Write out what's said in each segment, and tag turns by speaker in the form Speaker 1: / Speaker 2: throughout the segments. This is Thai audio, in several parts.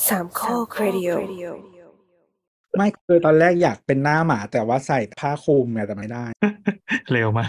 Speaker 1: สามข้อครดิโอ
Speaker 2: ไม่คือตอนแรกอยากเป็นหน้าหมาแต่ว่าใส่ผ้าคลุมไงแต่ไม่ได้
Speaker 3: เร็วมาก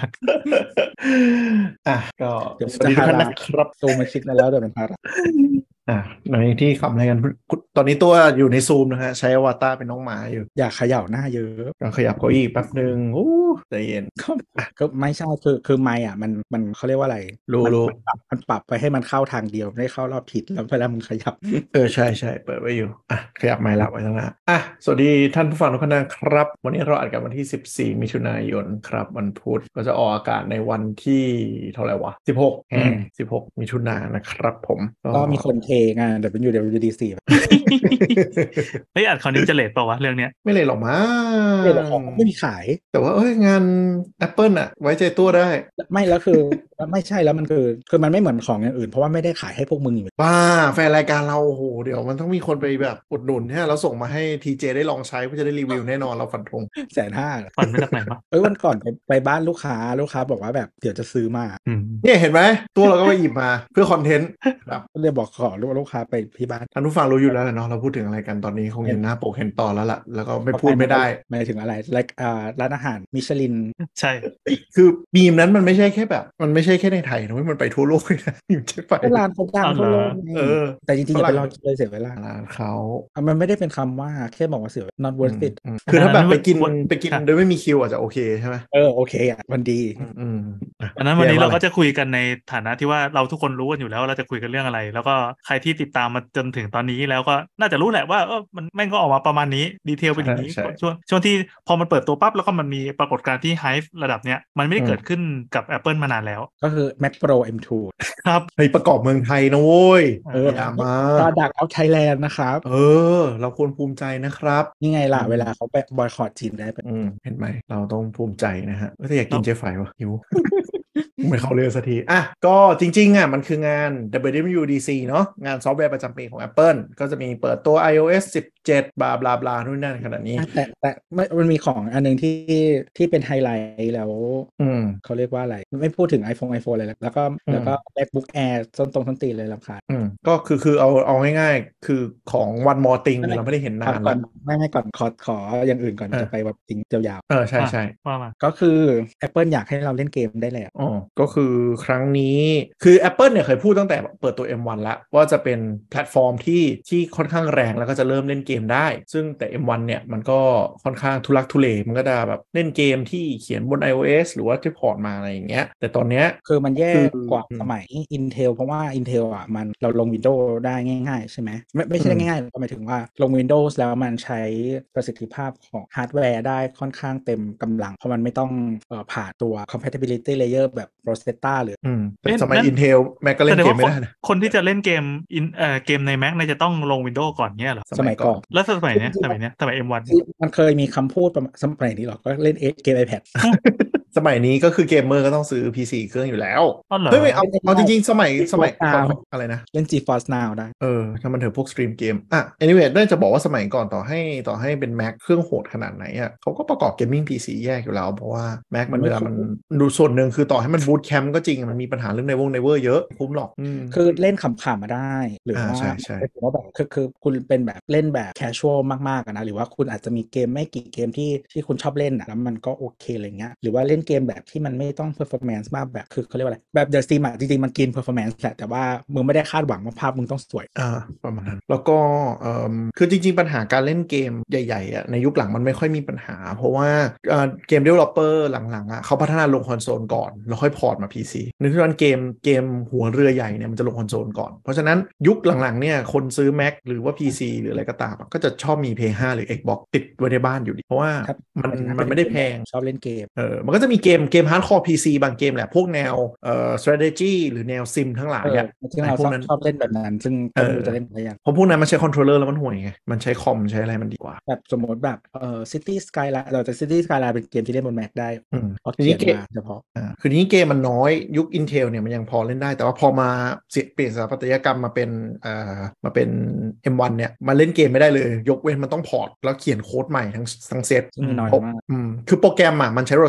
Speaker 4: ก็
Speaker 2: เดี๋ยว
Speaker 4: สวัสดีทุกท่านนะครับ
Speaker 2: ซูมมาชิดมาแล้วเดี๋ยวเป็นภาระ
Speaker 4: ในที่คำอะไรกันตอนนี้ตัวอยู่ในซูมนะฮะใช้อวตารเป็นน้องหมาอยู่
Speaker 2: อยากเขย่าหน้าเยอะ
Speaker 4: เราขยับเก้าอี้แป๊บนึงใจเย็น
Speaker 2: ก็ไม่ใช่คือไมค์อ่ะมันเขาเรียกว่าอะไร
Speaker 4: รู้
Speaker 2: มันปรับไปให้มันเข้าทางเดียวไม่ได้เข้ารอบทิศแล้วเวลามึงขยับ
Speaker 4: ใช่เปิดไว้อยู่ขยับไมค์ละไว้ข้างหน้าสวัสดีท่านผู้ฟังทุกท่านนะครับวันนี้เราอัดกันวันที่14มิถุนายนครับวันพุธก็จะออกอากาศในวันที่เท่าไหร่วะ16มิถุนายนนะครับผม
Speaker 2: ก็มีคนเทงานWWDC
Speaker 3: เฮ้ยอัดคราวนี้จะเลทเปล่าวะเรื่องเนี้ย
Speaker 4: ไม่เลยหรอกมั้ง
Speaker 2: ไม่มีขาย
Speaker 4: แต่ว่างาน Apple อะไว้ใจตัวได้
Speaker 2: ไม่แล้วคือ ไม่ใช่แล้วมันคือมันไม่เหมือนของอย่างอื่นเพราะว่าไม่ได้ขายให้พวกมึงอยู่
Speaker 4: บ้าแฟนรายการเราโอ้โหเดี๋ยวมันต้องมีคนไปแบบอุดหนุนเนี่ยแล้วส่งมาให้ TJ ได้ลองใช้เพื่อจะได้รีวิวแน่นอนเราฟันธง
Speaker 2: 150,000
Speaker 3: ฝันไม่จากไหนวะ
Speaker 2: วันก่อนไปบ้านลูกค้าบอกว่าแบบเดี๋ยวจะซื้อมา
Speaker 4: เนี่ยเห็นไหมตัวเราก็ไปหยิบมาเพื่อคอนเทนต์
Speaker 2: ครับเลยบอกขอลูกค้าไปที่บ้าน
Speaker 4: ท่านผู้ฟังรู้อยู่แล้วเนาะเราพูดถึงอะไรกันตอนนี้คงเห็นหน้าปกเห็นตอนแล้วล่ะแล้วก็ไม่พูดไม่ได้
Speaker 2: ไม่ถึงอะไรร้านอาหารมิชลิน
Speaker 3: ใช่
Speaker 4: คือมีมนั้นมันไม่ใช่แค่แบบมันไม่ใช่แค่ในไทยนะมันไปทั่วโลกเลยนะใช่ไป
Speaker 2: ร้านเขาดังทั่วโลกแต่จริงๆอย่าไปรอกินเลยเสียเวลา
Speaker 4: ร้านเขา
Speaker 2: มันไม่ได้เป็นคำว่าแค่บอกว่าเสีย not worth it
Speaker 4: คือถ้าแบบไปกินโดยไม่มีคิวอาจจะโอเคใช่ไหม
Speaker 2: โอเคมันดี
Speaker 3: อันนั้นวันนี้เราก็จะคุยกันในฐานะที่ว่าเราทุกคนรู้กันอยู่แล้วเราจะคุยกันเรื่องอะไรแล้วก็ใครที่ติดตามมาจนถึงตอนนี้แล้วก็น่าจะรู้แหละว่ามันแม่งก็ออกมาประมาณนี้ดีเทลเป็นอย่างนี้ช่วงที่พอมันเปิดตัวปั๊บแล้วก็มันมีปรากฏการณ์ที่ไฮฟ์ระดับเนี้ยมันไม่ได้เกิดขึ้นกับ Apple มานานแล้ว
Speaker 2: ก็คือ Mac Pro M2
Speaker 4: ครับในประกอบเมืองไทยนะโว้ยอย่ามา
Speaker 2: Product of Thailand นะครับ
Speaker 4: เราควรภูมิใจนะครับ
Speaker 2: นี่ไงล่ะเวลาเขาไปบอยคอตจีนได้
Speaker 4: เห็นไหมเราต้องภูมิใจนะฮะถ้าอยากกินเจฟไฟวะหิว ไม่เข้าเรื่องสักทีก็จริงๆมันคืองาน WWDC เนาะงานซอฟต์แวร์ประจำปีของ Apple ก็จะมีเปิดตัว iOS 17บลาบลาบลานู่นนั่นขนาดนี้
Speaker 2: แต่มันมีของอันนึงที่เป็นไฮไลท์แล้วเขาเรียกว่าอะไรไม่พูดถึง iPhone เลยแล้วก็ MacBook Air ต้นตีเลยรำคาญ
Speaker 4: ก็คือเอาง่ายๆคือของ One More Thing เราไม่ได้เห็นนานแล้ว
Speaker 2: ไม่ก่อนขออย่างอื่นก่อนจะไปแบบจริงยาว
Speaker 4: ๆใช่
Speaker 3: ว่ามา
Speaker 2: ก็คือ Apple อยากให้เราเล่นเกมได้แล้ว
Speaker 4: ก็คือครั้งนี้คือ Apple เนี่ยเคยพูดตั้งแต่เปิดตัว M1 แล้วว่าจะเป็นแพลตฟอร์มที่ค่อนข้างแรงแล้วก็จะเริ่มเล่นเกมได้ซึ่งแต่ M1 เนี่ยมันก็ค่อนข้างทุลักทุเลมันก็จะแบบเล่นเกมที่เขียนบน iOS หรือว่าที่พอร์ตมาอะไรอย่างเงี้ยแต่ตอนเนี้ย
Speaker 2: คือมันแย่กว่าสมัย Intel เพราะว่า Intel มันเราลง Windows ได้ง่ายๆใช่ไหมไม่ใช่ง่ายๆหมายถึงว่าลง Windows แล้วมันใช้ประสิทธิภาพของฮาร์ดแวร์ได้ค่อนข้างเต็มกำลังเพราะมันไม่ต้องผ่านตัว compatibility layer แบบ Rosetta หรือ
Speaker 4: สมัย Intel Mac ก็เล่นเกมไม่ได้นะ
Speaker 3: คนที่จะเล่นเกมเกมใน Mac เนี่ยจะต้องลง Windows ก่อนเงี้ยเหรอ
Speaker 2: สมัยก่อน
Speaker 3: แล้วสมัยเนี้ยสมัย M1
Speaker 2: มันเคยมีคำพูดประมาณสมัยนี้หรอก็เล่นเกม iPad
Speaker 4: สมัยนี้ก็คือเกมเมอร์ก็ต้องซื้อ PC เครื่องอยู่แล้ว
Speaker 3: เฮ้ย
Speaker 4: เอาจริงๆสมัยอะไรนะ
Speaker 2: เล่น GeForce Now ได้
Speaker 4: ถ้ามันเถอะพวกสตรีมเกมanyway น่าจะบอกว่าสมัยก่อนต่อให้เป็น Mac เครื่องโหดขนาดไหนเขาก็ประกอบเกมมิ่ง PC แยกอยู่แล้วเพราะว่า Mac มันเวลามันดูส่วนหนึ่งคือต่อให้มันบูตแคมป์ก็จริงมันมีปัญหาเรื่องในเวอร์เยอะคุ้มหรอก
Speaker 2: คือเล่นขำๆมาได้หรือว่า
Speaker 4: ใช่
Speaker 2: ว่าแบบคือคุณเป็นแบบเล่นแบบแคชชวลมากๆนะหรือว่าคุณอาจจะมีเกมไม่กี่เกมที่คุณชอบเล่นแล้วมันก็โอเคอะไรเงี้ยหรือว่าเล่นเกมแบบที่มันไม่ต้อง performance มากแบบคือเขาเรียกว่าอะไรแบบ The Steam จริงๆมันกิน performance แหละแต่ว่ามึงไม่ได้คาดหวังว่าภาพมึงต้องสวย
Speaker 4: ประมาณนั้นแล้วก็คือจริงๆปัญหาการเล่นเกมใหญ่ๆในยุคหลังมันไม่ค่อยมีปัญหาเพราะว่าเกม developer หลังๆเขาพัฒนาลงคอนโซลก่อนแล้วค่อยพอร์ตมา PC นึกถึงเกมหัวเรือใหญ่เนี่ยมันจะลงคอนโซลก่อนเพราะฉะนั้นยุคหลังๆเนี่ยคนซื้อ Mac หรือว่า PC หรืออะไรก็ตามก็จะชอบมี PS5 หรือ Xbox ติดไว้ในบ้านอยู่ดีเพราะว่ามันไม่ได้แพง
Speaker 2: ชอบเล่นเกม
Speaker 4: มันก็จะมีเกม hardcore PC บางเกมแหละพวกแนวstrategy หรือแนวซิมทั้งหลาย
Speaker 2: ซึ่งเราชอบเล่นแบบนั้นซึ่งจะเล่นอะไรอย่าง
Speaker 4: เพราะพวกนั้นมันใช้คอนโทรลเลอร์แล้วมันห่วยไงมันใช้คอมใช้อะไรมันดีกว่า
Speaker 2: แบบสมมติแบบCity Skyline เราจะ City Skyline เป็นเกมที่เล่นบน Mac ได้
Speaker 4: ทีนี้เกม
Speaker 2: เฉพาะ
Speaker 4: คือนี้เกมมันน้อยยุค Intel เนี่ยมันยังพอเล่นได้แต่ว่าพอมาเปลี่ยนสถาปัตยกรรมมาเป็น M1 เนี่ยมาเล่นเกมไม่ได้เลยยกเว้นมันต้องพอร์ตแล้วเขียนโค้ดใหม่ทั้งเซตคือโปรแกรมมันใช้ Rosetta พอ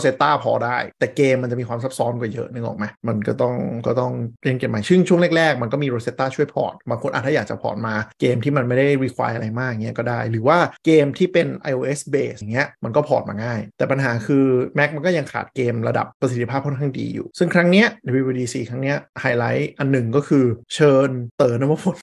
Speaker 4: อได้แต่เกมมันจะมีความซับซ้อนกว่าเยอะนึกออกไหมมันก็ต้องเรียนเกมใหม่ซึ่งช่วงแรกๆมันก็มี Rosetta ช่วยพอร์ตบางคนถ้าอยากจะพอร์ตมาเกมที่มันไม่ได้ require อะไรมากเงี้ยก็ได้หรือว่าเกมที่เป็น iOS base อย่างเงี้ยมันก็พอร์ตมาง่ายแต่ปัญหาคือ Mac มันก็ยังขาดเกมระดับประสิทธิภาพค่อนข้างดีอยู่ซึ่งครั้งเนี้ย WWDC ครั้งเนี้ยไฮไลท์อันหนึ่งก็คือเชิญเต๋อนวพล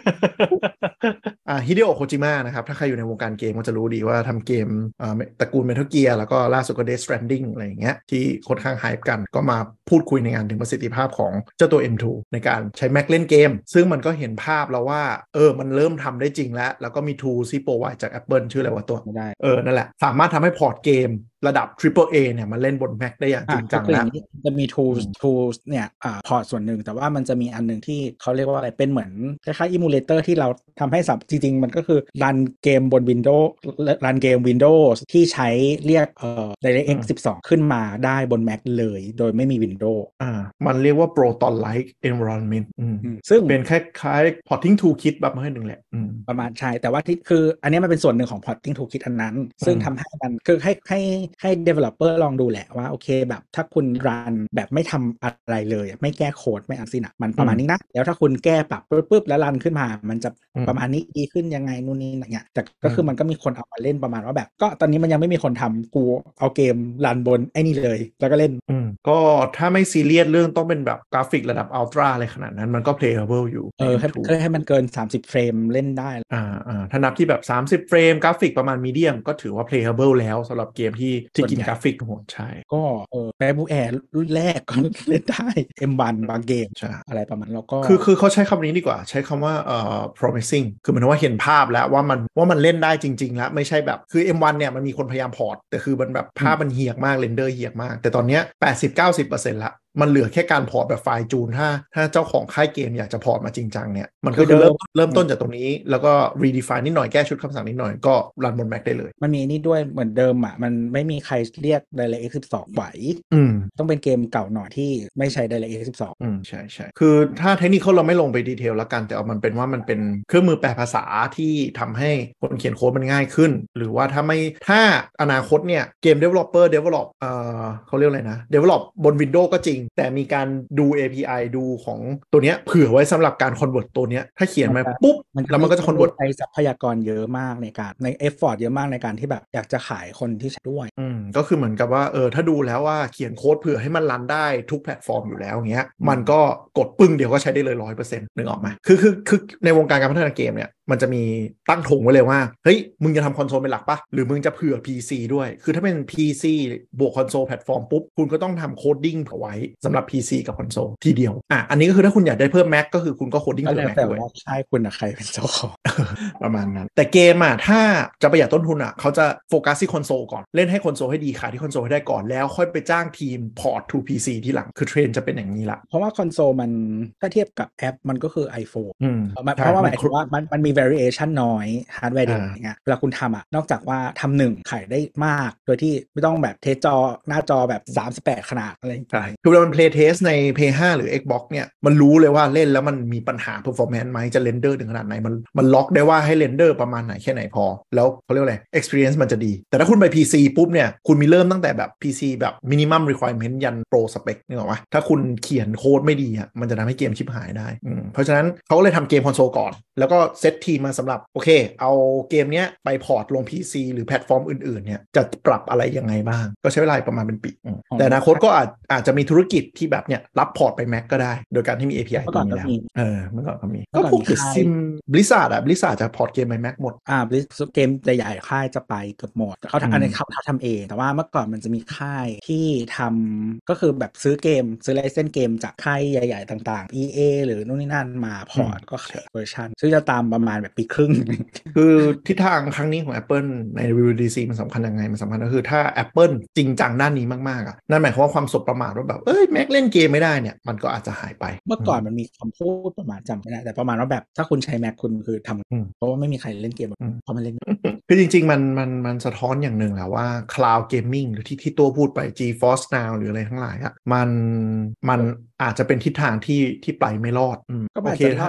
Speaker 4: ฮิเดโอะโคจิมะนะครับถ้าใครอยู่ในวงการเกมก็จะรู้ดีว่าทำเกมตระกูล Metal Gear แล้วก็ล่าสุดก็ Death Stranding อะไรอย่างเงี้ยที่ค่อนข้างไฮป์กันก็มาพูดคุยในงานถึงประสิทธิภาพของเจ้าตัว M2 ในการใช้ Mac เล่นเกมซึ่งมันก็เห็นภาพแล้วว่ามันเริ่มทำได้จริงแล้วก็มี tool ที่โปรไวจาก Apple ชื่ออะไรวะตัว
Speaker 2: ไม่ได้
Speaker 4: นั่นแหละสามารถทำให้พอร์ตเกมระดับ Triple A เนี่ยมันเล่นบน Mac ได้อย่างจริงจังแล้ว
Speaker 2: จะมี tools เนี่ยพอร์ตส่วนหนึ่งแต่ว่ามันจะมีอันหนึ่งที่เขาเรียกว่าอะไรเป็นเหมือนคล้ายๆ emulator ที่เราทำให้จริงๆมันก็คือรันเกมบน Windows รันเกม Windows ที่ใช้เรียกDirectX 12 ขึ้นมาได้บน Mac เลยโดยไม่มี Windows
Speaker 4: มันเรียกว่า Proton-like environment
Speaker 2: ซึ่ง
Speaker 4: เป็นคล้ายๆ porting toolkit แบบนั้นหนึ่งแหละ
Speaker 2: ประมาณใช่แต่ว่าที่คืออันนี้มันเป็นส่วนหนึ่งของ porting toolkit อันนั้นซึ่งทำให้มันคือให้ developer ลองดูแหละว่าโอเคแบบถ้าคุณรันแบบไม่ทำอะไรเลยไม่แก้โค้ดไม่อันสินะมันประมาณนี้นะแล้วถ้าคุณแก้ปรับปุ๊บแล้วรันขึ้นมามันจะประมาณนี้ดีขึ้นยังไงนู่นนี่อะไรเงี้ยแต่ก็คือมันก็มีคนเอามาเล่นประมาณว่าแบบก็ตอนนี้มันยังไม่มีคนทำกูเอาเกมรันบนไอ้นี่เลยแล้วก็เล่น
Speaker 4: ก็ถ้าไม่ซีเรียสเรื่องต้องเป็นแบบกราฟิกระดับอัลตร้าอะไรขนาดนั้นมันก็ playable อยู่
Speaker 2: ให้มันเกิน30เฟรมเล่นได้
Speaker 4: ถ้านับที่แบบ30เฟรมกราฟิกประมาณมีเดียมก็ถือว่า playable แล้วสำหรับเกมที่กินกราฟิกโหดใช่
Speaker 2: ก็MacBook Air รุ่นแรกก็เล่นได้ M1 บางเกมอะไรประมาณแล้วก็
Speaker 4: คือเขาใช้คำนี้ดีกว่าใช้คำว่าpromising คือหมายถึงว่าเห็นภาพแล้วว่ามันเล่นได้จริงๆแล้วไม่ใช่แบบคือ M1 เนี่ยมันมีคนพยายามพอร์ตแต่คือมันแบบภาพมันเหี่ยมากเรนเดอร์เหี่ยมากแต่ตอนเนี้ย 80-90% ละมันเหลือแค่การพอร์ตแบบไฟล์จูนถ้าเจ้าของค่ายเกมอยากจะพอร์ตมาจริงจังเนี่ยมันก็คือเริ่มต้นจากตรงนี้แล้วก็ redefine นิดหน่อยแก้ชุดคำสั่งนิดหน่อยก็รันบน Mac ได้เลย
Speaker 2: มันมีนี่ด้วยเหมือนเดิมมันไม่มีใครเรียก DirectX 12ไหวต้องเป็นเกมเก่าหน่อยที่ไม่ใช้ DirectX 12
Speaker 4: ใช่คือถ้าเทคนิคเราไม่ลงไปดีเทลแล้วกันแต่เอามันเป็นว่ามันเป็นเครื่องมือแปลภาษาที่ทำให้คนเขียนโค้ดมันง่ายขึ้นหรือว่าถ้าอนาคตเนี่ยเกม develop เขาเรียกอะไรนะ develop บน Windows ก็จริงแต่มีการดู API ดูของตัวเนี้ยเผื่อไว้สำหรับการ convert ตัวเนี้ยถ้าเขียนมาปุ๊บแล้วมันก็จะ convert
Speaker 2: ใช้ทรัพยากรเยอะมากใน effort เยอะมากในการที่แบบอยากจะขายคนที่ใช้ด้วย
Speaker 4: ก็คือเหมือนกับว่าถ้าดูแล้วว่าเขียนโค้ดเผื่อให้มันรันได้ทุกแพลตฟอร์มอยู่แล้วเงี้ยมันก็กดปึ้งเดียวก็ใช้ได้เลย 100% นึกออกไหมคือในวงการการพัฒนาเกมเนี่ยมันจะมีตั้งธงไว้เลยว่าเฮ้ยมึงจะทำคอนโซลเป็นหลักปะหรือมึงจะเผื่อ PC ด้วยคือถ้าเป็น PC บวกคอนโซลแพลตฟอร์มปุ๊บคุณก็ต้องทำโคดดิ้งเอาไว้สำหรับ PC กับคอนโซลทีเดียวอันนี้ก็คือถ้าคุณอยากได้เพิ่ม Mac ก็คือคุณก็โคดดิ้งเพิ่ม Mac ด้วย
Speaker 2: ใช่คุณใครเป็นเจ้าของ
Speaker 4: ประมาณนั้นแต่เกมถ้าจะประหยัดต้นทุนเขาจะโฟกัสที่คอนโซลก่อนเล่นให้คอนโซลให้ดีขายที่คอนโซลให้ได้ก่อนแล้วค่อยไปจ้างทีมพอร์ต to PC ที่หลังคือเทรนจะเป็นอย่างนี้ละ
Speaker 2: เพราะว่าคอนโซลมันถ้าเทียบกับแอปมันก็คือ iPhone เพราะว่าหมายถึงว่ามันมี variation น้อยฮาร์ดแวร์เดียวอย่างเงี้ยเวลาคุณทำนอกจากว่าทำหนึ่งขายได้มากโดยที่ไม่ต้องแบบเทสจอหน้าจอแบบ38ขนาดอะไร
Speaker 4: ใช่คือเวลามัน play test ใน PS5 หรือ Xbox เนี่ยมันรู้เลยว่าเล่นแล้วมันมีปัญหา performance ไหมจะเรนเดอร์ถึงขนาดไหนมันล็อกได้ว่าให้เรนเดอร์ประมาณไหนแค่ไหนพอแล้วเขาเรียกอะไร experience มันจะดีแต่ถ้าคุณไป PC ปุ๊บเนี่ยคุณมีเริ่มตั้งแต่แบบ PC แบบ minimum requirement ยัน pro spec นึกออกปะถ้าคุณเขียนโค้ดไม่ดีมันจะทำให้เกมชิบหายได้เพราะฉะนั้นเขาเลยทำเกมคอนโซลก่อนแล้วก็เซตทีมมาสำหรับโอเคเอาเกมเนี้ยไปพอร์ตลง PC หรือแพลตฟอร์มอื่นๆเนี่ยจะปรับอะไรยังไงบ้างก็ใช้เวลาประมาณเป็นปีแต่อนาคตก็อาจจะมีธุรกิจที่แบบเนี่ยรับพอร์ตไป Mac ก็ได้โดยการที่มี API ตรงนี้แล้วเมื่อก่อนก็มีก็พวกซิมBlizzard จะพอร์ตเกมไป Mac หมด
Speaker 2: Blizzard เกมใหญ่ๆค่ายจะไปเกือบหมดเขาอันนี้เขาทำเองแต่ว่าเมื่อก่อนมันจะมีค่ายที่ทำก็คือแบบซื้อไลเซนส์เกมจากค่ายใหญ่ๆต่างๆ EA หรือนู่นนี่นั่นมาพอร์ตก็ขายเวอร์ชันซึ่งจะตามประมาณแบบปีครึ่ง
Speaker 4: คือทิศทางครั้งนี้ของ Apple ใน WWDC มันสำคัญยังไงมันสำคัญก็คือถ้า Apple จริงจังด้านนี้มากๆนั่นหมายความว่าความสบประมาทว่าแบบMac เล่นเกมไม่ได้เนี่ยมันก็อาจจะหายไป
Speaker 2: เมื่อก่อนมันมีคำพูดประมาณจำไม่ได้แต่ประมาณว่าแบบถ้าคุณใช้ Mac คุณคือทำเพราะว่าไม่มีใครเล่นเกมเพราะมันเล่น
Speaker 4: คือจริงๆมันสะท้อนอย่างหนึ่งแหละว่า Cloud Gaming หรือที่ตัวพูดไป GeForce Now หรืออะไรทั้งหลายมันอาจจะเป็นทิศทางที่ไปไม่รอด
Speaker 2: ก็อาจจะรอดก็ได้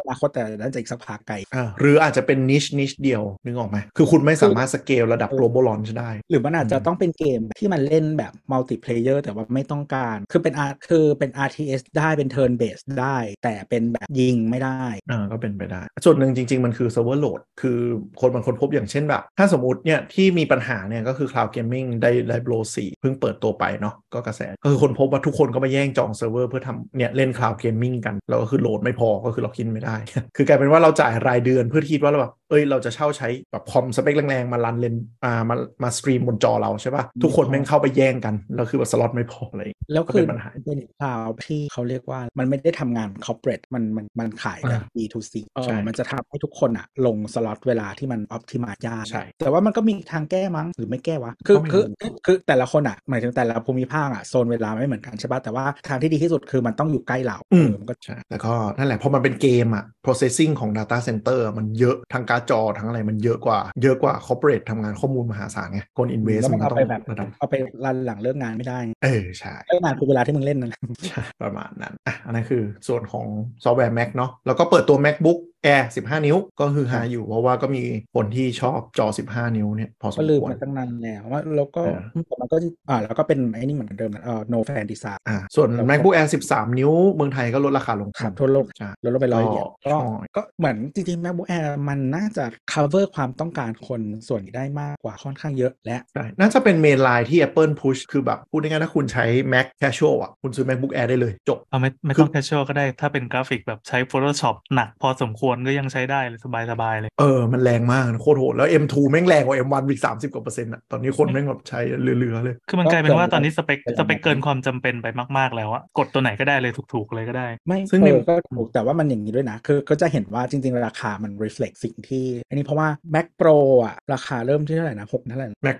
Speaker 2: นาคตแต่น่าจะอีกสักพักไกล
Speaker 4: หรืออาจจะเป็นนิชเดียวนึกออกไหมคือคุณไม่สามารถสเกลระดับ global launch ได้
Speaker 2: หรือมันอาจจะต้องเป็นเกมที่มันเล่นแบบ multiplayer แต่ว่าไม่ต้องการคือเป็น RTS ได้เป็น turn based ได้แต่เป็นแบบยิงไม่ได้
Speaker 4: ก็เป็นไปได้ส่วนหนึ่งจริงๆมันคือ server load คือคนบางคนพบอย่างเช่นแบบถ้าสมมติเนี่ยที่มีปัญหาเนี่ยก็คือ cloud gaming ได้ Blow 4เพิ่งเปิดตัวไปเนาะก็กระแสก็คือคนพบว่าทุกคนก็มาแย่งจองเซิร์ฟเวอร์เพื่อทำเนี่ยเล่น cloud gaming กันแล้วก็คือโหลดไม่พอก็คือเราคิดไม่ได้ คือกลายเป็นว่าเราจ่ายรายเดือนเพื่อคิดว่าเราแบบเราจะเช่าใช้แบบคอมสเปคแรงๆมารันเลนมาสตรีมบนจอเราใช่ป่ะทุกคนแม่งเข้าไปแย่งกันแล้วคือแบบสล็อตไม่พออะไร
Speaker 2: แล้วคือเป็นคลาวด์ที่เขาเรียกว่ามันไม่ได้ทำงาน corporate มันขายแบบ B2C มันจะทำให้ทุกคนลงสล็อตเวลาที่มัน optimize ยากแต่ว่ามันก็มีทางแก้มั้งหรือไม่แก้วะคือแต่ละคนหมายถึงแต่ละภูมิภาคโซนเวลาไม่เหมือนกันใช่ป่ะแต่ว่าทางที่ดีที่สุดคือมันต้องอยู่ใกล้เรา
Speaker 4: ก็ใช่แล้วก็นั่นแหละพอมันเป็นเกมprocessing ของ data center มันเยอะทั้งการ์ดจอทั้งอะไรมันเยอะกว่าcorporate ทำงานข้อมูลมหาศาลไงคน invest มันต้อง
Speaker 2: เอาไปรันหลังเลิกงานไม่ได้
Speaker 4: ใช่
Speaker 2: เลิกงานคือเวลาที่มึงเล่นนั่น
Speaker 4: ใช่ประมาณนั้นอันนั้นคือส่วนของซอฟต์แวร์ Mac เนาะแล้วก็เปิดตัว MacBook Air 15 นิ้วก็คือหาอยู่เพราะว่าก็มีคนที่ชอบจอ15 นิ้วเนี่ยพอสมควร
Speaker 2: ก็ลืมมาตั้งนานแล้วว่าแล้วก็มันก็แล้วก็เป็นไอ้นี่เหมือนเดิมno fan design
Speaker 4: ส่วน MacBook Air 13 นิ้วเมืองไทยก็ลดราคาลง
Speaker 2: ครับทั่วโลกลดลงไป100 เหรียญก็เหมือนจริงๆ MacBook Air มันน่าจะ cover ความต้องการคนส่วนนี้ได้มากกว่าค่อนข้างเยอะและ
Speaker 4: ใช่น่าจะเป็นเมนไลน์ที่ Apple push คือแบบพูดง่ายๆถ้าคุณใช้ Mac Casual คุณซื้อ MacBook Air ได้เลยจบ
Speaker 3: ไม่ต้อง Casual ก็ได้ถ้าเป็นกราฟิกแบบใช้ Photoshop หนักพอสมควรก็ยังใช้ได้เลยสบายเลย
Speaker 4: มันแรงมากโคตรโหดแล้ว M2 แม่งแรงกว่า M1 อีก30 กว่า%ตอนนี้คนแม่งแบบใช้เหลือๆเลย
Speaker 3: คือมันกลายเป็นว่าตอนนี้สเปคเกินความจำเป็นไปมากๆแล้วกดตัวไหนก็ได้เลยถูกๆเลยก็ได้
Speaker 2: ไม่ซึ่งก็ถูกแต่ว่ามันอย่างนี้ด้วยนะคือก็จะเห็นว่าจริงๆราคามัน reflect สิ่งที่อันนี้เพราะว่า Mac Pro ราคาเริ่มที่เท่าไหร่นะ6เท่าไหร่
Speaker 4: Mac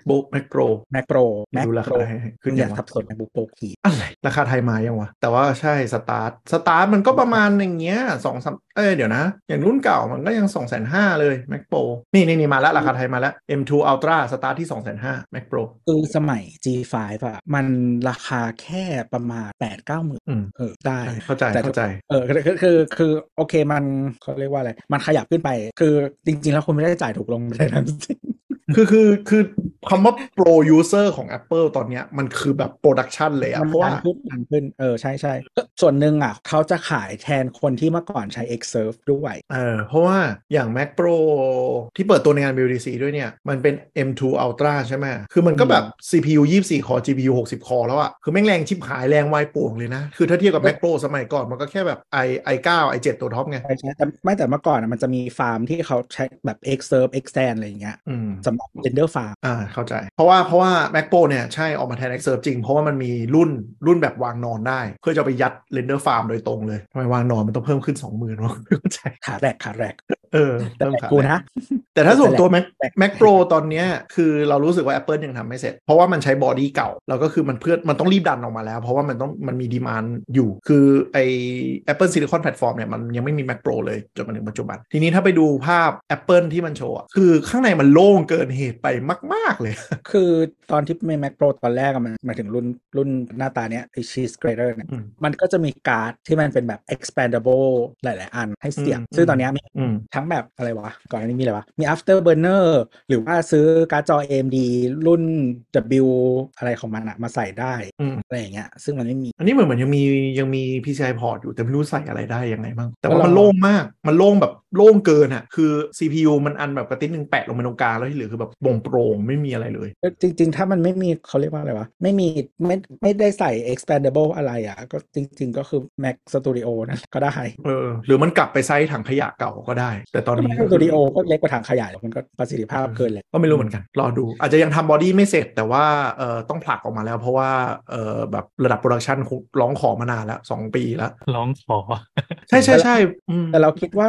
Speaker 4: Pro
Speaker 2: ดู
Speaker 4: ราคา
Speaker 2: ขึ้นอย่างสับสน MacBook Pro ขีด
Speaker 4: อะไรราคาไทยมายังวะแต่ว่าใช่สตาร์ทมันก็ประมาณอย่างเงี้ย2-3เดี๋ยวนะอย่างรุ่นเก่ามันก็ยัง 250,000 เลย Mac Pro นี่มาแล้วราคาไทยมาแล้ว M2 Ultra สตาร์ทที่ 250,000 Mac Pro
Speaker 2: คือสมัย G5 มันราคาแค่ประมาณ 8-9 หมื่นได้
Speaker 4: เข้าใจ
Speaker 2: คือโอเคมันเขาเรียกว่าอะไรมันขยับขึ้นไปคือจริงๆแล้วคุณไม่ได้จ่ายถูกลงเลยทั้งสิ้น
Speaker 4: คือคำว่า Pro User ของ Apple ตอนเนี้ยมันคือแบบ Production เลยเพราะว่า
Speaker 2: ขึ้นใช่ส่วนหนึ่งเขาจะขายแทนคนที่เมื่อก่อนใช้ Xserve ด้วย
Speaker 4: เพราะว่าอย่าง Mac Pro ที่เปิดตัวในงาน WWDC ด้วยเนี่ยมันเป็น M2 Ultra ใช่ไหมคือมันก็แบบ CPU 24 คอ GPU 60 คอแล้วคือแม่งแรงชิบหายแรงไวป่วงเลยนะคือถ้าเทียบกับ Mac Pro สมัยก่อนมันก็แค่แบบ i9 i7 ตัวท็อปไง
Speaker 2: ใช่แต่เมื่อก่อนมันจะมีฟาร์มที่เขาใช้แบบ Xserve Extend อะไรอย่างเงี้ยสำหรับ render farm
Speaker 4: เข้าใจเพราะว่า Mac Pro เนี่ยใช่ออกมาแทน Xserve จริงเพราะว่ามันมีรุ่นแบบวางนอนได้เพื่อจะไปยัด render farm โดยตรงเลยทำไมวางนอนมันต้องเพิ่มขึ้น 20,000 วะไม่เข้าใจ
Speaker 2: ขาแรก
Speaker 4: เริ่มขาดนะแต่ถ้าส่วนตัว Mac Pro ตอนนี้คือเรารู้สึกว่า Apple ยังทำไม่เสร็จเพราะว่ามันใช้บอดี้เก่าแล้วก็คือมันต้องรีบดันออกมาแล้วเพราะว่ามันมีดีมานด์อยู่คือไอ Apple Silicon Platform เนี่ยมันยังไม่มี Mac Pro เลยจนมาถึงปัจจุบันทีนี้ถ้าไปดูภาพ Apple ที่มันโชว์คือข้างในมันโล่งเกินเหตุไปมากๆเลย
Speaker 2: คือตอนที่มี Mac Pro ตอนแรกมันหมายถึงรุ่นหน้าตาเนี้ยไอ Cheese Grater เนี่ยมันก็จะมีการ์ดที่มันเป็นแบบ expandable หลายๆอันให้เสียบซึ่งตอนนี้มีทั้งแบบอะไรวะก่อนอันนี้มีอะไรวะมี Afterburner หรือว่าซื้อการ์ดจอ AMD รุ่น W อะไรของมันมาใส่ได้อะไรอย่างเงี้ยซึ่งมันไม่มี
Speaker 4: อันนี้เหมือนยังมี PCI port อยู่แต่ไม่รู้ใส่อะไรได้ยังไงบ้างแต่ว่ามันโล่งมากมันโล่งแบบโล่งเกินคือ CPU มันอันแบบกระติ๊บนึงแปะลงไปตรงกลางแล้วที่เหลือคือแบบโปร่งไม่มีอะไรเลย
Speaker 2: จริงๆถ้ามันไม่มีเขาเรียกว่าอะไรวะไม่ได้ใส่ expandable อะไรก็จริงๆก็คือ Mac Studio นะก็ได้
Speaker 4: หรือมันกลับไปไซส์ถังขยะเก่าก็ได้แต่ตอนนี้
Speaker 2: Studio ก็เล็กกว่าถังขยะมันก็ประสิทธิภาพเกินเลย
Speaker 4: ก็ไม่รู้เหมือนกันรอดูอาจจะยังทำบอดี้ไม่เสร็จแต่ว่าต้องผลักออกมาแล้วเพราะว่าแบบระดับโปรดักชันร้องขอมานานแล้ว2 ปีแล้ว
Speaker 3: ร้องขอ
Speaker 4: ใช่
Speaker 2: แต่เราคิดว่ามันควร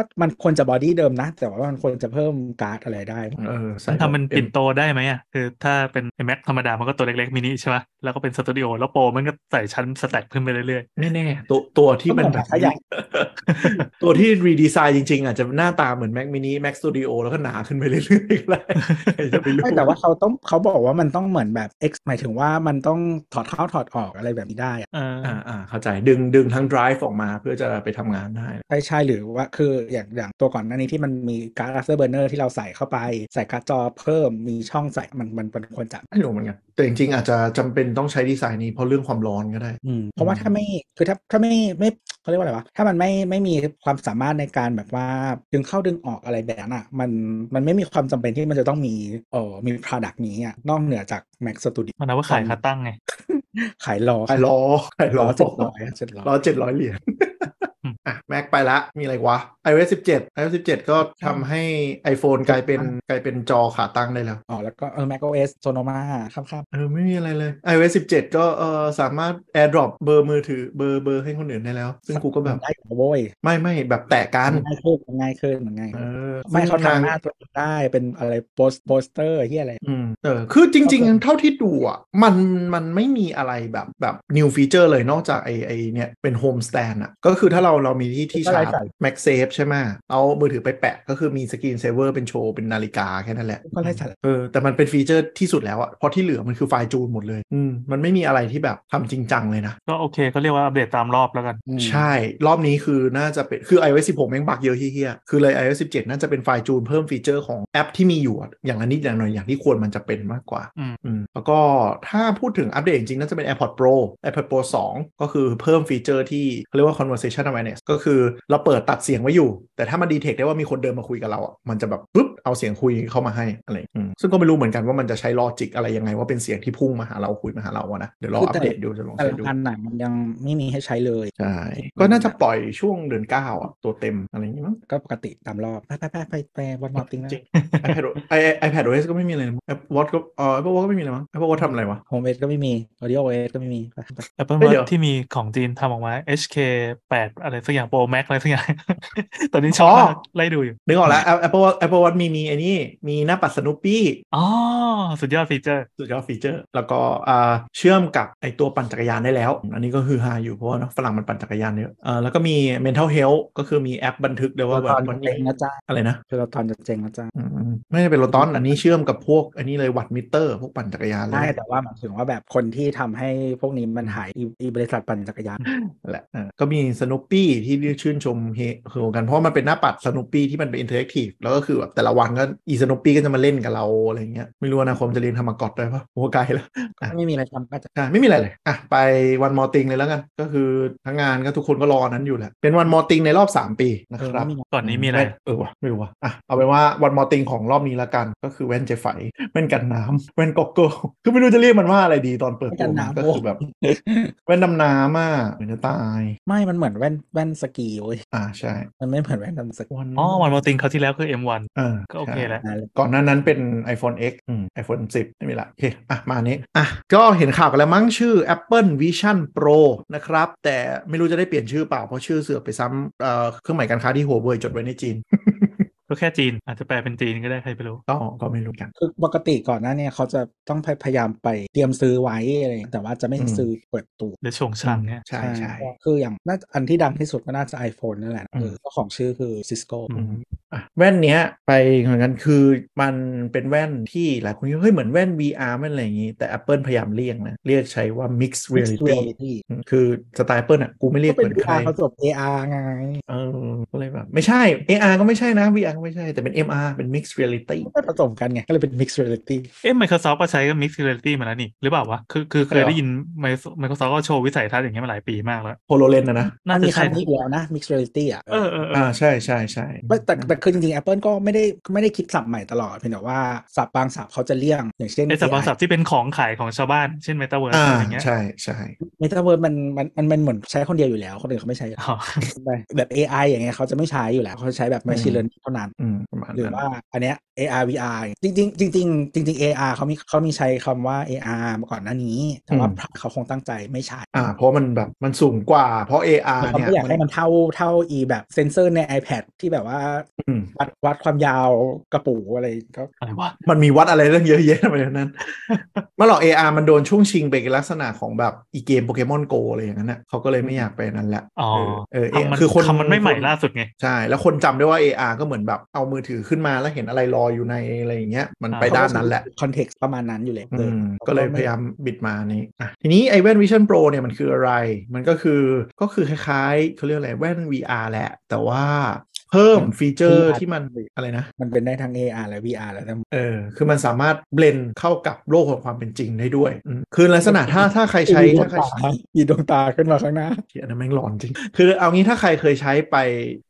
Speaker 2: ควรจะบอดี้เดิมนะแต่ว่ามันควรจะเพิ่มการ์ดอะไรได้
Speaker 3: มันทำเป็นปิ่นโตได้ไหมอ่ะคือถ้าเป็น Mac ธรรมดามันก็ตัวเล็กๆมินิใช่ไหมแล้วก็เป็นสตูดิโอแล้วโปรมันก็ใส่ชั้นสแต็กขึ้นไปเรื่อย
Speaker 4: ๆแน่ๆตัวที่เป็นแบบตัวที่รีดีไซน์จริงๆอาจจะหน้าตาเหมือน Mac mini Mac Studio แล้วก็หนาขึ้นไปเรื่อยๆเลยจะไปรู้
Speaker 2: แต่ว่าเขาบอกว่ามันต้องเหมือนแบบ X หมายถึงว่ามันต้องถอดเข้าถอดออกอะไรแบบนี้ได้
Speaker 4: เข้าใจดึงทั้ง drive ออกมาเพื่อจะไปทำงานได้
Speaker 2: ใช่หรือว่าคืออย่างตัวก่อนหน้านี้ที่มันมีการ์ด Afterburner ที่เราใส่เข้าไปใส่การ์ดจอเพิ่มมีช่องใส่มันควรจะ
Speaker 4: ไม่รู้เหมือนกันแต่จริงๆอาจจะจำเป็นต้องใช้ดีไซน์นี้เพราะเรื่องความร้อนก็ได้
Speaker 2: เพราะว่าถ้าไม่คือถ้าไม่เขาเรียกว่าอะไรวะถ้ามันไม่มีความสามารถในการแบบว่าดึงเข้าดึงออกอะไรแบบนั้นอ่ะมันไม่มีความจำเป็นที่มันจะต้องมีproduct นี้อ่ะนอกเหนือจาก Mac Studio
Speaker 3: มันเอาว่าขายขาตั้งไง
Speaker 2: ขายล้อ
Speaker 4: 700 เหรียญแม็กไปละมีอะไรวะ iOS 17 ก็ทำให้ iPhone กลายเป็นจอขาตั้งได้แล้ว
Speaker 2: แล้วก็macOS Sonoma ครับ
Speaker 4: ไม่มีอะไรเลย iOS 17 ก็สามารถ AirDrop เบอร์มือถือเบอร์ให้คนอื่นได้แล้วซึ่งกูก็แบบ
Speaker 2: ได้โว้ย
Speaker 4: ไม่แบบแตะกัน
Speaker 2: ง่ายขึ้นไม่เขาทำหน้าตัวได้เป็นอะไรโปสเตอร์ที่อะไร
Speaker 4: คือจริงๆเท่าที่ดูอ่ะมันไม่มีอะไรแบบ new feature เลยนอกจากไอเนี่ยเป็น home stand อ่ะก็คือถ้าเรามีที่ชาร์จ MagSafe ใช่ไหมเอามือถือไปแปะก็คือมีสกรีนเซเวอร์เป็นโชว์เป็นนาฬิกาแค่นั้นแหละ
Speaker 2: ก็ไร้สาระ
Speaker 4: แต่มันเป็นฟีเจอร์ที่สุดแล้วอ่ะเพราะที่เหลือมันคือไฟล์จูนหมดเลยมันไม่มีอะไรที่แบบทำจริงจังเลยนะ
Speaker 3: ก็โอเคก็เรียกว่าอัปเดตตามรอบแล้วกัน
Speaker 4: ใช่รอบนี้คือน่าจะเป็นคือ iOS 16แม่งบักเยอะเฮี้ยคือเลย iOS 17 น่าจะเป็นไฟล์จูนเพิ่มฟีเจอร์ของแอปที่มีอยู่อย่างละนิดอย่างหน่อยอย่างที่ควรมันจะเป็นมากกว่าแล้วก็ถ้าพูดถึงอัปเดตจริงๆน่าจะเป็น AirPods Pro 2ก็คือเพิ่มฟีเจอร์ที่เขาเรียกว่า conversation awareness ก็คือเราเปิดตัดเสียงไว้อยู่แต่ถ้ามันดีเทคได้ว่ามีคนเดินมาคุยกับเราอ่ะมันจะแบบปุ๊บเอาเสียงคุยเข้ามาให้อะไรซึ่งก็ไม่รู้เหมือนกันว่ามันจะใช้ลอจิกอะไรยังไงว่าเป็นเสียงที่พุ่งมาหาเราคุยมาหาเราอะนะเดี๋ยวรออัปเดตดูจะลองใช้ดู
Speaker 2: อันไหนมันยังไม่มีให้ใช้เลย
Speaker 4: ใช่ก็น่าจะปล่อยช่วงเดือน9อ่ะตัวเต็มอะไรอย่างงี้มั้ง
Speaker 2: ก็ปกติตามรอบไปวันมอติ้งนะ
Speaker 4: iPad OS ก็ไม่มีอะไร Apple Watch ก็Apple Watch ก็ไม่มีอะไรมั้ง Apple Watch ทำอะไรวะ
Speaker 2: Home OS ก็ไม่มี Audio OS ก็ไม่มี
Speaker 3: Apple Watch ที่มีของจีนทำออกมา HK8 อะไรสักอย่าง Pro Max อะไรสักอย่าง ตอนนี้ชอบมากไล่ดูอยู่
Speaker 4: นึกออกแล้ว Apple Watch มีไอ้นี่มีหน้าปัด Snoopy
Speaker 3: สุดยอดฟีเจอร์
Speaker 4: แล้วก็เชื่อมกับไอตัวปั่นจักรยานได้แล้วอันนี้ก็คือฮาอยู่เพราะว่าฝรั่งมันปั่นจักรยานเยอะแล้วก็มี mental health ก็คือมีแอปบันทึกเลยว่าแบบ
Speaker 2: วันนี้นะจ๊ะ
Speaker 4: อะไรนะ
Speaker 2: คือเราตอนจะเจ๊งนะจ๊ะ
Speaker 4: ไม่ได้เป็นโรตอนอันนี้เชื่อมกับพวกอันนี้เลยวัตต์มิเตอร์พวกปั่นจักรยานเลย
Speaker 2: ใช่แต่ว่าหมายถึงว่าแบบคนที่ทำให้พวกนี้มันหายบริษัทปั่นจักรยาน
Speaker 4: แหละก็มี Snoopy ที่ชื่นชมคือกันเพราะมันเป็นหน้าปัด Snoopy ที่มันเป็นอินเทอร์แอคทีฟแล้วก็คือแบบแต่ละวันก็Snoopy ก็จะมาเล่นกับเราอะไรเงี้ยไม่รู้นะคมจะเรียนธรรมกอดได้ปะโอ้ไกลแล้ว
Speaker 2: ไม่มีอะไรทำก็จะ
Speaker 4: ไม่มีอะไรเลยไปวันมอติงเลยแล้วกันก็คือทั้งงานก็ทุกคนก็รอนั้นอยู่แหละเป็นวันมอติงในรอบ3 ปีนะครับ
Speaker 3: ก่อนนี้มีอะไร
Speaker 4: วะไม่รู้วะเอาเป็นว่าวันมอติงของรอบนี้ละกันก็คือแว่นเจไฝแว่นกันน้ำแว่นก็อกเกิลคือไม่รู้จะเรียกมันว่าอะไรดีตอนเปิดตัวมันก็คือแบบแว่นดำน้ำเหมือนจะตาย
Speaker 2: ไม่มันเหมือนแว่นสกีเว้ย
Speaker 4: ใช่
Speaker 2: มันไม่เหมือนแว่นดำสกี
Speaker 3: วันมาติงเขาที่แล้วคือ M1 ก็โอเคแล้ว
Speaker 4: ก่อนหน้านั้นเป็น iPhone X iPhone 10ไม่มีละโอเคมานี้ก็เห็นข่าวกันแล้วมั้งชื่อ Apple Vision Pro นะครับแต่ไม่รู้จะได้เปลี่ยนชื่อเปล่าเพราะชื่อเสือกไปซ้ำเครื่องหมายการค้าที่หัวเว่ยจดไว้ในจีน
Speaker 3: ก็แค่จีนอาจจะแปลเป็นจีนก็ได้ใครไปรู้
Speaker 4: ก็ไม่รู้กัน
Speaker 2: คือปกติก่อนหน้านี้เขาจะต้องพยายามไปเตรียมซื้อไว้อะไรแต่ว่าจะไม่ซื้อเปิดตัว
Speaker 3: หรือชงชังเนี่ย
Speaker 4: ใช่
Speaker 2: คืออย่างน่าอันที่ดังที่สุดก็น่าจะ iPhone นั่นแหละเจ้าของชื่อคือ Cisco
Speaker 4: แว่นเนี้ยไปเหมือนกันคือมันเป็นแว่นที่หลายคนคิดเฮ้ยเหมือนแว่น VR มันอะไรอย่างงี้แต่ Apple พยายามเรียกใช้ว่า Mixed Reality คือสไตล์ Apple กูไม่เรียกเหมือนใคร
Speaker 2: เขาจบ AR ไง
Speaker 4: ก็เลยแบบไม่ใช่ AR ก็ไม่ใช่นะ VR ก็ไม่ใช่แต่เป็น MR เป็น Mixed Reality
Speaker 2: ก็ผสมกันไงก็เลยเป็น Mixed Reality
Speaker 3: Microsoft ก็ใช้ก็ Mixed Reality มาแล้วนี่หรือเปล่าวะคือเคยได้ยิน Microsoft ก็โชว์วิสัยทัศน์อย่างเงี้ยมาหลายปีมากแล้ว
Speaker 4: HoloLens นะ
Speaker 2: น่าจะใช่อีกแล้วนะ Mixed Reality
Speaker 4: ใช่
Speaker 2: แต่คือจริงๆ Apple ก็ไม่ได้คิดศัพท์ใหม่ตลอดเพียงแต่ว่าศัพท์บางศัพท์เขาจะเลี่ยงอย่างเช่น
Speaker 3: ศัพท์บางศัพท์ที่เป็นของขายของชาวบ้านเช่น Metaverse อะไรเงี้ย
Speaker 4: ใช่
Speaker 2: Metaverse มันเหมือนใช้คนเดียวอยู่แล้วคนอื่นเขาไม่ใช้แบบ AI อย่างเงี้ยเขาจะไม่ใช้อยู่แล้วเขาใช้แบบ Machine Learning เท่านั้น
Speaker 4: ประมาณ
Speaker 2: หรือ
Speaker 4: นั้น
Speaker 2: ว่าอันเนี้ย AR VR จริง AR เขามีใช้คำว่า AR มาก่อนหน้านี้แต่ว่าเขาคงตั้งใจไม่ใช่
Speaker 4: เพราะมันแบบมันสูงกว่าเพราะ AR
Speaker 2: เขาไม่อยากให้มันเท่าแบบเซนเซอร์ใน iPad ที่แบบว่าวัดความยาวกระปูอะไรก็
Speaker 3: อะไรวะ
Speaker 4: มันมีวัดอะไรเรื่องเยอะแยะไปนั้น มาหรอก AR มันโดนช่วงชิงไปลักษณะของแบบอีเกมโปเกมอนโกอะไรอย่างนั้นนะเขาก็เลยไม่อยากไปนั้นแหละ
Speaker 3: คือคนมันไม่ใหม่ล่าสุดไง
Speaker 4: ใช่แล้วคนจำได้ว่า AR ก็เหมือนแบบเอามือถือขึ้นมาแล้วเห็นอะไรลอยอยู่ในอะไรอย่างเงี้ยมันไปด้านนั้นแหละ
Speaker 2: คอนเท็กซ์ประมาณนั้นอยู่เลย
Speaker 4: ก็เลยพยายามบิดมานี่ทีนี้ไอ้แว่น Vision Pro เนี่ยมันคืออะไรมันก็คือคล้ายๆเขาเรียกอะไรแว่น VR แหละแต่ว่าเพิ่มฟีเจอร์ที่มันอะไรนะ
Speaker 2: มันเป็นได้ทั้ง AR และ VR แล้ว
Speaker 4: คือมันสามารถเบลนเข้ากับโลกของความเป็นจริงได้ด้วยคือลักษณะถ้าใครใช้
Speaker 2: มีดวงตาขึ้นมาข้างหน้า
Speaker 4: เหี้ยนะแม่งหลอนจริงคือเอางี้ถ้าใครเคยใช้ไป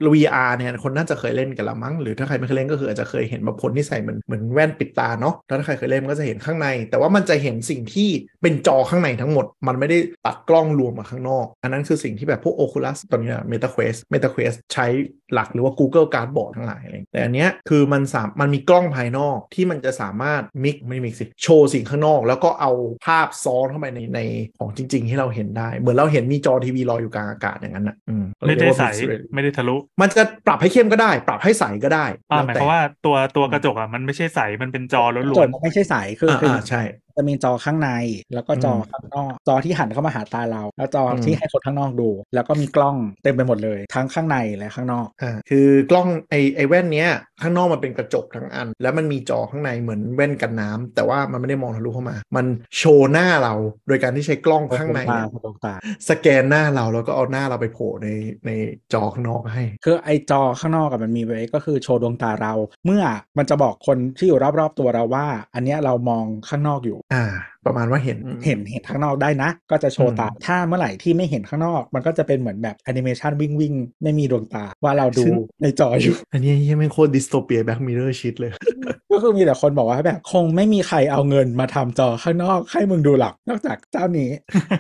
Speaker 4: VR เนี่ยคนน่าจะเคยเล่นกันละมั้งหรือถ้าใครไม่เคยเล่นก็คืออาจจะเคยเห็นแบบคนที่ใส่เหมือนแว่นปิดตาเนาะแล้วถ้าใครเคยเล่นมันก็จะเห็นข้างในแต่ว่ามันจะเห็นสิ่งที่เป็นจอข้างในทั้งหมดมันไม่ได้ตัดกล้องรวมมาข้างนอกอันนั้นคือสิ่งที่แบบพวก Oculus ตอนนี้ MetaQuest ใช้หลักหรือว่า Google Cardboard ทั้งหลายอะไรแต่อันเนี้ยคือมันมีกล้องภายนอกที่มันจะสามารถโชว์สิ่งข้างนอกแล้วก็เอาภาพซ้อนเข้าไปในของจริงๆที่เราเห็นได้เหมือนเราเห็นมีจอทีวีลอยอยู่กลางอากาศอย่างนั้น
Speaker 3: ไม่ได้ใสไม่ได้ทะลุ
Speaker 4: มันจะปรับให้เข้มก็ได้ปรับให้ใสก็ได้
Speaker 3: หมายความว่าตัวกระจกมันไม่ใช่ใสมันเป็นจอล้วน
Speaker 2: ๆไม่ใช่ใสคือ
Speaker 4: ใช่
Speaker 2: จะมีจอข้างในแล้วก็จอข้างนอกจอที่หันเข้ามาหาตาเราแล้วจอที่ให้คนข้างนอกดูแล้วก็มีกล้องเต็มไปหมดเลยทั้งข้างในและข้างนอก
Speaker 4: คือกล้องไอแว่นเนี้ยข้างนอกมันเป็นกระจกทั้งอันแล้วมันมีจอข้างในเหมือนแว่นกันน้ำแต่ว่ามันไม่ได้มองทะลุเข้ามามันโชว์หน้าเราโดยการที่ใช้กล้องข้างในสแกนหน้าเราแล้วก็เอาหน้าเราไปโผล่ในจอข้างนอกให้
Speaker 2: คือไอจอข้างนอกมันมีไว้ก็คือโชว์ดวงตาเราเมื่อมันจะบอกคนที่อยู่รอบๆตัวเราว่าอันเนี้ยเรามองข้างนอกอยู่
Speaker 4: ประมาณว่าเห็น
Speaker 2: ข้างนอกได้นะก็จะโชว์ตาถ้าเมื่อไหร่ที่ไม่เห็นข้างนอกมันก็จะเป็นเหมือนแบบแอนิเมชันวิ่งไม่มีดวงตาว่าเราดูในจออยู่
Speaker 4: อันนี้ยังไม่โคตรดิสโทเปียแบ็กมิเรอร์ชิดเลย
Speaker 2: ก็คือมีแต่คนบอกว่าแบบคงไม่มีใครเอาเงินมาทำจอข้างนอกให้มึงดูหรอกนอกจากเจ้านี้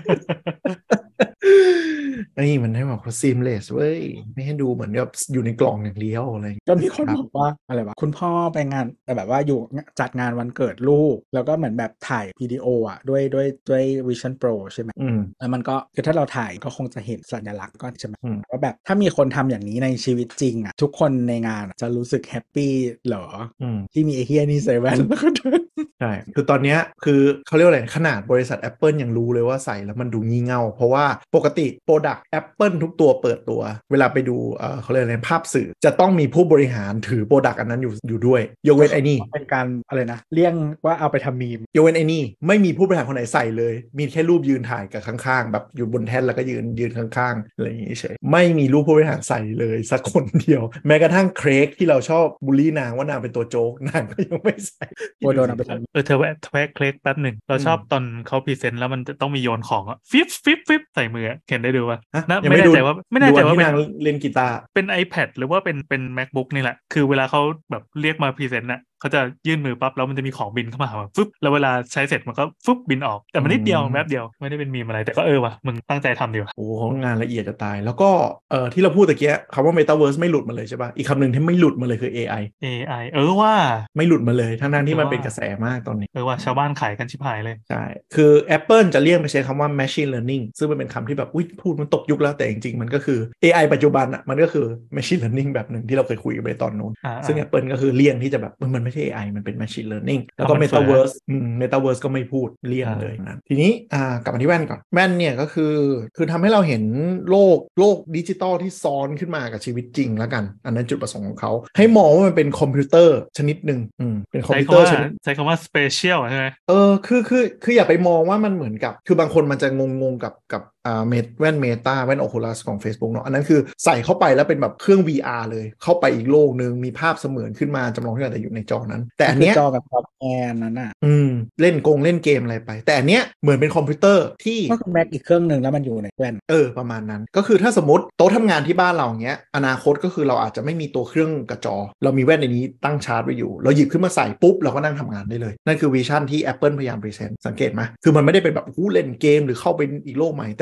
Speaker 4: นี่มันให้บอกว่าซีมเลสเว้ยไม่ให้ดูเหมือนกับอยู่ในกล่องอย่างเดียวอะไร
Speaker 2: ก็มีคนบอกว่าอะไรวะคุณพ่อไปงานแบบว่าอยู่จัดงานวันเกิดลูกแล้วก็เหมือนแบบถ่ายวิดีโอด้วย Vision Pro ใช่ไหมแล้วมันก็คือถ้าเราถ่ายก็คงจะเห็นสัญลักษณ์ก็ใช่ไหมว่าแบบถ้ามีคนทำอย่างนี้ในชีวิตจริงทุกคนในงานจะรู้สึกแฮปปี้เหรอที่มีไอ้เฮียนี่ใส่แว่นแล้วก็
Speaker 4: ใช่คือตอนนี้คือเขาเรียกอะไรขนาดบริษัท Apple ยังรู้เลยว่าใส่แล้วมันดูงี่เง่าเพราะว่าปกติ Product Apple ทุกตัวเปิดตัวเวลาไปดูเขาเรียกอะไรภาพสื่อจะต้องมีผู้บริหารถือ Product อันนั้นอยู่ด้วยยกเว้นไอ้นี่
Speaker 2: เป็นการอะไรนะเลี่ยงว่าเอาไปทำมีม
Speaker 4: ยกเว้นไอ้นี่ไม่มีผู้บริหารคนไหนใส่เลยมีแค่รูปยืนถ่ายกับข้างๆแบบอยู่บนแท่นแล้วก็ยืนข้างๆอะไรอย่างงี้เฉยไม่มีรูปผู้บริหารใส่เลยสักคนเดียวแม้กระทั่งเครกที่เราชอบบูลลี่นางว่านางเป็นตัวโจ๊กนางก็ยังไม่ใส่
Speaker 2: โดนเอาไปทำ
Speaker 3: เธอแวะเคลิกแป๊บหนึ่งเราชอบตอนเขาพรีเซนต์แล้วมันจะต้องมีโยนของฟิปใส่มือเห็นได้ดูป่ะนะไม่แน่ใจว่า
Speaker 4: เป็นเล่นกีตาร์
Speaker 3: เป็น iPad หรือว่าเป็น MacBook นี่แหละคือเวลาเขาแบบเรียกมาพรีเซนต์น่ะเขาจะยื่นมือปั๊บแล้วมันจะมีของบินเข้ามาฟึบแล้วเวลาใช้เสร็จมันก็ฟึบบินออกแต่มันนิดเดียวแป๊บเดียวไม่ได้เป็นมีมอะไรแต่ก็ว่ะมึงตั้งใจทำดีว่ะ
Speaker 4: โอ้งานละเอียดจะตายแล้วก็ที่เราพูดตะเกียคำว่า Metaverse ไม่หลุดมาเลยใช่ป่ะอีกคำหนึ่งที่ไม่หลุดมาเลยคือ AI
Speaker 3: ว่า
Speaker 4: ไม่หลุดมาเลยทั้งที่มันเป็นกระแสมากตอนนี้
Speaker 3: ว่าชาวบ้านขายกันชิบหายเลย
Speaker 4: ใช่คือ Apple จะเลี่ยงไปใช้คำว่า Machine Learning ซึ่งมันเป็นคำที่แบบพูดมันตกยุคแล้วแต่จริงๆมันก็คือ AI ปัจจุบันอ่ะมันก็คือ Machine Learning แบบหนึ่งที่เราเคยคุยกันไปตอนนู้นซึ่ง Apple ก็คือเลี่ยงที่จะแบบมันไม่ใช่ AI มันเป็น Machine Learning แล้วก็ Metaverse ก็ไม่พูดเลี่ยงเลยนะทีนี้กลับมาที่แว่นก่อนแว่นเนี่ยก็คือทำให้เราเห็นโลกดิจิตอลที่ซ้อนขึ้นมากับชีวิตจริงแล้วกันอันนั้นจุดประสงค์ของเขาให้มองว่ามันเป็นคอมพิวเตอร์ชนิดหนึ่งเป็นคอมพิวเตอร์ชนิด
Speaker 3: ใช้คำว่า special ใช่ไหม
Speaker 4: คืออย่าไปมองว่ามันเหมือนกับคือบางคนมันจะงงกับแว่น Meta แว่น Oculus ของ Facebook เนาะอันนั้นคือใส่เข้าไปแล้วเป็นแบบเครื่อง VR เลยเข้าไปอีกโลกนึงมีภาพเสมือนขึ้นมาจำลองที่แต่อยู่ในจอนั้นแต่อันเนี้ย
Speaker 2: จอกับท็อปแอนนั้นน่ะ
Speaker 4: เล่นเกมอะไรไปแต่อันเนี้ยเหมือนเป็นคอมพิวเตอร์ที่
Speaker 2: ก็คือ Mac อีกเครื่องนึงแล้วมันอยู่ในแว่น
Speaker 4: ประมาณนั้นก็คือถ้าสมมติโต๊ะทำงานที่บ้านเราอย่างเงี้ยอนาคตก็คือเราอาจจะไม่มีตัวเครื่องกระจอเรามีแว่นในนี้ตั้งชาร์จไว้อยู่เราหยิบขึ้นมาใส่ปุ๊บเราก็นั่งทำงานได้เลยนั่นคือวิชั่นที่ Apple พยายามพรีเซนต์สังเกตไหมคือมันไม่ได้เป็นแบบเล่นเกมหรือเข้าไปอีกโลกใหม่แต่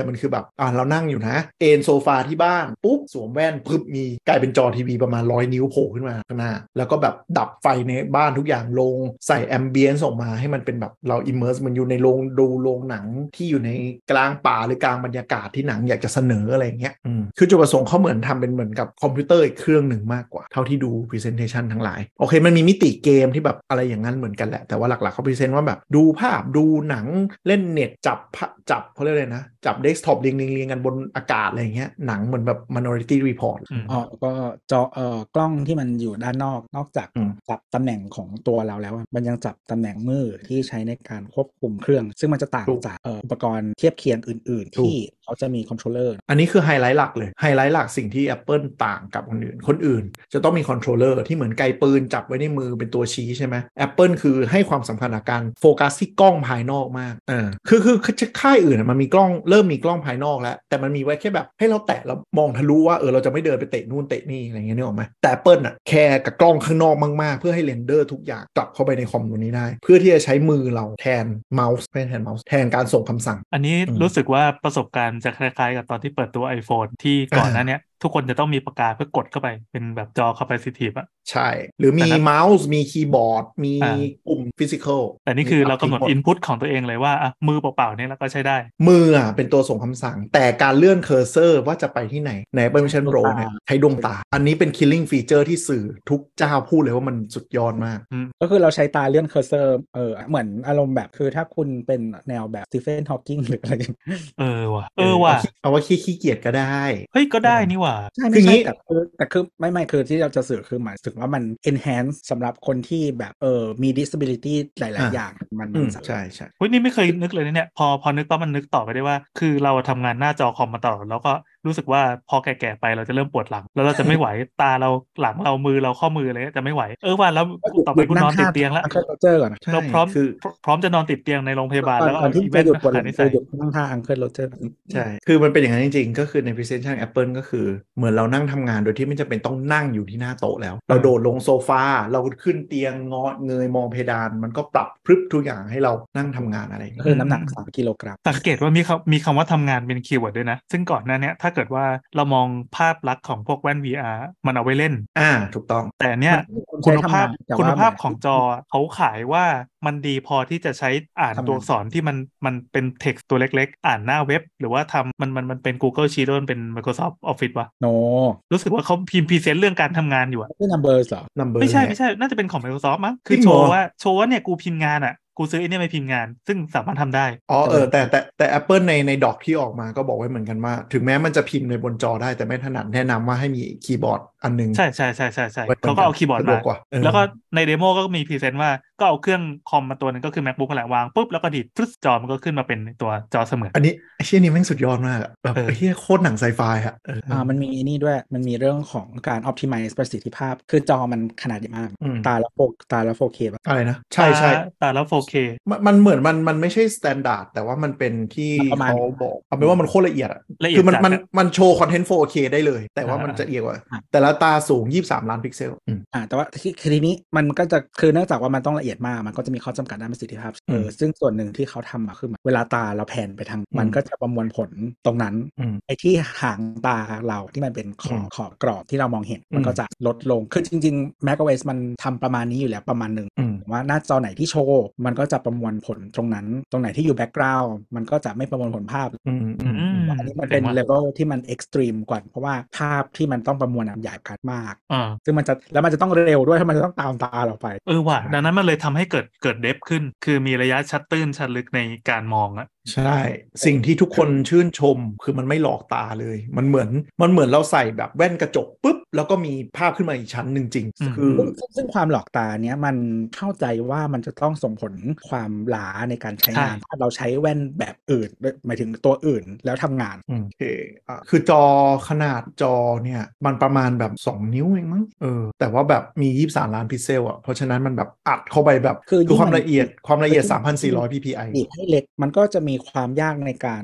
Speaker 4: มันคือแบบเรานั่งอยู่นะเอนโซฟาที่บ้านปุ๊บสวมแว่นปึ๊บมีกลายเป็นจอทีวีประมาณ100 นิ้วโผล่ขึ้นมาข้างหน้าแล้วก็แบบดับไฟในบ้านทุกอย่างลงใส่แอมเบียนซ์ออกมาให้มันเป็นแบบเราอิมเมอร์สมันอยู่ในโรงดูโรงหนังที่อยู่ในกลางป่าหรือกลางบรรยากาศที่หนังอยากจะเสนออะไรอย่างเงี้ยคือจุดประสงค์เขาเหมือนทำเป็นเหมือนกับคอมพิวเตอร์อีกเครื่องหนึ่งมากกว่าเท่าที่ดู presentation ทั้งหลายโอเคมันมีมิติเกมที่แบบอะไรอย่างนั้นเหมือนกันแหละแต่ว่าหลักๆเขาพรีเซนต์ว่าแบบดูภาพดูหนังเล่นเน็ตจับเขาเรียกเลยนะจับเดสก์ท็อปเรียงกันบนอากาศอะไรอย่างเงี้ยหนังเหมือนแบบ Minority Report
Speaker 2: ก็จอกล้องที่มันอยู่ด้านนอกจากจับตำแหน่งของตัวเราแล้วมันยังจับตำแหน่งมือที่ใช้ในการควบคุมเครื่องซึ่งมันจะต่างจากอุปกรณ์เทียบเคียงอื่นๆที่เขาจะมีคอนโทรลเลอร์
Speaker 4: อันนี้คือไฮไลท์หลักเลยไฮไลท์หลักสิ่งที่ Apple ต่างกับคนอื่นจะต้องมีคอนโทรลเลอร์ที่เหมือนไกปืนจับไว้ในมือเป็นตัวชี้ใช่ไหม Apple คือให้ความสำคัญกับการโฟกัสที่กล้องภายนอกมากคือค่ายอื่นมันมีกล้องเริ่มมีกล้องภายนอกแล้วแต่มันมีไว้แค่แบบให้เราแตะแล้วมองทะลุว่าเราจะไม่เดินไปเตะนู่นเตะนี่อะไรเงี้ยนึกออกไหมแต่ Apple แคร์กับกล้องข้างนอกมากๆเพื่อให้เรนเดอร์ทุกอย่างกลับเข้าไปในคอมตัวนี้ได้เพื่อที่จะใช้มือเราแทนเมาส์แทนการส่งคำสั่ง
Speaker 3: อันนี้รู้สึกว่าประสบการณ์จะคล้ายๆกับตอนที่เปิดตัว iPhone ที่ก่อนหน้านี้ทุกคนจะต้องมีปากกาเพื่อกดเข้าไปเป็นแบบจอ capacitive อะ
Speaker 4: ใช่หรือมีเมาส์มีคีย์บอร์ดมีปุ่มฟิสิกอล
Speaker 3: แต่นี่คือเรากำหนด input ของตัวเองเลยว่ามือเปล่าๆเนี่ยเราก็ใช้ได้
Speaker 4: มือเป็นตัวส่งคำสั่งแต่การเลื่อนเคอร์เซอร์ว่าจะไปที่ไหนใน Apple Vision Pro เนี่ยใช้ดวงตาอันนี้เป็น killing feature ที่สื่อทุกเจ้าพูดเลยว่ามันสุดยอดมาก
Speaker 2: ก็คือเราใช้ตาเลื่อนเคอร์เซอร์เหมือนอารมณ์แบบคือถ้าคุณเป็นแนวแบบสตีเฟนฮอว์กิงหรืออะไรอย่าง
Speaker 3: ว่ะ
Speaker 4: เอาว่าขี้เกียจก็ได้
Speaker 3: เฮ้ยก็ได้นี่ว่ะ
Speaker 2: ใช่ไม่ใช่แต่คือไม่คือที่เราจะสื่อคือหมายถึงว่ามัน enhance สำหรับคนที่แบบมี disability หลายๆอย่างมัน
Speaker 4: ใช่
Speaker 3: เฮ้ยนี่ไม่เคยนึกเลยนะเนี่ยพอนึกปั๊บมันนึกต่อไปได้ว่าคือเราทำงานหน้าจอคอมมาตลอดแล้วก็รู้สึกว่าพอแก่ๆไปเราจะเริ่มปวดหลังแล้วเราจะไม่ไหวตาเราหลังเรามือเราข้อมืออะไรจะไม่ไหวว่าแล้วต่อไปกูนอนติดเตียงแล้วเราพร้อมจะนอนติดเตียงในโรงพยาบาลแล้วก็
Speaker 2: ที่จะหยุดปวดหลังจะหยุดนั่งท่าอังเคิลโรเจอร์
Speaker 4: ใช่คือมันเป็นอย่างนั้นจริงๆก็คือใน presentation Apple ก็คือเหมือนเรานั่งทำงานโดยที่ไม่จำเป็นต้องนั่งอยู่ที่หน้าโต๊ะแล้วเราโดดลงโซฟาเราขึ้นเตียงเงยมองเพดานมันก็ปรับพรึบทุกอย่างให้เรานั่งทำงานอะไร
Speaker 2: คือน้ำหนัก3 กิโลกรัม
Speaker 3: สังเกตว่ามีคำว่าทำงานเป็นคีย์เวิร์ดด้วยนะซึ่งก่อนหน้านี้ถ้าเกิดว่าเรามองภาพลักษณ์ของพวกแว่น VR มันเอาไว้เล่น
Speaker 4: ถูกต้อง
Speaker 3: แต่เนี้ยคุณภาพของจอเขาขายว่ามันดีพอที่จะใช้อ่านตัวอักษรที่มันเป็น text ตัวเล็กๆอ่านหน้าเว็บหรือว่าทำมันเป็น Google Sheet มันเป็น Microsoft Office วะรู้สึกว่าเขาพิมพ์พรีเซนต์เรื่องการทำงานอยู่
Speaker 2: ไม่ Numbers เหรอ
Speaker 3: ไม่ใช่น่าจะเป็นของ Microsoft มั้งคือโชว์ว่าเนี่ยกูพิมพ์งานกูซื้อไอ้นี่ไปพิมพ์งานซึ่งสามารถทำได้
Speaker 4: แต่ Apple ในดอกที่ออกมาก็บอกไว้เหมือนกันว่าถึงแม้มันจะพิมพ์ในบนจอได้แต่ไม่ถนัดแนะนำว่าให้มีคีย์บอร์ดอันนึง
Speaker 3: ใช่เขาก็เอาคีย์บอร์ดมาแล้วก็ในเดโมก็มีพรีเซนต์ว่าก็เอาเครื่องคอมมาตัวนึงก็คือ MacBook แหละวางปุ๊บแล้วก็ดีดฟึ๊บจอมันก็ขึ้นมาเป็นตัวจอเสมือน
Speaker 4: อันนี้ไอ้เชี่ยนี่แม่งสุดยอดมากแบบไอ้เหี้ยโคตรหนังไซไฟ
Speaker 2: มันมีนี่ด้วยมันมีเรื่องของการ optimize ประสิทธิภาพคือจอมันขนาดใหญ่มากตาแล้ว 4K
Speaker 4: อะไรนะใช่
Speaker 3: ตาแล้ว 4K
Speaker 4: มันเหมือนมันไม่ใช่สแตนดาร์ดแต่ว่ามันเป็นที่เขาบอกเอาเป็นว่ามันโคตรละเอียดคือมันโชว์คอนเทนต์ 4K ได้เลยแต่ว่ามันจะเอียดกว่าแต่ละตาสูง23 ล้านพิกเซล
Speaker 2: แต่ว่าทีนี้มันก็จะคือเนื่องจากว่ามันต้องละเอียดมากมันก็จะมีข้อจำกัดด้านประสิทธิภาพซึ่งส่วนหนึ่งที่เขาทำคือเวลาตาเราแผ่นไปทางมันก็จะประมวลผลตรงนั้นไอ้ที่หางตาเราที่มันเป็นขอบกรอบที่เรามองเห็นมันก็จะลดลงคือจริงๆ macOS มันทำประมาณนี้อยู่แล้วประมาณนึงว่าหน้าจอไหนที่โชว์มันก็จะประมวลผลตรงนั้นตรงไหนที่อยู่แบ็กกราวด์มันก็จะไม่ประมวลผลภาพอันนี้มันเป็นเลเวลที่มันเอ็กซ์ตรีมกว่าเพราะว่าภาพที่มันต้องประมวลใหญ่กันมากซึ่งมันจะต้องเร็วด้วยถ้ามันจะต้องตามตาเราไป
Speaker 3: ว่ะดังนั้นมันเลยทำให้เกิดเดฟขึ้นคือมีระยะชัดตื้นชัดลึกในการมอง
Speaker 4: ใช่สิ่งที่ทุกคนชื่นชมคือมันไม่หลอกตาเลยมันเหมือนเราใส่แบบแว่นกระจกปุ๊บแล้วก็มีภาพขึ้นมาอีกชั้นหนึ่งจริงคือ
Speaker 2: ซึ่งความหลอกตาเนี้ยมันเข้าใจว่ามันจะต้องส่งผลความหลาในการใช้งานถ้าเราใช้แว่นแบบอื่นหมายถึงตัวอื่นแล้วทำงาน
Speaker 4: โอเคคือจอขนาดจอเนี่ยมันประมาณแบบ2 นิ้วเองมั้งแต่ว่าแบบมี23 ล้านพิกเซลเพราะฉะนั้นมันแบบอัดเข้าไปแบบคือความละเอียด 3,400 ppi
Speaker 2: ให้เล็กมันก็จะมีความยากในการผลิต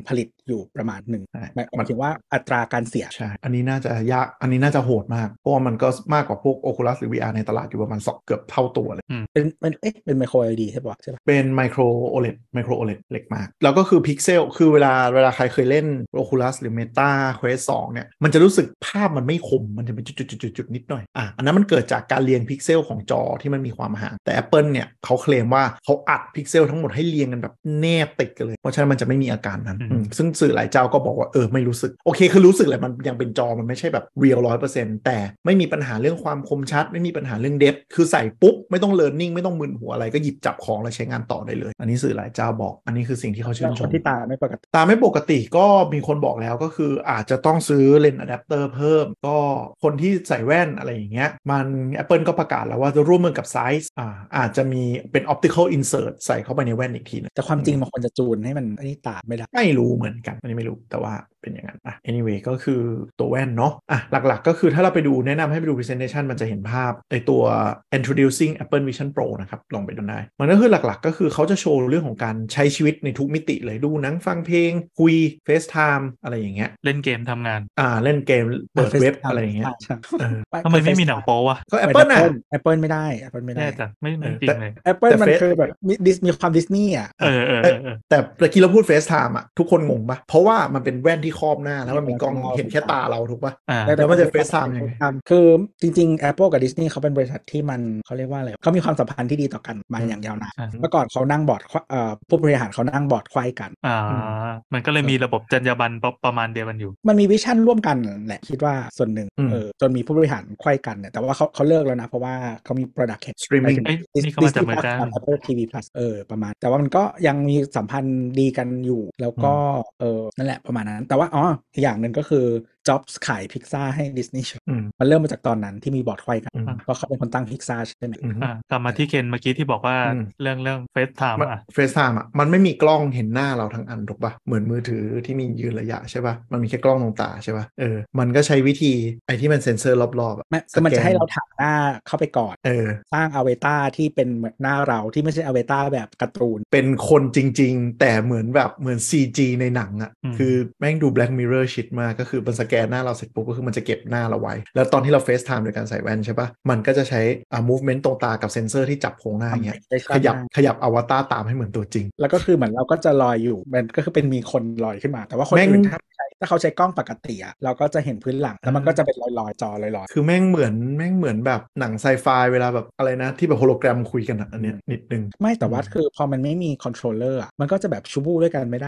Speaker 2: อยู่ประมาณหนึ่ง
Speaker 4: ใช่
Speaker 2: หมายถึงว่าอัตราการเสีย
Speaker 4: ใช่อันนี้น่าจะยากอันนี้น่าจะโหดมากเพราะว่ามันก็มากกว่าพวก Oculus หรือ VR ในตลาดอยู่ประมาณ2เกือบเท่าตัวเลย
Speaker 2: เป็นไมโคร LED ใช่ปะ
Speaker 4: เป็นไมโคร OLED เล็กมากแล้วก็คือพิกเซลคือเวลาใครเคยเล่น Oculus หรือ Meta Quest 2เนี่ยมันจะรู้สึกภาพมันไม่คมมันจะเป็นจุดๆๆนิดหน่อยอันนั้นมันเกิดจากการเรียงพิกเซลของจอที่มันมีความห่างแต่ Apple เนี่ยเขาเคลมว่าเขาอัดพิกเซลทั้งหมดให้เรียงกันแบบแนบติดกันเลยเพราะฉะนั้นมันจะไม่มีอาการนั้นซึ่งสื่อหลายเจ้าก็บอกว่าไม่รู้สึกโอเคคือรู้สึกแหละมันยังเป็นจอมันไม่ใช่แบบเรียล 100% แต่ไม่มีปัญหาเรื่องความคมชัดไม่มีปัญหาเรื่องเดฟคือใส่ปุ๊บไม่ต้องเลิร์นนิ่งไม่ต้องมึนหัวอะไรก็หยิบจับของแล้วใช้งานต่อได้เลยอันนี้สื่อหลายเจ้าบอกอันนี้คือสิ่งที่เขาชื่นชม
Speaker 2: ที่ตาไม่ปกติ
Speaker 4: ก็มีคนบอกแล้วก็คืออาจจะต้องซื้อเลนส์อะแดปเตอร์เพิ่มก็คนที่ใส่แว่นอะไรอย่างเงี้ยมัน Apple ก็ประกาศแล้วว่าจะร่วมมือกับ Zeiss อาจจะมีเป็น optical insert ใส่เข้าไปในแว่นอีกทีนึง
Speaker 2: แต่ความจริงมันควรจะจูนให้มันอันนี้ตาไม่ได้
Speaker 4: ไม่รู้เหมือนกันอันนี้ไม่รู้แต่ว่าเป็นอย่างนั้นanyway ก็คือตัวแว่นเนาะหลักๆก็คือถ้าเราไปดูแนะนำให้ไปดู presentation มันจะเห็นภาพไอตัว introducing Apple Vision Pro นะครับลองไปดูได้มันก็คือหลักๆก็คือเขาจะโชว์เรื่องของการใช้ชีวิตในทุกมิติเลยดูหนังฟังเพลงคุย FaceTime อะไรอย่างเงี้ย
Speaker 3: เล่นเกมทำงาน
Speaker 4: เล่นเกมเปิดเว็บอะไรอย่างเงี้ย
Speaker 3: ทำไมไม่มีหนังโป๊วะ
Speaker 4: ก็ Apple
Speaker 2: Apple ไม่ได้
Speaker 3: แน่จังไม่จริงเลย
Speaker 2: Apple มันคือแบบมีความดิสนีย์
Speaker 4: แต่เมื่อกี้เราพูด FaceTime ทุกคนงงปะเพราะว่ามันเป็นแว่นที่ครอบหน้าแล้วมันมีกล้องเห็นแค่ตาเราถูกปะแล้วมันจะ FaceTime ยังไง
Speaker 2: คือจริงๆ Apple กับ Disney เขาเป็นบริษัทที่มันเขาเรียกว่าอะไรเขามีความสัมพันธ์ที่ดีต่อกันมาอย่างยาวนานเมื่อก่อนเขานั่งบอร์ดผู้บริหารเขานั่งบอร์ดไขว้กัน
Speaker 3: มันก็เลยมีระบบจรรยาบรรณประมาณเดียวกันอยู่
Speaker 2: มันมีวิชั่นร่วมกันแหละคิดว่าส่วนหนึ่งจนมีผู้บริหารไขว้กันเนี่ยแต่ว่าเขาเลิกแล้วนะเพราะว่าเขามี product head
Speaker 4: streaming
Speaker 3: นี่เขามาจากอเมริกา
Speaker 2: Apple TV Plus ประมาณแต่ว่ามันก็ยังมีสัมพันธ์ดีกันอยู่แล้วก็นั่นแหละประมาณนั้นแต่ว่าอีกอย่างหนึ่งก็คือJobs ขายพิซซ่าให้ดิสนีย์มันเริ่มมาจากตอนนั้นที่มีบอร์ดไขว้กันเพราะเขาเป็นคนตั้งพิซซ่าใช่ไหม
Speaker 3: กลับมาที่เคนเมื่อกี้ที่บอกว่าเรื่อง FaceTime
Speaker 4: FaceTime มันไม่มีกล้องเห็นหน้าเราทั้งอันถูกปะเหมือนมือถือที่มียืนระยะใช่ปะมันมีแค่กล้องตรงตาใช่ปะมันก็ใช้วิธีไอ้ที่มันเซ็นเซอร์รอบ
Speaker 2: ๆมันจะให้เราถ่ายหน้าเข้าไปก่อนสร้างอเวตารที่เป็นเหมือนหน้าเราที่ไม่ใช่อเวตารแบบการ์ตูน
Speaker 4: เป็นคนจริงๆแต่เหมือน CG ในหนังคือแม่งดู Black Mirror ชิดมากก็คือมันสแกนหน้าเราเสร็จปุ๊บก็คือมันจะเก็บหน้าเราไว้แล้วตอนที่เรา FaceTime โดยการใส่แว่นใช่ปะมันก็จะใช้movement ตรงตากับเซ็นเซอร์ที่จับโครงหน้าอย่างเงี้ยขยับอวตารตามให้เหมือนตัวจริง
Speaker 2: แล้วก็คือเหมือนเราก็จะลอยอยู่มันก็คือเป็นมีคนลอยขึ้นมาแต่ว่าคนอื่นถ้าเขาใช้กล้องปกติเราก็จะเห็นพื้นหลังแล้วมันก็จะเป็นลอยๆจอลอย
Speaker 4: ๆคือแม่งเหมือนแบบหนังไซไฟเวลาแบบอะไรนะที่แบบโฮโลแกรมคุยกันอันเนี้ยนิดนึง
Speaker 2: ไม่แต่ว่าคือพอมันไม่มีคอนโทรลเลอร์มันก็จะแบบชูบูด้วยกันไม่ได้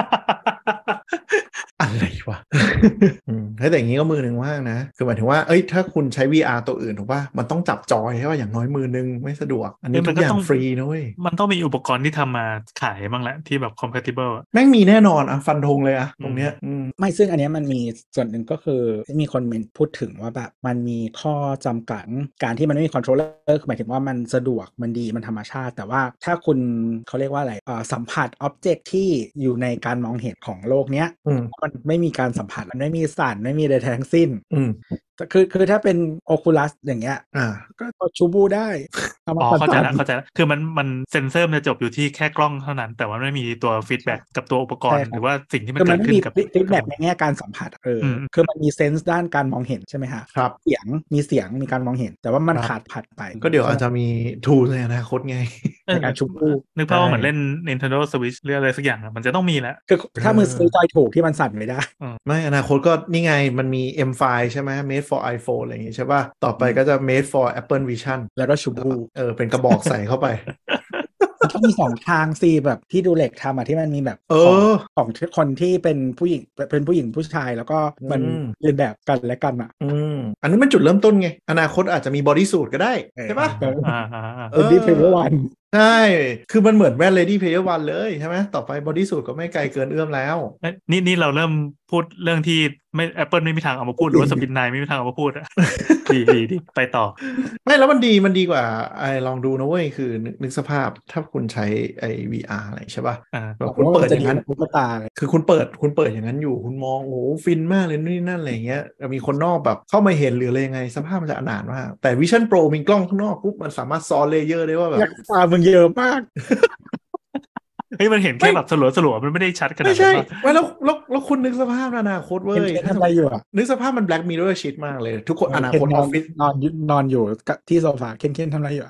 Speaker 4: อะไรวะแต่อย่างนี้ก็มือหนึ่งว่างนะคือหมายถึงว่าถ้าคุณใช้ VR ตัวอื่นถูกป่ะมันต้องจับจอยใช่ป่ะอย่างน้อยมือนึงไม่สะดวกอันนี้ทุกอย่างฟรีนะเว้ย
Speaker 3: มันต้องมีอุปกรณ์ที่ทำมาขายบ้างแหละที่แบบ compatible
Speaker 4: แม่งมีแน่นอนฟันธงเลยตรงเนี้ย
Speaker 2: ไม่ซึ่งอันนี้มันมีส่วนหนึ่งก็คือมีคนพูดถึงว่าแบบมันมีข้อจำกัดการที่มันไม่มีคอนโทรลเลอร์หมายถึงว่ามันสะดวกมันดีมันธรรมชาติแต่ว่าถ้าคุณเขาเรียกว่าอะไรสัมผัสอ็อบเจกต์ที่อยู่ในการมองเห็นของโลกเนี้ยมันไม่มีการสัมผัสมันไม่มีสั่นไม่มีใดทั้งสิ้นคือถ้าเป็น Oculus อย่างเงี้ยก็ชูบูได้
Speaker 3: เข้าใจแล้วคือมันเซ็นเซอร์มันจะจบอยู่ที่แค่กล้องเท่านั้นแต่ว่าไม่มีตัวฟีดแบ็กกับตัวอุปกรณ์หรือว่าสิ่งที่มันเกิดขึ้นกับ
Speaker 2: ฟีดแบ็กในแง่การสัมผัสคือมันมีเซนส์ด้านการมองเห็นใช่ไหมฮะ
Speaker 4: ครับ
Speaker 2: เสียงมีการมองเห็นแต่ว่ามันขาดผัดไป
Speaker 4: ก็เดี๋ยวอาจจะมีทูในอนาคตไง
Speaker 2: ในการชูบู
Speaker 3: นึกภาพว่าเหมือนเล่น Nintendo Switch หรืออะไรสักอย่างมันจะต้องมีแล้ว
Speaker 2: คือถ้ามือซื้อจอยถูกที่มันสั่นไม่ได้
Speaker 4: ไม่อนาคตก็นี่ไงมันมี M5 ใช่ไหม made for iPhone อะไรอย่างงี้ใช่ป่ะต่อไปก็จะ made for Apple Vision
Speaker 2: แล้วก็ชูบู
Speaker 4: เป็นกระบอกใส่เข้าไป
Speaker 2: มันต้องมี2ทางสิแบบที่ดูเล็กทำที่มันมีแบบของคนที่เป็นผู้หญิงผู้ชายแล้วก็มันเรียนแบบกันและกัน
Speaker 4: อันนี้มันจุดเริ่มต้นไงอนาคตอาจจะมีบอดี้สูทก็ได้ใช่ป่ะ
Speaker 2: Ready Player One
Speaker 4: ใช่คือมันเหมือนแว่น Ready Player One เลยใช่ไหมต่อไปบอดี้สูทก็ไม่ไกลเกินเอื้อมแล้ว
Speaker 3: นี่เราเริ่มพูดเรื่องที่ไม่ Apple ไม่มีทางเอามาพูดหรือว่าสปินไนไม่มีทางเอามาพูดดีไปต่อ
Speaker 4: ไม่แล้วมันดีกว่าลองดูนะเว้ยคือนึกสภาพถ้าคุณใช้VR อะไรใช่ป่ะคุณเปิดอย่างนั้นคือคุณเปิดอย่างนั้นอยู่คุณมองโอ้ฟินมากเลยนี่นั่นอะไรอย่างเงี้ยมีคนนอกแบบเข้ามาเห็นหรืออะไรยังไงสภาพมันจะอนาถมากแต่ Vision Pro มีกล้องข้างนอกปุ๊บมันสามารถซ้อนเลเยอร์ได้ว่าแบบ
Speaker 2: ตามึงเยอะมาก
Speaker 3: เฮ้ยมันเห็นแค่แบบสลัวๆมันไม่ได้ชัดขนาด
Speaker 4: ไม่
Speaker 3: นั้
Speaker 4: ใช่
Speaker 3: นป่ะ
Speaker 4: ไม่แล้วคุณนึกสภาพอนาคตเว้ย
Speaker 2: ทำอะไรอยู่อ่ะ
Speaker 4: นึกสภาพมัน Black Mirror shit มากเลยทุกคนอนาคตออฟฟิศ
Speaker 2: นอนอยู่ที่โซฟาเค้นทำอะไรอยู่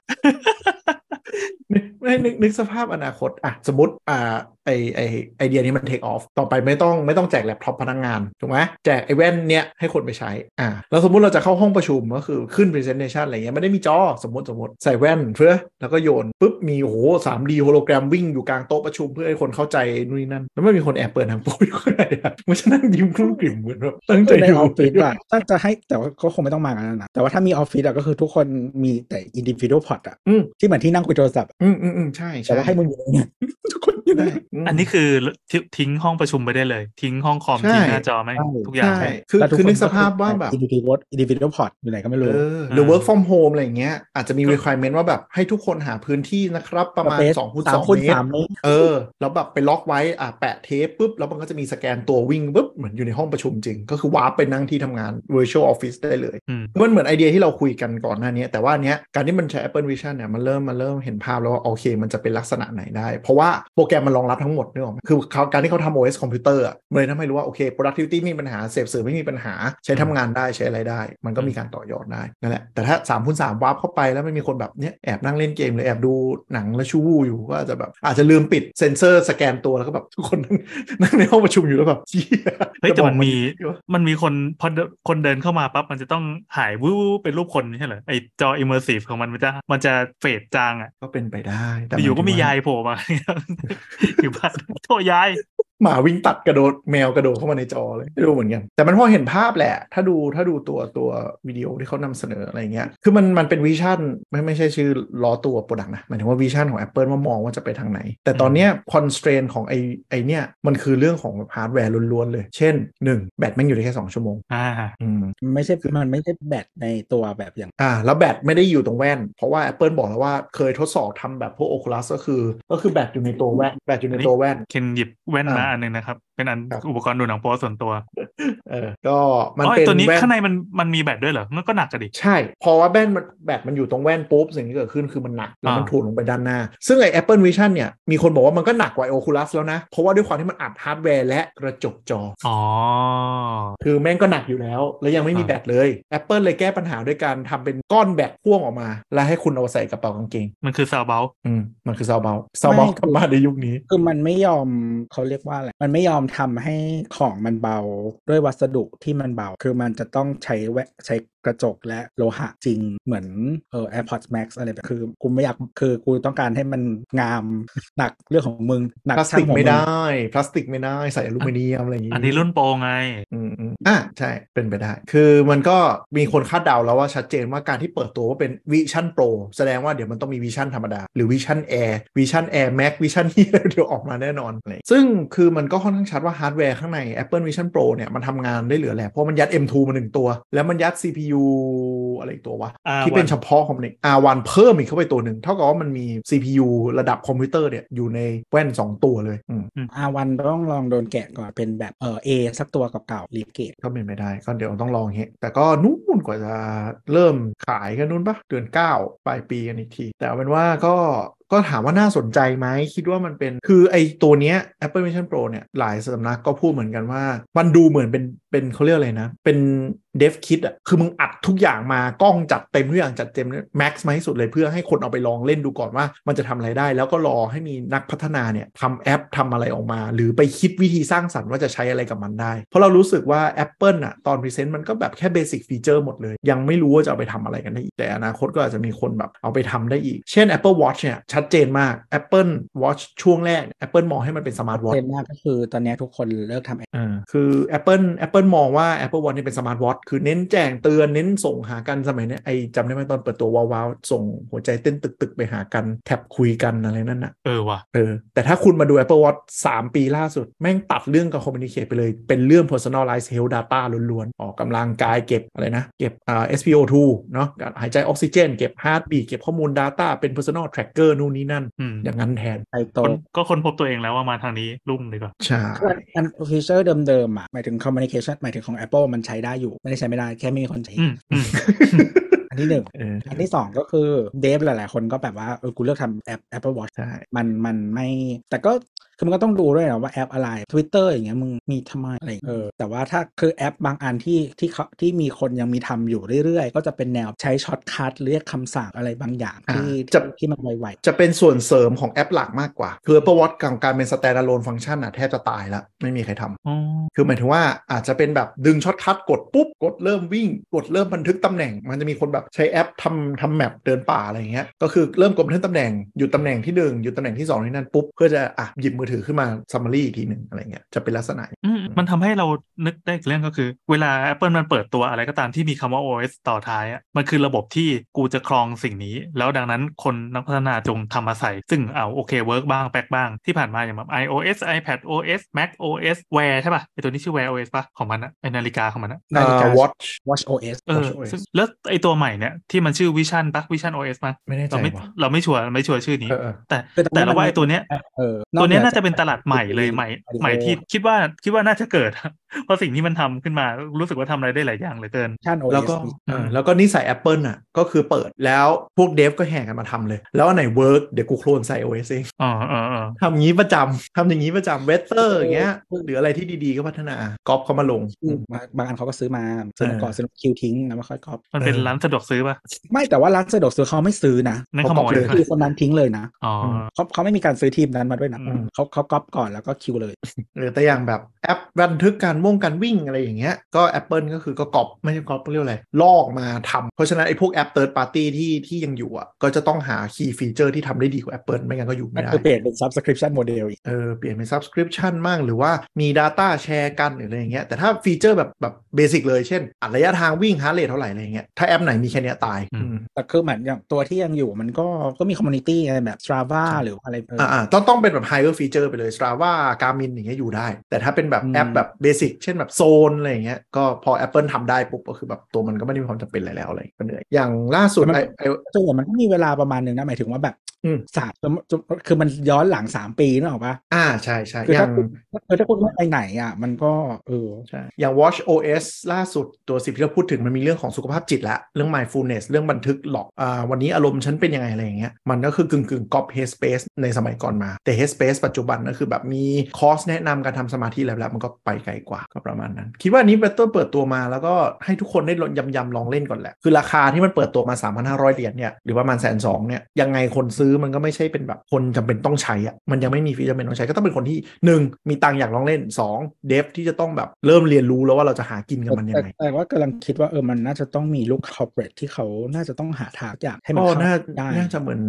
Speaker 4: ไม่นึกสภาพอนาคตอ่ะสมมติไอเดียนี้มันเทคออฟต่อไปไม่ต้องแจกแล็ปท็อปพนักงานถูกไหมแจกไอแว่นเนี้ยให้คนไปใช้แล้วสมมุติเราจะเข้าห้องประชุมก็คือขึ้น presentation อะไรเงี้ยไม่ได้มีจอสมมติใส่แว่นเพื่อแล้วก็โยนปุ๊บมีโอ้โห 3D โฮโลแกรมวิ่งอยู่กลางโต๊ะประชุมเพื่อให้คนเข้าใจนู่นนี่นั่นแล้วไม่มีคนแอบเปิดทางโป๊อยู่ข้างในมันจะนั่งยิ้มกลุ้มกลิ่มเหมือนแบบตั้งใจ
Speaker 2: ใน
Speaker 4: ดู
Speaker 2: ออฟฟิศอ่ะถ้าจะให้แต่ว่าก็คงไม่ต้องมากันนะแต่ว่าถ้ามีออฟฟิศอ่ะก็คือทุกคนมีแต่ individual pod อ่ะที่เหมือนที่นั่งคุยโทรศัพท์
Speaker 4: ใช่
Speaker 2: แต่ว่าให้มึงอยู่เนี่ยทุกคนอยู่ได้
Speaker 3: อันนี้คือทิ้งห้องประชุมไปได้เลยทิ้งห้องคอมทิ้งหน้าจอไม่ทุกอย่าง
Speaker 4: ใช่คือนึกสภาพว่าแบบ
Speaker 2: individual pod อยู่ไหนก็ไม่รู้
Speaker 4: หรือ work from home อะไรอย่างเงี้ยอาจจะมี requirement ว่าแบบให้ทุกคนหาพื้นที่นะครับประมาณ2x2 เมตรแล้วแบบไปล็อกไว้แปะเทปปุ๊บแล้วมันก็จะมีสแกนตัววิ่งปุ๊บเหมือนอยู่ในห้องประชุมจริงก็คือวาร์ปไปนั่งที่ทำงาน virtual office ได้เลยมันเหมือนไอเดียที่เราคุยกันก่อนหน้านี้แต่ว่าเนี้ยการที่มันใช้ Apple Vision เนี่ยมันเริ่มเห็นภาพแล้วว่าโอเคมันจะเป็นลักษณะไหนได้เพราะว่าโปรแกรมมันรองรับทั้งหมดนึกออกไหมคือการที่เขาทำ OS คอมพิวเตอร์มันเลยทำให้รู้ว่าโอเค productivity ไม่มีปัญหาเสพสื่อไม่มีปัญหาใช้ทำงานได้ใช้อะไรได้มันก็มีการต่อยอดได้นั่นแหละแต่ถ้า3x3วาร์ปเข้าไปแล้วไม่มีคนแบบเนี้ยแอบนั่งเล่นเกมหรือแอบดูหนังแล้วชูวูอยู่ก็อาจจะแบบอาจจะลืมปิดเซ็นเซอร์สแกนตัวแล้วก็แบบทุกคนนั่งในห้องประชุมอยู่แล้วแบบ
Speaker 3: เฮ้ยแต่มันมีคนพอคนเดินเข้ามาปั๊บมันจะต้องหายวู้เป็นรูปคนใช่เหรอไอจอ immersive ของมันจะเฟดจางอ่ะ
Speaker 4: ก็เป็นไปได้แต่
Speaker 3: อยู่ก็มียายโผล่มาอยู่บ้านโทษยาย
Speaker 4: หมาวิ่งตัดกระโดดแมวกระโดดเข้ามาในจอเลยไม่รู้เหมือนกันแต่มันพอเห็นภาพแหละถ้าดูตัววิดีโอที่เขานำเสนออะไรเงี้ยคือมันเป็นวิชั่นไม่ใช่ชื่อล้อตัวโปรดักต์นะหมายถึงว่าวิชั่นของ Apple ว่ามองว่าจะไปทางไหนแต่ตอนเนี้ยคอนสเตรนของไอเนี้ยมันคือเรื่องของฮาร์ดแวร์ล้วนๆเลยเช่น1แบตแม่งอยู่ได้แค่2ชั่วโมง
Speaker 2: มันไม่ใช่แบตในตัวแบบอย่าง
Speaker 4: แล้วแบตไม่ได้อยู่ตรงแว่นเพราะว่า Apple บอกแล้วว่าเคยทดสอบทำแบบพวก Oculus ก็คือแบตอยู่ในตัวแว่นแบตอยู่ในตัวแว่น
Speaker 3: เคนหยิบแว่นมาอันนึงนะครับเป็นอันอุปกรณ์ดูหนังโป๊ส่วนตัว
Speaker 4: ก็มันเป็น
Speaker 3: ตัวนี้ข้างในมันมีแบตด้วยเหรอมันก็หนักกันดิ
Speaker 4: ใช่พอว่าแบตมันอยู่ตรงแว่นปุ๊บสิ่งที่เกิดขึ้นคือมันหนักแล้วมันถูลงไปด้านหน้าซึ่งไอ้ Apple Vision เนี่ยมีคนบอกว่ามันก็หนักกว่า Oculus แล้วนะเพราะว่าด้วยความที่มันอัดฮาร์ดแวร์และกระจกจอคือแม่งก็หนักอยู่แล้วยังไม่มีแบตเลย Apple เลยแก้ปัญหาด้วยการทำเป็นก้อนแบตพ่วงออกมาแล้วให้คุณเอาใส่กระเป๋ากางเกง
Speaker 3: มันคือซาวเบล
Speaker 4: มันคือซาวเบลกลับมาในยุคนี้
Speaker 2: คือมันไม่ยอมเขาเรียกว่าอะไรมันไม่ยอมทำให้ของมันเบาด้วยวัสดุที่มันเบาคือมันจะต้องใช้กระจกและโลหะจริงเหมือนAirPods Max อะไรแบบคือกูไม่อยากคือกูต้องการให้มันงามหนักเรื่องของมึงหนัก
Speaker 4: พลาสติกไม่ได้พลาสติกไม่ได้ใส่อลูมิเนียมอะไรอย่างงี้
Speaker 3: อันนี้รุ่นโปรไง
Speaker 4: ใช่เป็นไปได้คือมันก็มีคนคาดเดาแล้วว่าชัดเจนว่าการที่เปิดตัวว่าเป็น Vision Pro แสดงว่าเดี๋ยวมันต้องมี Vision ธรรมดาหรือ Vision Air Max Vision ที่เดี๋ยวออกมาแน่นอนซึ่งคือมันก็ค่อนข้างชัดว่าฮาร์ดแวร์ข้างใน Apple Vision Pro เนี่ยมันทำงานได้เหลือแหละเพราะมันยัด M2 มา1ตัวแล้วมันยัด CPU อะไรอีกตัววะที่เป็นเฉพาะของR1 เพิ่มอีกเข้าไปตัวหนึ่งเท่ากับว่ามันมี CPU ระดับคอมพิวเตอร์เนี่ยอยู่ในแว่น2ตัวเลย
Speaker 2: R1 ต้องลองโดนแกะก่อนเป็นแบบA สักตัวเก่าๆรีเกต
Speaker 4: ก็เป็นไม่ได้ก็เดี๋ยวต้องลองเฮแต่ก็นู่นกว่าจะเริ่มขายกันนู่นปะเดือน9ปลายปีกันอีกทีแต่เอาเป็นว่าก็ถามว่าน่าสนใจไหมคิดว่ามันเป็นคือไอตัวเนี้ย Apple Vision Pro เนี่ยหลายสำนักก็พูดเหมือนกันว่ามันดูเหมือนเป็นเขาเรียกอะไรนะเป็นเดฟคิดอ่ะคือมึงอัดทุกอย่างมากล้องจัดเต็มทุกอย่างจัดเต็มแม็กซ์มาให้สุดเลยเพื่อให้คนเอาไปลองเล่นดูก่อนว่ามันจะทำอะไรได้แล้วก็รอให้มีนักพัฒนาเนี่ยทำแอปทำอะไรออกมาหรือไปคิดวิธีสร้างสรรค์ว่าจะใช้อะไรกับมันได้เพราะเรารู้สึกว่า Apple อ่ะตอนพรีเซนต์มันก็แบบแค่เบสิกฟีเจอร์หมดเลยยังไม่รู้ว่าจะเอาไปทำอะไรกันได้อีกแต่อนาคตก็อาจจะมีคนแบบเอาไปทำได้อีกเช่น Apple Watch เนี่ยชัดเจนมาก Apple Watch ช่วงแรก Apple มองให้มันเป็นสมาร์ทวอทช์
Speaker 2: มากก็คือตอนนี้ทุกคนเลิกทำ
Speaker 4: คือ Apple มองว่า Apple Watch นี่เป็นสมาร์ทวอทช์คือเน้นแจ้งเตือนเน้นส่งหากันสมัยนี้ไอจำได้ไหมตอนเปิดตัวว้าวส่งหัวใจเต้นตึกๆไปหากันแท็บคุยกันอะไรนั่นน่ะ
Speaker 3: ว่ะ
Speaker 4: แต่ถ้าคุณมาดู Apple Watch 3 ปีล่าสุดแม่งตัดเรื่องกับ communicate ไปเลยเป็นเรื่อง personalized health data ล้วนๆออกกำลังกายเก็บอะไรนะเก็บSpO2 เนาะหายใจออกซิเจนเก็บ heartbeat เก็บข้อมูล data เป็น personal tracker นู่นนี่นั่นอย่างนั้นแทน
Speaker 3: ก็คนพบตัวเองแล้วว่ามาทางนี้รุ่งดีกว่า
Speaker 4: ใช่
Speaker 2: อันฟีเจอร์เดิมๆอ่ะหมายถึง communication หมายถึงของ Apple มันใช้ได้อยู่ไม่ได้ใช้ไม่ได้แค่ไม่มีคนใช้อันที่1อันที่2ก็คือเดฟหลายๆคนก็แบบว่ากูเลือกทำแอป Apple Watch
Speaker 4: ใช่
Speaker 2: มันไม่แต่ก็คือมันก็ต้องดูด้วยนะว่าแอปอะไร Twitter อย่างเงี้ยมึงมีทำไมอะไรแต่ว่าถ้าคือแอปบางอันที่มีคนยังมีทำอยู่เรื่อยๆก็จะเป็นแนวใช้ช็อตคัทเรียกคำสั่งอะไรบางอย่างที่มันไวๆ
Speaker 4: จะเป็นส่วนเสริมของแอปหลักมากกว่าคือ Apple Watch กับการเป็น standalone function แทบจะตายแล้วไม่มีใครทำคือหมายถึงว่าอาจจะเป็นแบบดึงช็อตคัทกดปุ๊บกดเริ่มวิ่งกดเริ่มบันทึกตำแหน่งมันจะมีคนแบบใช้แอปทำแมปเดินป่าอะไรอย่างเงี้ยก็คือเริ่มกดบันทึกตำแหน่งหยุดตำแหน่งที่1หยุดตำแหน่งที่2ที่นั่นปุ๊บเพื่อจะหยิบมือถือขึ้นมา summary อีกทีนึงอะไรเงี้ยจะเป็นลักษณะ
Speaker 3: มันทำให้เรานึกได้อีกเรื่องก็คือเวลา Apple มันเปิดตัวอะไรก็ตามที่มีคำว่า OS ต่อท้ายมันคือระบบที่กูจะครองสิ่งนี้แล้วดังนั้นคนนักพัฒนาจงทำมาใส่ซึ่งโอเคเวิร์กบ้างแปลกบ้างที่ผ่านมาอย่างแบบ iOS iPad OS Mac OS Wear ใช่ป่ะไอตัวนี้ชื่อ Wear OS ป่ะของมันไอนาฬิกาของมัน
Speaker 2: นาฬิกา
Speaker 4: Watch
Speaker 2: OS
Speaker 3: ซึ่งแล้วไอตัวใหม่เนี่ยที่มันชื่อ Vision ป่ะ Vision OS ป่ะ
Speaker 4: ไม่แน่ใจ
Speaker 3: เราไม่ชัวร์ชื่อนี้แต่เราว่าไอตัวเนี้ย
Speaker 2: ตั
Speaker 3: วเนี้ยน่าจะเป็นตลาดใหม่เลยใหม่ที่คิดว่าน่าจะเกิดเพราะสิ่งที่มันทำขึ้นมารู้สึกว่าทำอะไรได้หลายอย่างเหลือเกิน
Speaker 4: แล้วก็นิสัย Apple ก็คือเปิดแล้วพวกเดฟก็แห่กันมาทำเลยแล้วอันไหนเวิร์กเดี๋ยวกูโคลนใส่ OS เองทำงี้ประจำทำอย่างนี้ประจำเวสเตอร์อย่างเงี้ยหรืออะไรที่ดีๆก็พัฒนาก๊อปเข้ามาลง
Speaker 2: บางอันเขาก็ซื้อมาก่อนซื้อคิวทิ้งแล้วไม่ค่อยก๊อป
Speaker 3: มันเป็นร้านสะดวกซื้อป่ะ
Speaker 2: ไม่แต่ว่าร้านสะดวกซื้อเขาไม่ซื้อนะ
Speaker 3: นั่นขโมย
Speaker 2: คือคนนั้นทิ้งเลยนะเขาไม่มีการซื้อทีมนั้นมาด้วยนะเขาก๊อปก่อนแล้วก็คิวเลย
Speaker 4: แต่อย่างแบบแอปบันทึกการวิ่งอะไรอย่างเงี้ยก็ Apple ก็คือก็ก๊อปไม่ใช่ก๊อปเรียกอะไรลอกมาทำเพราะฉะนั้นไอ้พวกแอป third party ที่ยังอยู่ก็จะต้องหา key feature ที่ทำได้ดีกว่า Apple ไม่งั้นก็อยู่ไม่ได้
Speaker 2: เปลี่ยนเป็น subscription model อีก
Speaker 4: เปลี่ยนเป็น subscription มั่งหรือว่ามี data แชร์กันหรืออะไรอย่างเงี้ยแต่ถ้าฟีเจอร์แบบเบสิกเลยเช่นระยะทางวิ่ง heart rate เท่าไหร่อะไรอย่างเงี้ยถ้าแอปไหนมีแค่นี้ตาย
Speaker 2: แต่คือเหมือนอย่างตัวที่ยังอยู่มันก็มี community อะไรแบบ Strava หรืออะไร
Speaker 4: ต้องเป็นแบบ higher feature ไปเลย Strava Garmin อย่างเงี้ยอยู่ได้แต่ถ้าเป็นแบบแอปแบบเบสิกเช่นแบบโซนอะไรอย่างเงี้ยก็พอ Apple ทำได้ปุ๊บก็คือแบบตัวมันก็ไม่ได้มีความจำเป็นอะไรแล้วอะไรก็เหนื่อยอย่างล่าสุด
Speaker 2: ส่วนใหญ่มันก็มีเวลาประมาณนึงนะหมายถึงว่าแบบคือมันย้อนหลัง3 ปีนึกออกปะ
Speaker 4: ใช่
Speaker 2: คือถ้าคุณไม่ไปไหนมันก็
Speaker 4: ใช่อย่าง Watch OS ล่าสุดตัว10ที่เราพูดถึงมันมีเรื่องของสุขภาพจิตแล้วเรื่อง mindfulness เรื่องบันทึกหลอกวันนี้อารมณ์ฉันเป็นยังไงอะไรอย่างเงี้ยมันก็คือกึ่งก๊อป Headspace ในสมัยก่อนมาแต่ Headspace ปัจจุบันก็คือแบบมีคอร์สแนะนำการทำสมาธิแล้วมันก็ไปไกลกว่าก็ประมาณนั้นคิดว่านี้ Apple เปิดตัวมาแล้วก็ให้ทุกคนได้ยำลองเล่นก่อนแหละคือราคาที่มันเปิดตัวมา 3,500 เหรียญเนี่ยหรือประมาณ 120,000 เนี่ยยังไงคนซื้อมันก็ไม่ใช่เป็นแบบคนจำเป็นต้องใช้มันยังไม่มีฟีเจอร์จำเป็นต้องใช้ก็ต้องเป็นคนที่1มีตังค์อยากลองเล่น2เดฟที่จะต้องแบบเริ่มเรียนรู้แล้วว่าเราจะหากินกับมันยังไง
Speaker 2: แต่ว่ากำลังคิดว่ามันน่าจะต้องมีลูก corporate ที่เขาน่าจะต้องหาทางอย่างให้มันเข้าได้
Speaker 4: น่าจะเหมือน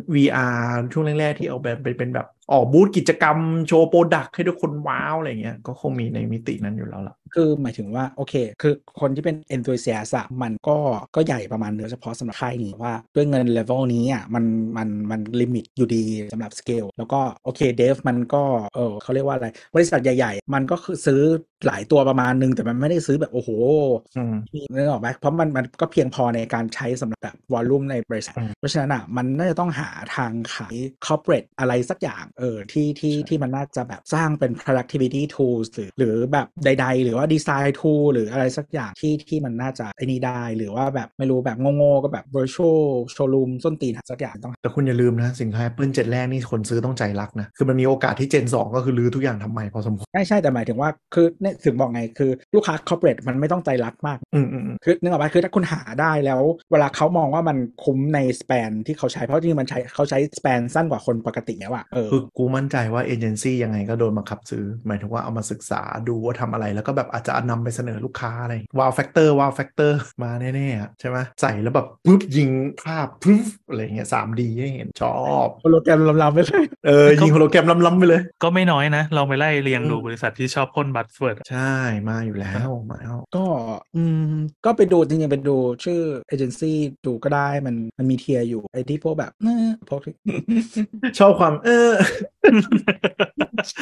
Speaker 4: VR ช่วงแรกๆที่เอาแบบเป็นแบบออกบูธกิจกรรมโชว์โปรดักต์ให้ทุกคนว้าวอะไรเงี้ยก็คงมีในมิตินั้นอยู่แล้วล่ะ
Speaker 2: คือหมายถึงว่าโอเคคือคนที่เป็น enthusiast มันก็ใหญ่ประมาณนึงเฉพาะสำหรับค่ายนี้ว่าด้วยเงิน level นี้มันลิมิตอยู่ดีสำหรับ scale แล้วก็โอเคเดฟมันก็เขาเรียกว่าอะไรบริษัทใหญ่ๆมันก็คือซื้อหลายตัวประมาณนึงแต่มันไม่ได้ซื้อแบบโอ้โหนึกออกไหมเพราะมันก็เพียงพอในการใช้สำหรับแบบวอลลุ่มในบริษัทเพราะฉะนั้นมันน่าจะต้องหาทางขาย corporate อะไรสักอย่างที่มันน่าจะแบบสร้างเป็น productivity tools หรือแบบใดๆหรือว่า design tool หรืออะไรสักอย่างที่มันน่าจะไอ้นี่ได้หรือว่าแบบไม่รู้แบบโง่ๆก็แบบ virtual showroom ส้นตีนสักอย่างต้อง
Speaker 4: แต่คุณอย่าลืมนะสินค้า Apple 7 แรกนี่คนซื้อต้องใจรักนะคือมันมีโอกาสที่ Gen 2 ก็คือรื้อทุกอย่างทำใหม่พอสมควร
Speaker 2: ใช่แต่หมายถึงว่าคือเนี่ยถึงบอกไงคือลูกค้า corporate มันไม่ต้องใจรักมากคือนึกออกไหมคือถ้าคุณหาได้แล้วเวลาเขามองว่ามันคุ้มใน span ที่เขาใช้เพราะจริงๆเขาใช้ span สั้นกว่าคนปกติแล้ว
Speaker 4: คือกูมั่นใจว่าเอเจนซี่ยังไงก็โดนบังคับซื้อหมายถึงว่าเอามาศึกษาดูว่าทำอะไรแล้วก็แบบอาจจะนำไปเสนอลูกค้าอะไรว้าวแฟกเตอร์มาแน่ๆใช่ไหมใส่แล้วแบบปุ๊บยิงภาพปุ๊บอะไรเงี้ย 3D ให้เห็นชอบ
Speaker 2: โฮโลแกรมล้ำๆไปเลย
Speaker 4: ยิงโฮโลแกรมล้ำๆไปเลย
Speaker 3: ก็ไม่น้อยนะเราไปไล่เรียงดูบริษัทที่ชอบพ่นบัตรเฟิร์ด
Speaker 4: ใช่มาอยู่แล้วมาแล้ว
Speaker 2: ก็ไปดูจริงๆไปดูชื่อเอเจนซี่ดูก็ได้มันมีเทียร์อยู่ไอ้ที่พวกแบบพวก
Speaker 4: ชอบความ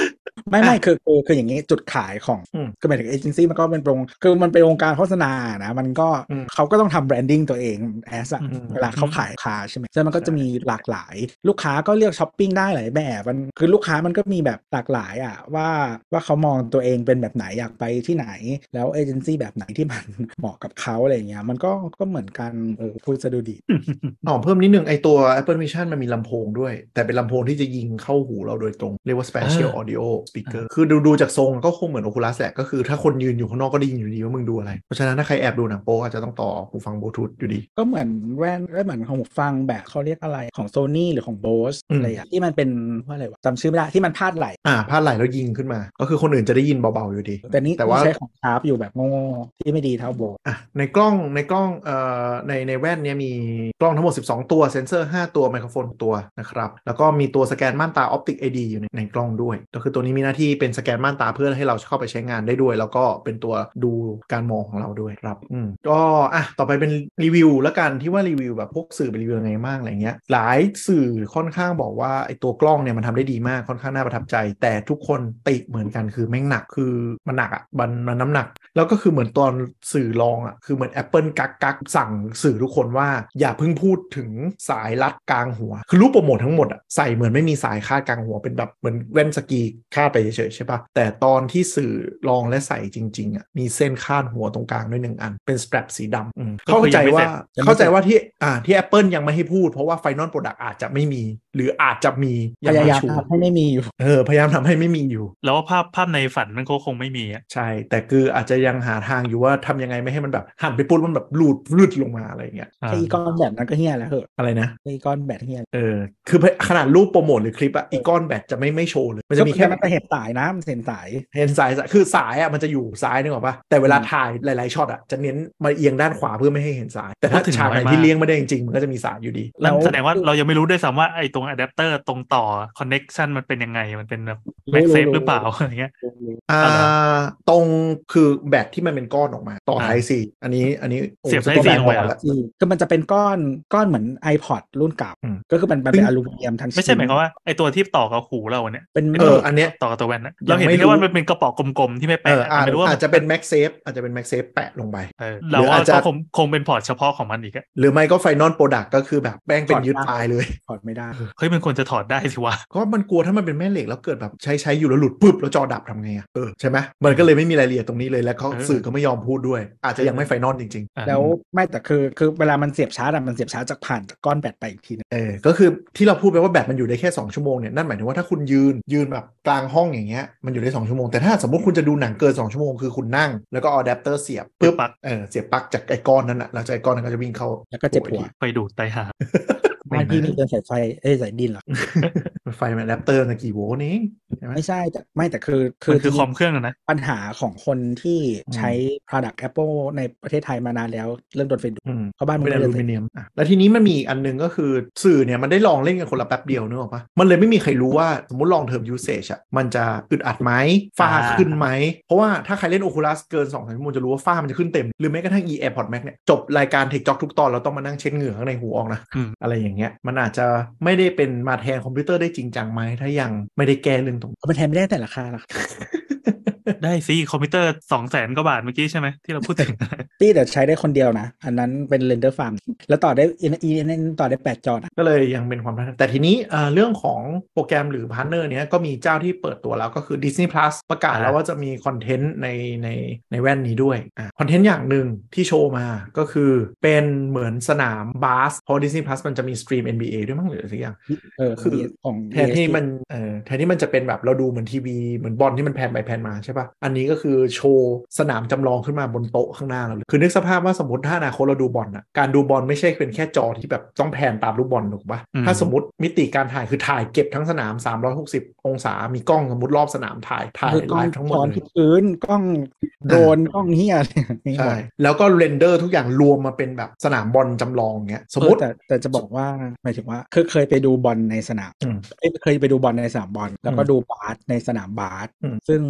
Speaker 2: ไม่คืออย่างนี้จุดขายของคือหมายถึงเอเจนซี่มันก็เป็นคือมันเป็นองค์การโฆษณานะมันก็เขาก็ต้องทำแบรนดิ้งตัวเองแอสเวลาเขาขายคาใช่ไหมซึ่งมันก็จะมีหลากหลายลูกค้าก็เลือกช้อปปิ้งได้หลายแบบมันคือลูกค้ามันก็มีแบบหลากหลายว่าเขามองตัวเองเป็นแบบไหนอยากไปที่ไหนแล้วเอเจนซี่แบบไหนที่มันเหมาะกับเขาอะไรเงี้ยมันก็เหมือนกันพูดจะดูดี
Speaker 4: เพิ่มนิดนึงไอตัว Apple Vision มันมีลำโพงด้วยแต่เป็นลำโพงที่จะยิงเข้าหูเราโดยตรงเรียกว่า Spatial Audio Speaker คือดูจากทรงก็คงเหมือน Oculus แหละก็คือถ้าคนยืนอยู่ข้างนอกก็ได้ยินอยู่ดีว่ามึงดูอะไรเพราะฉะนั้นถ้าใครแอบดูหนังโป๊อาจจะต้องต่อหูฟังบลูทูธอยู่ดี
Speaker 2: ก็เหมือนแว่นเหมือนของหูฟังแบบเขาเรียกอะไรของ Sony หรือของ Bose อะไรที่มันเป็นว่าอะไรวะจำชื่อไม่ได้ที่มันพาดไหล
Speaker 4: พาดไหลแล้วยิงขึ้นมาก็คือคนอื่นจะได้ยินเบาๆอยู่ดี
Speaker 2: แต่ว่าใช้ของชาร์ปอยู่แบบโง่ๆที่ไม่ดีเท่าโบ
Speaker 4: ในกล้องในแว่นเนี้ยมีกล้องทั้งหมด12ตัวเซ็นเซอร์5ตัวไมโครโฟนตัวนะครับแล้วก็มีตัวสแกนม่านตา Optic ID อยู่ในกล้องด้วยก็คือตัวนี้มีหน้าที่เป็นสแกนม่านตาเพื่อให้เราเข้าไปใช้งานได้ด้วยแล้วก็เป็นตัวดูการมองของเราด้วยครับก็ต่อไปเป็นรีวิวแล้วกันที่ว่ารีวิวแบบพวกสื่อไปรีวิวยังไงมากอะไรเงี้ยหลายสื่อค่อนข้างบอกว่าไอตัวกล้องเนี่ยมันทำได้ดีมากค่อนข้างน่าประทับใจแต่ทุกคนติเหมือนกันคือแม่งหนักคือมันหนักมันน้ำหนักแล้วก็คือเหมือนตอนสื่อลองคือเหมือน Apple กักสั่งสื่อทุกคนว่าอย่าเพิ่งพูดถึงสายรัดกลางหัวคือรูปโปรโมททั้งหมดใส่เหมือนไม่มีสายคาดกลางหัวเป็นแบบเหมือนแว่นสกีคาดไปเฉยๆใช่ปะแต่ตอนที่สื่อลองและใส่จริงๆมีเส้นคาดหัวตรงกลางด้วย1 อันเป็นสแตรปสีดำเข้าใจว่าที่ Apple ยังไม่ให้พูดเพราะว่า Final Product อาจจะไม่มีหรืออาจจะมี
Speaker 2: พยายามทำให้ไม่มีอยู่
Speaker 4: พยายามทำให้ไม่มีอยู่
Speaker 3: แล้วว่าภาพในฝันมันคงไม่มี
Speaker 4: ใช่แต่คืออาจจะยังหาทางอยู่ว่าทำยังไงไม่ให้มันแบบหันไปปุ๊บมันแบบลูดลงมาอะไรเงี้ย
Speaker 2: อีก้อนแบตนั้นก็เฮี้ยแล้วเหรอ
Speaker 4: อะไรนะ
Speaker 2: อีก้อนแบตเฮี้ย
Speaker 4: คือขนาดรูปโปรโมทหรือคลิปอีก้อนแบตจะไม่โชว์เลยมันจะมีแค่
Speaker 2: มันเห็นสายนะมันเห็นสาย
Speaker 4: คือสายมันจะอยู่ซ้ายนึกออกปะแต่เวลาถ่ายหลายๆช็อตจะเน้นมาเอียงด้านขวาเพื่อไม่ให้เห็นสายแต่ถ้าฉากไหนที่เลี้ยงไม่ได้จริงๆมันก็จะมีสายอยู่ดี
Speaker 3: แล้วแสดงว่าเรายังไม่รู้ด้วยซ้ำว่าไอ้ตรงอะแดปเตอร์ตรงต่อคอนเน็กชันมันเป็นยังไงมันเป็นแบบแม็กเซฟหรือเปล่าอะไรเงี้ย
Speaker 4: ตรงคือแบตที่มันเป็นก้อนออกมาต่อไทป์ C อันนี้
Speaker 3: เสียบไทป์ C ลงไป
Speaker 2: แล้วคือมันจะเป็นก้อนเหมือน iPod รุ่นเก่าก็คือมันเป็นอลูมิเนียมทั้งชิ้น
Speaker 3: ไม่ใช่หมายความว่าไอ้ตัวที่ต่อกับหูเราเนี่ย
Speaker 2: เป็น
Speaker 4: อันเนี้ย
Speaker 3: ต่อกับตัวแว่นเราเห็นแค่ว่ามันเป็นกระป๋องกลมๆที่ไม่แปะไม่รู้ว่า
Speaker 4: อาจจะเป็นแม็กเซฟแปะลงไป
Speaker 3: หรืออาจจะคงเป็นพอร์ตเฉพาะของมันอีก
Speaker 4: หรือไม่ก็ Final Product ก็คือแบบแป้งเป็นยึดตายเลย
Speaker 2: ถอดไม่ได้
Speaker 3: เฮ้ยมันควรจะถอดได้สิวะ
Speaker 4: ก็มันกลัวถ้ามันเป็นแม่เหล็กแล้วเกิดแบบใช้อยู่แล้วหลุดปุ๊บแล้วจอดับทำไงใช่ไหมมันก็เลยไม่มีรายละเอียดตรงนี้เลยแล้วเขาสื่อก็ไม่ยอมพูดด้วยอาจจะยังไม่ไฟนอลจริง
Speaker 2: ๆแล้วไม่แต่คือเวลามันเสียบชาร์จมันเสียบชาร์จจากผ่านก้อนแบตไปอีกทีนึง
Speaker 4: ก็คือที่เราพูดไปว่าแบตมันอยู่ได้แค่2 ชั่วโมงเนี่ยนั่นหมายถึงว่าถ้าคุณยืนแบบกลางห้องอย่างเงี้ยมันอยู่ได้2 ชั่วโมงแต่ถ้าสมมติคุณจะดูหนังเกิน2 ชั่วโมงคือคุณนั่งแล้วก็เอาอะแดปเตอร์เสียบปุ๊บเสียบปลั๊กจากไอ้ก้อนนั้นแล้วไอ้ก้อนนั้นก็จะวิ่งเข้า
Speaker 2: แล้วก็เจ็บหัว
Speaker 3: ไปดูดไตหา
Speaker 2: บ้านพี่มีเดินสายไฟสายดินหรอ
Speaker 4: ไฟมันอะแดปเตอร์นะกี่โวลต์นี่
Speaker 2: ไม่ใช่แต่คือ
Speaker 3: คอมเครื่องนะ
Speaker 2: ปัญหาของคนที่ใช้ product Apple ในประเทศไทยมานานแล้วเรื่องโดนไฟดูดเพราะบ้านมัน
Speaker 4: เป็นอลูมิเนียมแล้วทีนี้มันมีอันนึงก็คือสื่อเนี่ยมันได้ลองเล่นกันคนละแป๊บเดียวนึกออกปะมันเลยไม่มีใครรู้ว่าสมมติลองเทอม usage มันจะอึดอัดไหมฝ้าขึ้นไหมเพราะว่าถ้าใครเล่น Oculus เกิน 2-3 ชั่วโมงจะรู้ว่าฝ้ามันจะขึ้นเต็มหรือแม้กระทั่ง AirPods Max เนี่ยจบรายการ Tech Talk ทุกตอนเราต้องมานั่งเช็ดเหงื่อข้างในหูออกนะอะไรอย่างเงี้ยมันอาจจะไม่ได้เป็นมาแทนคอมพิวเตอร์ได้จริงจังไหมถ้ายังไม่ได้แก้เรื่องตรง
Speaker 2: มันแทนไม่ได้แต่ราคาหรอ
Speaker 3: ได้สิคอมพิวเตอร์ 200,000 กว่าบาทเมื่อกี้ใช่ไหมที่เราพูดถึง
Speaker 2: ที่แต่ใช้ได้คนเดียวนะอันนั้นเป็นเรนเดอร์ฟาร์มแล้วต่อได้ต่อได้8 จอ
Speaker 4: ก็เลยยังเป็นความท้าทายแต่ทีนี้เรื่องของโปรแกรมหรือพาร์ทเนอร์เนี้ยก็มีเจ้าที่เปิดตัวแล้วก็คือ Disney Plus ประกาศแล้วว่าจะมีคอนเทนต์ในแว่นนี้ด้วยคอนเทนต์อย่างหนึ่งที่โชว์มาก็คือเป็นเหมือนสนามบาสเพราะ Disney Plus มันจะมีสตรีม NBA ด้วยมั้งหรือสักอย่างคือ
Speaker 2: ของ
Speaker 4: แทนที่มันจะเป็นแบบเราดูเหมือนทีวีเหมือนบอลที่มันแพนไปแพนมาใช่ปะอันนี้ก็คือโชว์สนามจำลองขึ้นมาบนโต๊ะข้างหน้าเราเลยคือนึกสภาพว่าสมมติถ้าอนาคตเราดูบอลการดูบอลไม่ใช่เป็นแค่จอที่แบบต้องแพนตามลูกบอลถูกปะถ้าสมมติมิติการถ่ายคือถ่ายเก็บทั้งสนาม360องศามีกล้องสมมติรอบสนามถ่ายไลฟ์ทั้งหมดเลย
Speaker 2: ที่พื้นกล้องโดรนกล้องเฮีย
Speaker 4: ใช่แล้วก็เรนเดอร์ทุกอย่างรวมมาเป็นแบบสนามบอลจำลองเงี้ยสมมติ
Speaker 2: แต่จะบอกว่าหมายถึงว่าเคยไปดูบอลในสนามเคยไปดูบอลในสนามบอลแล้วก็ดูบาสในสนามบาสซึ่ง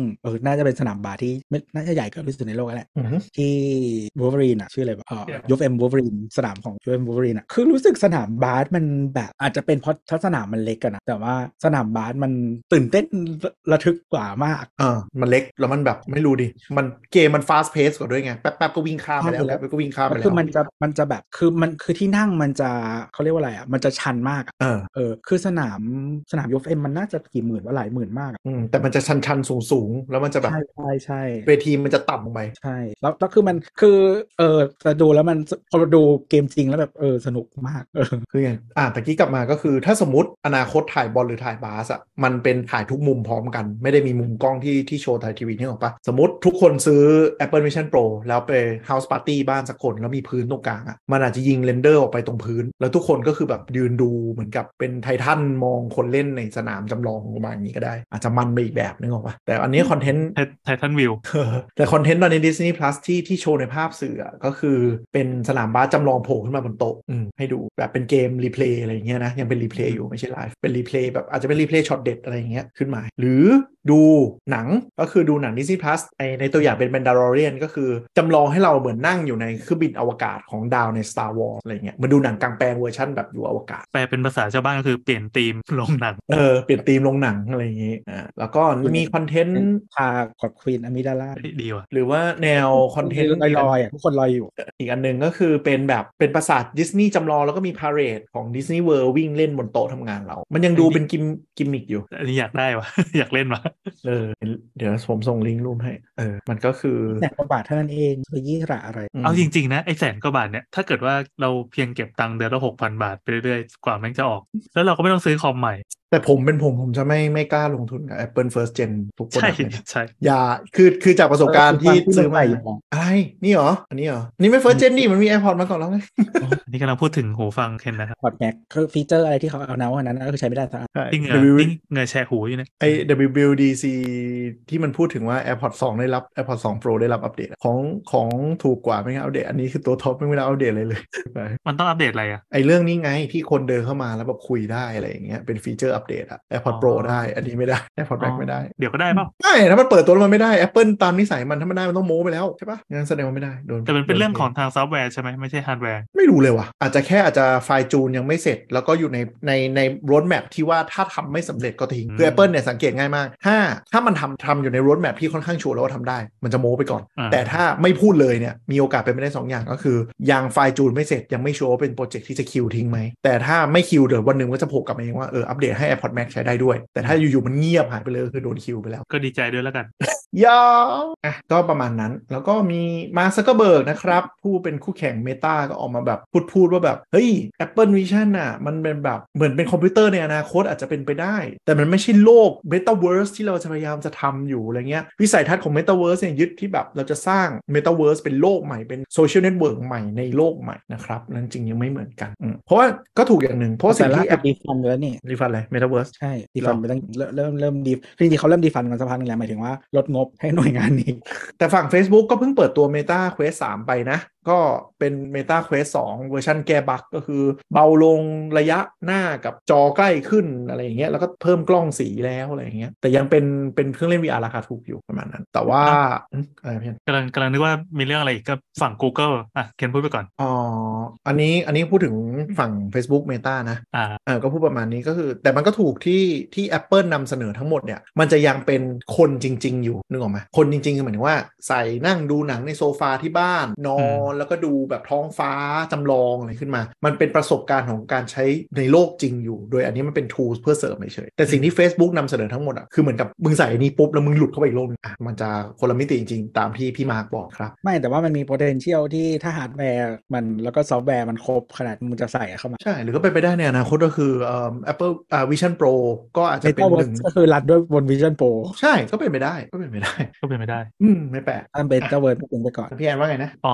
Speaker 2: น่าจะเป็นสนามบาสที่น่าจะใหญ่เกินที่สุดในโลกแล้วแหละ
Speaker 4: อือฮึ
Speaker 2: ที่วูล์ฟเวอรีนชื่ออะไรยูเอ็มวูล์ฟเวอรีนสนามของยูเอ็มวูล์ฟเวอรีนคือรู้สึกสนามบาสมันแบบอาจจะเป็นเพราะสนามมันเล็กกันนะแต่ว่าสนามบาสมันตื่นเต้นระทึกกว่ามาก
Speaker 4: มันเล็กแล้วมันแบบไม่รู้ดิมันเกมมันฟาสต์เพสกว่าด้วยไงแป๊บๆก็วิ่งข้ามไปแล้วก็วิ่งข้ามไปแล้ว
Speaker 2: คือมันจะแบบคือที่นั่งมันจะเขาเรียกว่าอะไรมันจะชันมากคือสนามยูเอ็มมันน่าจะกี่หมื่นว่าหลายหมื่นมาก
Speaker 4: แต่มันจะชันสูงแล้วมันจะแบบ
Speaker 2: ใช่
Speaker 4: เวทีมันจะต่ำลงไป
Speaker 2: ใช่แล้วคือมันคือจะดูแล้วมันพอดูเกมจริงแล้วแบบสนุกมาก
Speaker 4: คืออย่างตะกี้กลับมาก็คือถ้าสมมติอนาคตถ่ายบอลหรือถ่ายบาสมันเป็นถ่ายทุกมุมพร้อมกันไม่ได้มีมุมกล้องที่โชว์ถ่ายทีวีนี่หรอกปะสมมติทุกคนซื้อ Apple Vision Pro แล้วไป House Party บ้านสักคนแล้วมีพื้นตรงกลางมันอาจจะยิงเรนเดอร์ออกไปตรงพื้นแล้วทุกคนก็คือแบบยืนดูเหมือนกับเป็นไททันมองคนเล่นในสนามจำลองประมาณนี้ก็ได้อาจจะมันไปอีกแบบนึงออกปะแต่อันนี้คอนเทนต์
Speaker 3: ไททันวิว
Speaker 4: แต่คอนเทนต์ตอนนี้ Disney Plus ที่โชว์ในภาพสื่อก็คือเป็นสนามบาสจำลองโผล่ขึ้นมาบนโต๊ะให้ดูแบบเป็นเกมรีเพลย์อะไรอย่างเงี้ยนะยังเป็นรีเพลย์อยู่ไม่ใช่ไลฟ์เป็นรีเพลย์แบบอาจจะเป็นรีเพลย์ช็อตเด็ดอะไรอย่างเงี้ยขึ้นมาหรือดูหนังก็คือดูหนัง Disney Plus ในตัวอย่างเป็น Mandalorian ก็คือจำลองให้เราเหมือนนั่งอยู่ในเครื่องบินอวกาศของดาวใน Star Wars อะไรเงี้ยมาดูหนังกลางแปลงเวอร์ชั่นแบบอยู่อวกาศ
Speaker 3: แปลเป็นภาษาชาวบ้านก็คือเปลี่ยนธีมลงหนัง
Speaker 4: เปลี่ยนธีมลงหนังอะไรอย่างงี้แล้วก็มีคอนเทนต์
Speaker 2: พากับควีนอะมิดาล่า
Speaker 3: ดีว่ะ
Speaker 4: หรือว่าแนวคอนเทนต์
Speaker 2: ลอยทุกคนลอยอยู่
Speaker 4: อีกอันหนึ่งก็คือเป็นแบบเป็นปราสาทดิสนีย์จำลองแล้วก็มีพาเหรดของ Disney World วิ่งเล่นบนโต๊ะทำงานเรามันยังดูเป็นกิมมิกอยู่
Speaker 3: อันนี้อยากได้วะ อยากเล่นวะ
Speaker 4: เดี๋ยวผมส่งลิงก์รูปให้มันก็คือ
Speaker 2: 1,000 บาทเท่านั้นเองจะยี่ระอะไร
Speaker 3: เอาจริงๆนะไอ้100,000 กว่าบาทเนี่ยถ้าเกิดว่าเราเพียงเก็บตังค์เดือนละ 6,000 บาทไปเรื่อยๆกว่าแม่งจะออกแล้วเราก็ไม่ต้องซื้อคอมใหม่
Speaker 4: แต่ผมจะไม่กล้าลงทุนกับ Apple First Gen ทุกคน
Speaker 3: ใช่
Speaker 4: อย่าคือจากประสบการณ์ที่ซื้อมาอะไรนี่เหรออันนี้ไม่ First Gen นี่มันมี AirPods มาก่อนแล้วไง
Speaker 3: อันนี้กำลังพูดถึงหูฟังเคนนะครับ
Speaker 2: พอดแม็กคือฟีเจอร์อะไรที่เขาเอาอันนั้นก็คือใช้ไม่ได้สักอัน
Speaker 3: จริงเหรอเงยแชร์หูอยู่เนี่ย
Speaker 4: ไอ้ WWDC ที่มันพูดถึงว่า AirPods 2ได้รับ AirPods 2 Pro ได้รับอัปเดตของถูกกว่าไม่งั้นอัปเดตอันนี้คือตัวท็อปไม่ได้อัปเดตเลย
Speaker 3: มันต้องอัปเดตอะไร
Speaker 4: ไอ้เรื่องนี้ไงที่คนเดินเข้ามาแล้วแบบคุยได้อะไรอย่างเงี้ยเป็นฟีเจอร์อัปเดตAirPods Pro ได้อันนี้ไม่ได้ AirPods Max ไม่ได้
Speaker 3: เดี๋ยวก็ได้เปล่า
Speaker 4: ไม่ถ้ามันเปิดตัวแล้วมันไม่ได้ Apple ตามนิสัยมันถ้ามันได้มันต้องโม้ไปแล้วใช่ปะงั้นแสดงว่าไม่ได้
Speaker 3: แต่มันเป็นเรื่องของทางซอฟต์แวร์ใช่ไหมไม่ใช่ฮาร์ดแวร์
Speaker 4: ไม่รู้เลยว่ะอาจจะไฟล์จูนยังไม่เสร็จแล้วก็อยู่ในโรดแมปที่ว่าถ้าทำไม่สำเร็จก็ทิ้งคือ Apple เนี่ยสังเกตง่ายมากถ้ามันทำอยู่ในโรดแมปที่ค่อนข้างชัวร์แล้วว่าทำได้มันจะโม้ไปก่อนแต่ถ้าไม่พูดเลยเนี่ยมีโอกาสเป็นไปได้2อย่างก็คือยังไฟล์จูนไม่เสร็จยังไม่ชัวร์ว่าเป็นโปรเจกต์ที่จะคิวทิ้งไหมแต่ถ้าไม่คิวเดี๋ยววันหนึ่งก็จะโผล่กลับมาเองว่าอัปเดตให้ AirPods Max ใช้ได้ด้วยแต่ถ้าอยู่ๆมันเงียบหายไปเลยคือโดนคิวไปแล้ว
Speaker 3: ก็ดีใจด้วยแล้วกัน
Speaker 4: ยาวก็ประมาณนั้นแล้วก็มีมาร์ค ซักเคอร์เบิร์กนะครับผู้เป็นคู่แข่ง Meta ก็ออกมาแบบพูดว่าแบบเฮ้ย Apple Vision มันเป็นแบบเหมือนเป็นคอมพิวเตอร์ในอนาคตอาจจะเป็นไปได้แต่มันไม่ใช่โลก Metaverse ที่เราจะพยายามจะทำอยู่อะไรเงี้ยวิสัยทัศน์ของ Metaverse เนี่ยยึดที่แบบเราจะสร้าง Metaverse เป็นโลกใหม่เป็นโซเชียลเน็ตเวิร์กใหม่ในโลกใหม่นะครับนั่นจริงยังไม่เหมือนกันเพราะว่าก็ถูกอย่างหนึ่งเพราะสิ่งที่แอป
Speaker 2: ดีฟันแล้วนี่
Speaker 4: ดีฟันอะไร Metaverse
Speaker 2: ใช่ดีฟันไปตั้งเริ่มดีจริงๆเขาเริ่มดีฟันมาสักพักนึงแล้วหมายถึงว่าลดงบให้หน่วยงานนี้
Speaker 4: แต่ฝั่ง Facebook ก็เพิ่งเปิดตัว Meta Quest 3 ไปนะก็เป็น Meta Quest 2 เวอร์ชันแก้บั๊กก็คือเบาลงระยะหน้ากับจอใกล้ขึ้นอะไรอย่างเงี้ยแล้วก็เพิ่มกล้องสีแล้วอะไรอย่างเงี้ยแต่ยังเป็นเครื่องเล่น VR ราคาถูกอยู่ประมาณนั้นแต่ว่าอะไรเพี้ยน
Speaker 3: กำลังนึกว่ามีเรื่องอะไรอีกก็ฝั่ง Google เคนพูดไปก่อน
Speaker 4: อันนี้พูดถึงฝั่ง Facebook Meta นะก็พูดประมาณนี้ก็คือแต่มันก็ถูกที่ Apple นำเสนอทั้งหมดเนี่ยมันจะยังเป็นคนจริงๆอยู่นึกออกไหมคนจริงๆคือหมายถึงว่าใส่นั่งดูหนังในโซฟาที่บ้านนอนแล้วก็ดูแบบท้องฟ้าจำลองอะไรขึ้นมามันเป็นประสบการณ์ของการใช้ในโลกจริงอยู่โดยอันนี้มันเป็น tools เพื่อเสริมเฉยแต่สิ่งที่ Facebook นำเสนอทั้งหมดคือเหมือนกับมึงใส่อันนี้ปุ๊บแล้วมึงหลุดเข้าไปอีกโลกนึงมันจะคนละมิติจริงๆตามที่พี่มาร์คบอกครับ
Speaker 2: ไม่แต่ว่ามันมี potential ที่ถ้าฮาร์ดแวร์มันแล้วก็ซอฟต์แวร์มันครบขนาดมึงจะใส่เข้ามา
Speaker 4: ใช่หรือก็เป็นไปได้ในอนาคตก็คือApple Vision Pro ก็อาจจะเป็นหนึ่ง
Speaker 2: ก็คือรันด้วยบน Vision Pro
Speaker 4: ใช่ก็เป็นไปได้
Speaker 3: ไม่แปลก
Speaker 2: ถ้าเป็น Metaverse ก็เป็นไปก่อน
Speaker 4: พี่แอนว่าไงนะ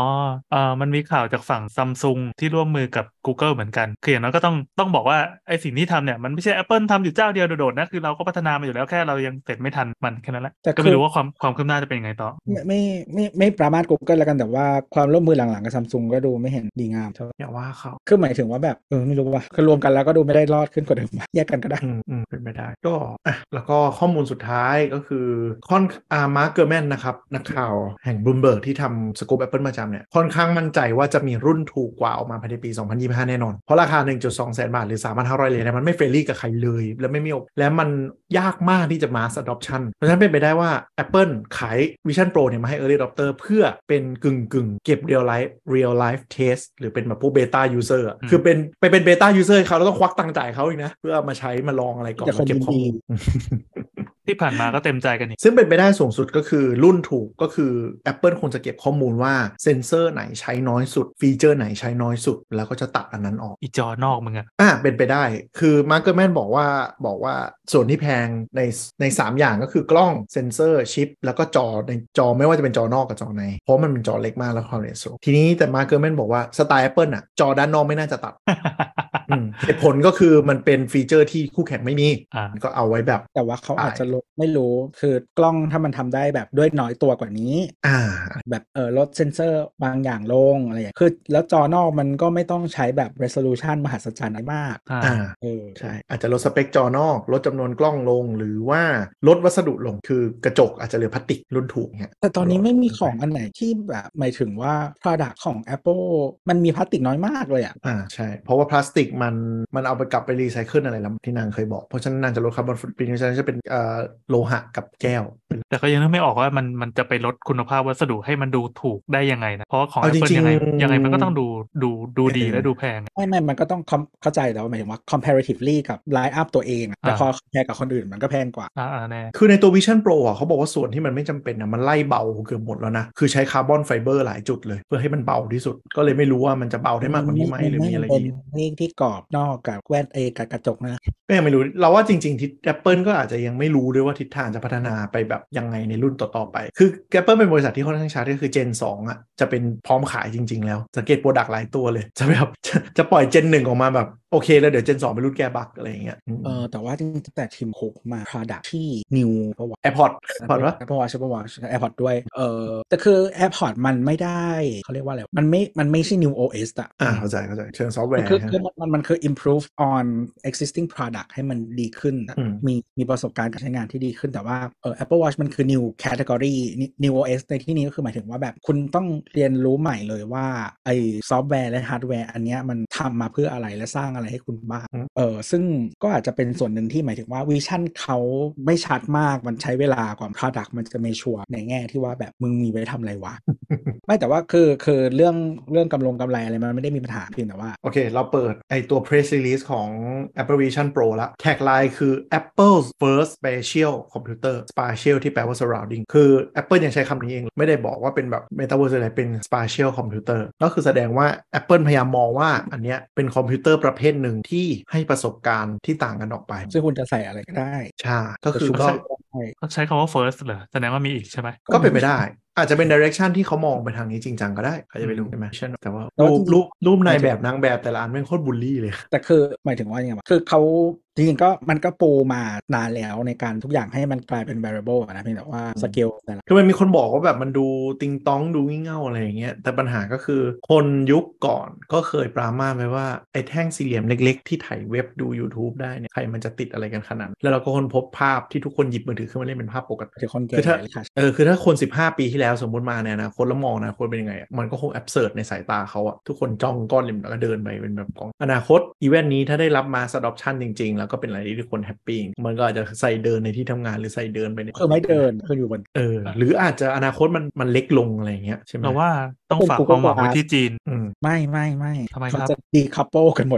Speaker 3: มันมีข่าวจากฝั่งซัมซุงที่ร่วมมือกับ Google เหมือนกันคืออย่างน้อยก็ต้องบอกว่าไอ้สิ่งที่ทำเนี่ยมันไม่ใช่ Apple ทำอยู่เจ้าเดียวโดดๆนะคือเราก็พัฒนามาอยู่แล้วแค่เรายังเสร็จไม่ทันมันแค่นั้นแหละ
Speaker 2: แต่
Speaker 3: ก็ไม่รู้ว่าความคืบหน้าจะเป็นยังไงต่อ
Speaker 2: ไม่ประมาท Google แล้วกันแต่ว่าความร่วมมือหลังๆกับ Samsung ก็ดูไม่เห็นดีงามเท่า
Speaker 4: อย่าว่าเขา
Speaker 2: คือหมายถึงว่าแบบไม่รู้ว่าคือรวมกันแล้วก็ดูไม่ได้รอดขึ้นกว่าเดิมแยกกันก็ได้
Speaker 4: เป็นไปได้ก็แล้วก็ข้อมูลสุดท้ายก็คือมาร์คเกอร์แมนนะครับนักข่าวแห่ง Bloomberg ที่ทำสกู๊ป Apple ประจำเนี่ยค่อนข้างมั่นใจว่าจะมีรุ่นถูกกว่าออกมาภายในปี 2025 แน่นอนเพราะราคา 1.2 แสนบาทหรือ 3,500 เหรียญมันไม่เฟรนลี่กับใครเลยแล้วไม่มีและมันยากมากที่จะ mass adoption เพราะฉะนั้นเป็นไปได้ว่า Apple ขาย Vision Pro เนี่ยมาให้ early adopter เพื่อเป็นกึ่งเก็บ real life test หรือเป็นแบบพวก beta user คือเป็น beta user เขาแล้วต้องควักตังค์จ่ายเขาอีกนะเพื่อมาใช้มาลองอะไรก่อนแล้วเก็บข้อมูล
Speaker 3: ที่ผ่านมาก็เต็มใจกันอีก
Speaker 4: ซึ่งเป็นไปได้สูงสุดก็คือรุ่นถูกก็คือ Apple คงจะเก็บข้อมูลว่าเซนเซอร์ไหนใช้น้อยสุดฟีเจอร์ไหนใช้น้อยสุดแล้วก็จะตัดอันนั้นออก
Speaker 3: อีจอนอกมึง
Speaker 4: เป็นไปได้คือมาร์เกอร์แมนบอกว่าส่วนที่แพงใน3อย่างก็คือกล้องเซนเซอร์ชิปแล้วก็จอในจอไม่ว่าจะเป็นจอนอกกับจอในเพราะมันเป็นจอเล็กมากแล้วความเร็วสูงทีนี้แต่มาร์เกอร์แมนบอกว่าสไตล์ Apple อ่ะจอด้านนอกไม่น่าจะตัดเหตุผลก็คือมันเป็นฟีเจอร์ที่คู่แข่งไม่มีก็เอาไว้แบบ
Speaker 2: แต่ว่าเขาอาจจะไม่รู้คือกล้องถ้ามันทำได้แบบด้วยน้อยตัวกว่านี้แบบลดเซนเซอร์บางอย่างลงอะไรอย่างคือแล้วจอนอกมันก็ไม่ต้องใช้แบบ resolution มหัศจรรย์มาก
Speaker 4: ใช่อาจจะลดสเปคจอนอกลดจำนวนกล้องลงหรือว่าลดวัสดุลงคือกระจกอาจจะเหลือพลาสติกรุ่นถูกเนี่ย
Speaker 2: แต่ตอนนี้ไม่มีของอันไหนที่แบบหมายถึงว่า product ของ Apple มันมีพลาสติกน้อยมากเลย
Speaker 4: ใช่เพราะว่าพลาสติกมันเอาไปกลับไปรีไซเคิลอะไรแล้วที่นางเคยบอกเพราะฉะนั้นนางจะลดคาร์บอนฟุตพริ้นท์ฉะนั้นจะเป็นโลหะกับแก้ว
Speaker 3: แต่ก็ยังนึกไม่ออกว่ามันจะไปลดคุณภาพวัสดุให้มันดูถูกได้ยังไงนะเพราะของ Apple ยังไงมันก็ต้องดูดีและดูแพง
Speaker 2: ไม่มันก็ต้องเข้าใจแต่ว่าหมายถึงว่า comparatively กับ line up ตัวเองแต่พอแพงกับคนอื่นมันก็แพงกว่า
Speaker 3: แน่
Speaker 4: คือในตัว Vision Pro เขาบอกว่าส่วนที่มันไม่จำเป็นมันไล่เบาเกือบหมดแล้วนะคือใช้คาร์บอนไฟเบอร์หลายจุดเลยเพื่อให้มันเบาที่สุดก็เลยไม่รู้ว่ามันจะเบาได้มากกว่านี้ไหมหรือมีอะไรอี
Speaker 2: กที่กรอบนอกกับแว่นกับกระจกนะ
Speaker 4: ก็ยังไม่รู้เราว่าจริงๆที่ Apple ก็อาจจะยังไม่รู้ด้วยว่าทิศทางจะพัฒนาไปแบบยังไงในรุ่นต่อๆไปคือ Apple เป็นบริษัทที่ค่อนข้างช้าก็คือ Gen 2จะเป็นพร้อมขายจริงๆแล้วสังเกตโปรดักต์หลายตัวเลยจะแบบจะปล่อย Gen 1ออกมาแบบโอเคแล้วเดี๋ยว Gen 2เป็นรุ่นแก้บั๊กอะไรอย่างเงี้ย
Speaker 2: แต่ว่าจริงๆแต่ทีมคุกมา product ที่ new
Speaker 4: AirPods วะ
Speaker 2: Apple Watch AirPods ด้วยแต่คือ AirPods มันไม่ได้เขาเรียกว่าอะไรมันไม่ใช่ new OS
Speaker 4: เข้าใจเชิงซอฟต์แวร์
Speaker 2: คือมันคือ improve on existing product ให้มันดีขึ้นมีประสบการณ์การใช้งานที่ดีขึ้นแต่ว่าApple Watch มันคือ new category new OS ในที่นี้ก็คือหมายถึงว่าแบบคุณต้องเรียนรู้ใหม่เลยว่าไอ้ซอฟต์แวร์และฮาร์ดแวร์อันเนี้ยมันทำมาเพื่ออะไรและสร้างอะไรให้คุณบ้างซึ่งก็อาจจะเป็นส่วนหนึ่งที่หมายถึงว่าวิชั่นเขาไม่ชัดมากมันใช้เวลากว่า product มันจะไม่ชัวร์ในแง่ที่ว่าแบบมึงมีไว้ทำอะไรวะ ไม่แต่ว่าคือเรื่องกำไรอะไรมันไม่ได้มีปัญหาเพียงแต่ว่า
Speaker 4: โอเคเราเปิดไอตัว press release ของ Apple Vision Pro ละแท็กไลน์คือ Apple's first spatial computer spatial ที่แปลว่า surrounding คือ Apple ยังใช้คำนี้เองไม่ได้บอกว่าเป็นแบบ metaverse อะไรเป็น spatial computer ก็คือแสดงว่า Apple พยายามมองว่าอันเนี้ยเป็นคอมพิวเตอร์ประเภทหนึ่งที่ให้ประสบการณ์ที่ต่างกันออกไป
Speaker 2: ซึ่งคุณจะใส่อะไรก็ได้
Speaker 4: ใช่ก็คือ
Speaker 3: ก็ใช้คำว่า first เหรอแสดงว่ามีอีกใช่ไหม
Speaker 4: ก็เป็นไปได้อาจจะเป็น direction ที่เขามองไปทางนี้จริงจังก็ได้ใครจะไปรู้ใช่ไหมแต่ว่ารูปนายแบบนางแบบแต่ละอันไม่โคตรบูลลี่เลย
Speaker 2: แต่คือหมายถึงว่ายังไงคือเขาจริงๆก็มันก็ปูมานานแล้วในการทุกอย่างให้มันกลายเป็น variable นะเพียงแต่ว่าสเกลแต่ละ
Speaker 4: คือมันมีคนบอกว่าแบบมันดูติงต้องดูงี่เง่าอะไรอย่างเงี้ยแต่ปัญหาก็คือคนยุคก่อนก็เคยปรามาสไว้ว่าไอ้แท่งสี่เหลี่ยมเล็กๆที่ถ่ายเว็บดู YouTube ได้เนี่ยใครมันจะติดอะไรกันขนาดแล้วเราก็ค้นพบภาพที่ทุกคนหยิบมือถือขึ้นมาเล่นเป็นภาพปกติคือถ้าคน15 ปีที่แล้วสมมติมาเนี่ยนะคนละมองนะคนเป็นยังไงมันก็คงแอบเสิร์ตในสายตาเขาอะทุกคนจ้องก้อนริมแล้วก็เดินไปเป็นแบบของอนาคตอีเวนต์นี้ถ้าได้รับมา adoption จริงๆแล้วก็เป็นอะไรที่ทุกคนแฮปปี้มันก็อาจจะใส่เดินในที่ทำงานหรือใส่เดินไป
Speaker 2: คือไม่เดินคืออยู่บน
Speaker 4: หรืออาจจะอนาคตมันเล็กลงอะไรอย่างเงี้ยใช่ไหม
Speaker 3: เราว่าต้องฝากความหวังไว้ที่จีน
Speaker 2: ไม่
Speaker 3: ทำไม
Speaker 2: เขา
Speaker 3: ครับ
Speaker 2: จะดีคัพเปิลกันหมดแล้ว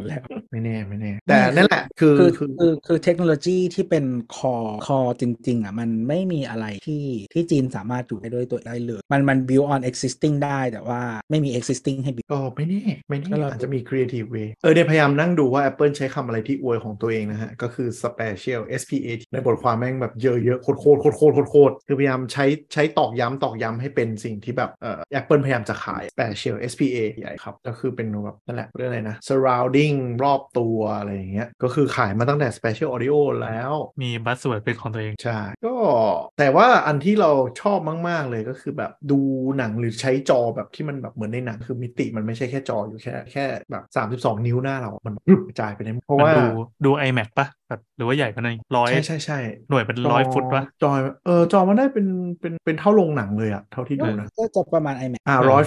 Speaker 4: ไม่แน่แต่นั่นแหละ
Speaker 2: คือเทคโนโลยีที่เป็นคอจริงๆอ่ะมันไม่มีอะไรที่จีนสามารถอยู่ได้ด้วยตัวได้เลยมัน build on existing ได้แต่ว่าไม่มี existing ให้ build
Speaker 4: ก็ไม่แน่อาจจะมี creative way เนี่ยพยายามนั่งดูว่า Apple ใช้คำอะไรที่อวยของตัวเองนะฮะก็คือ special SPA ในบทความแม่งแบบเยอะๆโคตรคือพยายามใช้ตอกย้ำให้เป็นสิ่งที่แบบApple พยายามจะขาย special SPA ใหญ่ครับก็คือเป็นแบบนั่นแหละเรื่องอะไรนะ surrounding รอบตัวอะไรอย่างเงี้ยก็คือขายมาตั้งแต่ special audio แล้ว
Speaker 3: มีบัสเวิร์ดเป็นของตัวเอง
Speaker 4: ใช่ก็แต่ว่าอันที่เราชอบมากๆเลยก็คือแบบดูหนังหรือใช้จอแบบที่มันแบบเหมือนในหนังคือมิติมันไม่ใช่แค่จออยู่แค่แบบ32นิ้วหน้าเรามันกระจายไปได้เพราะว่า
Speaker 3: ดู iMac ปะแบบหรือว่าใหญ่กว่านั้น
Speaker 4: ใช่
Speaker 3: หน่วยเป็น100 ฟุตปะ
Speaker 4: จอมันได้เป็นเท่าโรงหนังเลยอะเท่าที่ดูนะ
Speaker 2: ก็จะประมาณ iMac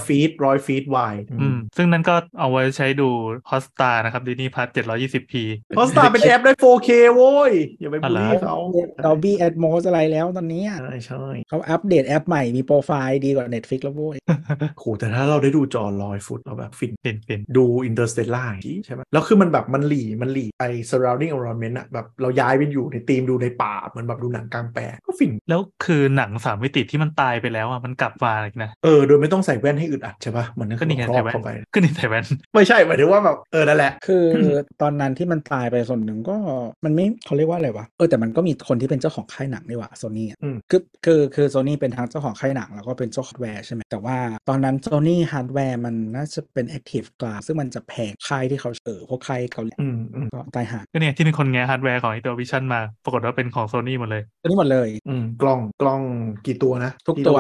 Speaker 4: 100 ฟีตวาย
Speaker 3: ซึ่งนั้นก็เอาไว้ใช้ดู Hotstar นะครับ Disney Plus 720p
Speaker 4: Hotstar เป็นแอปได้ 4K โว้ยอย่าไปบูลลี่เขา
Speaker 2: Dolby Atmos อะไรแล้วตอนนี้
Speaker 4: ใช่
Speaker 2: เขาอัปเดตแอปใหม่มีโปรไฟล์ดีกว่า Netflix แล้วโว้ย
Speaker 4: โหแต่ถ้าเราได้ดูจอ100 ฟุตเราแบบฟินดู Interstellar ใช่ไหมแล้วคือมันแบบมันหลีไอ surrounding environment อะแบบเราย้ายไปอยู่ในธีมดูในป่าเหมือนแบบดูหนังกลางแปลงก็ฟิน
Speaker 3: แล้วคือหนัง3 มิติที่มันตายไปแล้วอ่ะมันกลับมาอีกนะ
Speaker 4: โดยไม่ต้องใส่แว่นให้อึดอัดใช่ปะเหมือนนั่นคือครอบเข้าไป
Speaker 3: ก็นี่ใส่แว่น
Speaker 4: ไม่ใช่หมายถึงว่าแบบนั่นแหละ
Speaker 2: คือตอนนั้นที่มันตายไปส่วนหนึ่งก็มันไม่เขาเรียกว่าอะไรวะแต่มันก็มีคนที่เป็นเจ้าของค่ายหนังนี่หว่าโซนี่คือโซนี่เป็นทั้งเจ้าของค่ายหนังแล้วก็เป็นเจ้าฮาร์ดแวร์ใช่ไหมแต่ว่าตอนนั้นโซนี่ฮาร์ดแวร์มันน่าจะเป็น Active Glass ซึ่งมันจะแพงค่ายที่เขาพวกค่ายเกาหลีก็ตายห่า
Speaker 3: ก็เนี่ยที่เป็นคนแง้ฮาร์ดแวร์ของ Intellivision มาปรากฏว่าเป็นของ Sony หมดเลย
Speaker 2: ตัวนี้หมดเลย
Speaker 4: กล้องกี่ตัวนะ
Speaker 2: ทุกตัว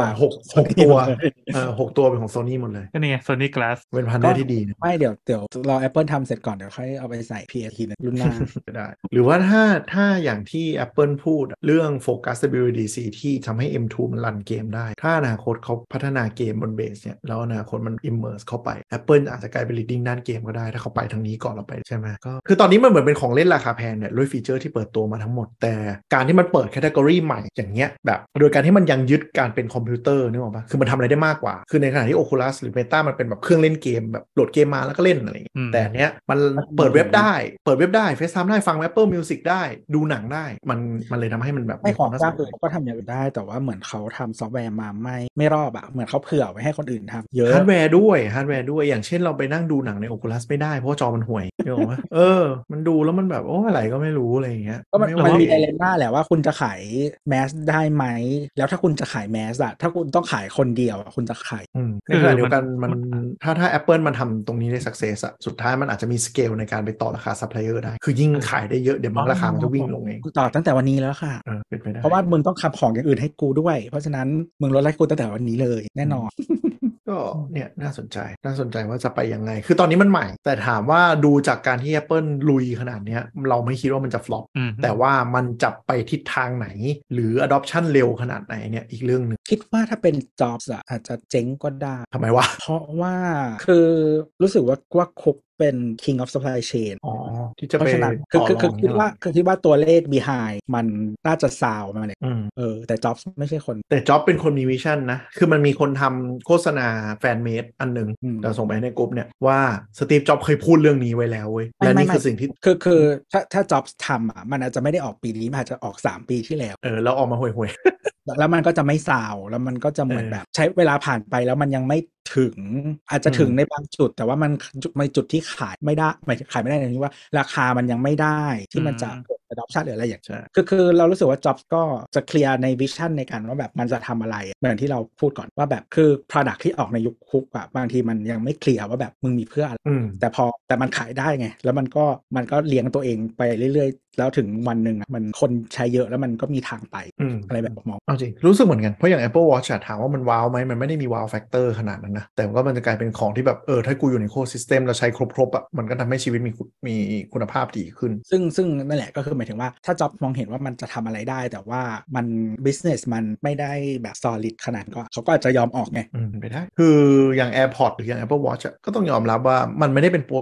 Speaker 4: 6 ตัว6 ตัวเป็นของ Sony หมดเลย
Speaker 3: ก็นี่ไง Sony Glass
Speaker 4: เป็นพันธุ์ได้ที่ดีนะ
Speaker 2: ไม่เดี๋ยวรอ Apple ทำเสร็จก่อนเดี๋ยวค่อยเอาไปใส่ PAT รุ่นหน้า
Speaker 4: ได้หรือว่าถ้าอย่างที่ Apple พูดเรื่อง Focus WWDC ที่ทำให้ M2 มันรันเกมได้ถ้าอนาคตเขาพัฒนาเกมบนเบสเนี่ยแล้วอนาคตมัน immerse เข้าไป Apple อาจจะกลายเป็น leading ด้านเกมก็ได้ถ้าเขาไปทางนี้ก่อนเราไปใช่ไหมก็คือตอนนี้มันเหมือนเป็นของเล่นราคาแพงเนี่ยด้วยฟีเจอร์ที่เปิดตัวมาทั้งหมดแต่การที่มันเปิดแคตตากรีใหม่อย่างเงี้ยแบบโดยการที่มันยังยึดการเป็นคอมพิวเตอร์นึกออกปะคือมันทำอะไรได้มากกว่าคือในขณะที่ Oculus หรือ Meta มันเป็นแบบเครื่องเล่นเกมแบบโหลดเกมมาแล้วก็เล่นอะไรอย่างเงี้ยแต่เนี้ยมันเปิดเว็บได้FaceTime ได้ฟัง Apple Music ได้ดูหนังได้มันเลยทำให้มันแบบ
Speaker 2: ไม่ของเจ้าอื่นก็ทำอย่างอื่นได้แต่ว่าเหมือนเขาทำซอฟต์แวร์มาไม่รอบเหมือนเขาเผื่อไว้ให้คนอื่นทำเยอะ
Speaker 4: ฮาร์ดแวร์ด้วยอย่างเช่นเราไปนั่งดูหนังใน Oculus ไม่ได้เพราะจอมันห่วยเห็นไหมมันดูแล้วมันแบบอะไรก็ไม่รู้อะไรอย่างเงี้ย
Speaker 2: ก็มันมีไดเลม่าแหละว่าคุณจะขายแมสได้ไหมแล้วถ้าคุณจะขายแมสถ้าคุณต้องขายคนเดียวคุณจะขาย
Speaker 4: ในขณะเดียวกันมันถ้า Apple มันทำตรงนี้ได้ success สุดท้ายมันอาจจะมีสเกลในการไปต่อราคาซัพพลายเออร์ได้คือยิ่งขายได้เยอะเดี๋ยวมันราคามันจะวิ่งลงเอง
Speaker 2: ต่อตั้งแต่วันนี้แล้วค่ะ
Speaker 4: เป็นไปได้
Speaker 2: เพราะว่ามึงต้องขับของอย่างอื่นให้กูด้วยเพราะฉะนั้นมึงลดให้กูตั้งแต่วันนี้เลยแน่นอน
Speaker 4: ก็เนี่ยน่าสนใจว่าจะไปยังไงคือตอนนี้มันใหม่แต่ถามว่าดูจากการที่ Apple ลุยขนาดนี้เราไม่คิดว่ามันจะฟลอปแต่ว่ามันจะไปทิศทางไหนหรือ adoption เร็วขนาดไหนเนี่ยอีกเรื่องนึง
Speaker 2: คิดว่าถ้าเป็น Jobs อาจจะเจ๊งก็ได้
Speaker 4: ทำไมวะ
Speaker 2: เพราะว่าคือรู้สึกว่าคุกเป็น King of Supply Chain
Speaker 4: ที่จะไป
Speaker 2: คิดว่าตัวเลข behind มันน่าจะซาวมาเลยแต่ Jobs ไม่ใช่คน
Speaker 4: แต่ Jobs เป็นคนมีวิชั่นนะคือมันมีคนทำโฆษณาแฟนเมดอันหนึ่งเราส่งไปในกลุ่มเนี่ยว่าสตีฟ จ็อบส์เคยพูดเรื่องนี้ไว้แล้วเว้ยและนี่คือสิ่งที่
Speaker 2: คือถ้า Jobs ทำมันอาจจะไม่ได้ออกปีนี้มันอาจจะออก3 ปีที่แล้ว
Speaker 4: แล้วออกมาห่วย
Speaker 2: แล้วมันก็จะไม่ซาวแล้วมันก็จะเหมือนแบบใช้เวลาผ่านไปแล้วมันยังไม่ถึงอาจจะถึงในบางจุดแต่ว่ามันจุดที่ขายไม่ได้หมายถึงขายไม่ได้ในที่ว่าราคามันยังไม่ได้ที่มันจะเกิด adoption หรืออะไรอย่างเงี้ยคือเรารู้สึกว่า Jobs ก็จะเคลียร์ในวิชั่นในการว่าแบบมันจะทำอะไรเหมือนที่เราพูดก่อนว่าแบบคือ product ที่ออกในยุคคุกบางทีมันยังไม่เคลียร์ว่าแบบมึงมีเพื่ออะไรแต่มันขายได้ไงแล้วมันก็เลี้ยงตัวเองไปเรื่อยๆแล้วถึงวันหนึ่งมันคนใช้เยอะแล้วมันก็มีทางไปอะไรแบบมอง
Speaker 4: เอาจริงรู้สึกเหมือนกันเพราะอย่าง Apple Watch ถามว่ามันว้าวไหมมันไม่ได้มีว้าวแฟกเตอร์ขนาดนั้นนะแต่ก็มันจะกลายเป็นของที่แบบถ้ากูอยู่ในโคซิสเต็มแล้วใช้ครบมันก็ทำให้ชีวิตมีคุณภาพดีขึ้น
Speaker 2: ซึ่งนั่นแหละก็คือหมายถึงว่าถ้าจ็อบมองเห็นว่ามันจะทำอะไรได้แต่ว่ามัน business มันไม่ได้แบบ solid ขนาดก็เขาก็อาจจะยอมออกไง
Speaker 4: ไปได้คืออย่าง AirPods หรืออย่าง Apple Watch ก็ต้องยอมรับว่ามันไม่ได้เป็น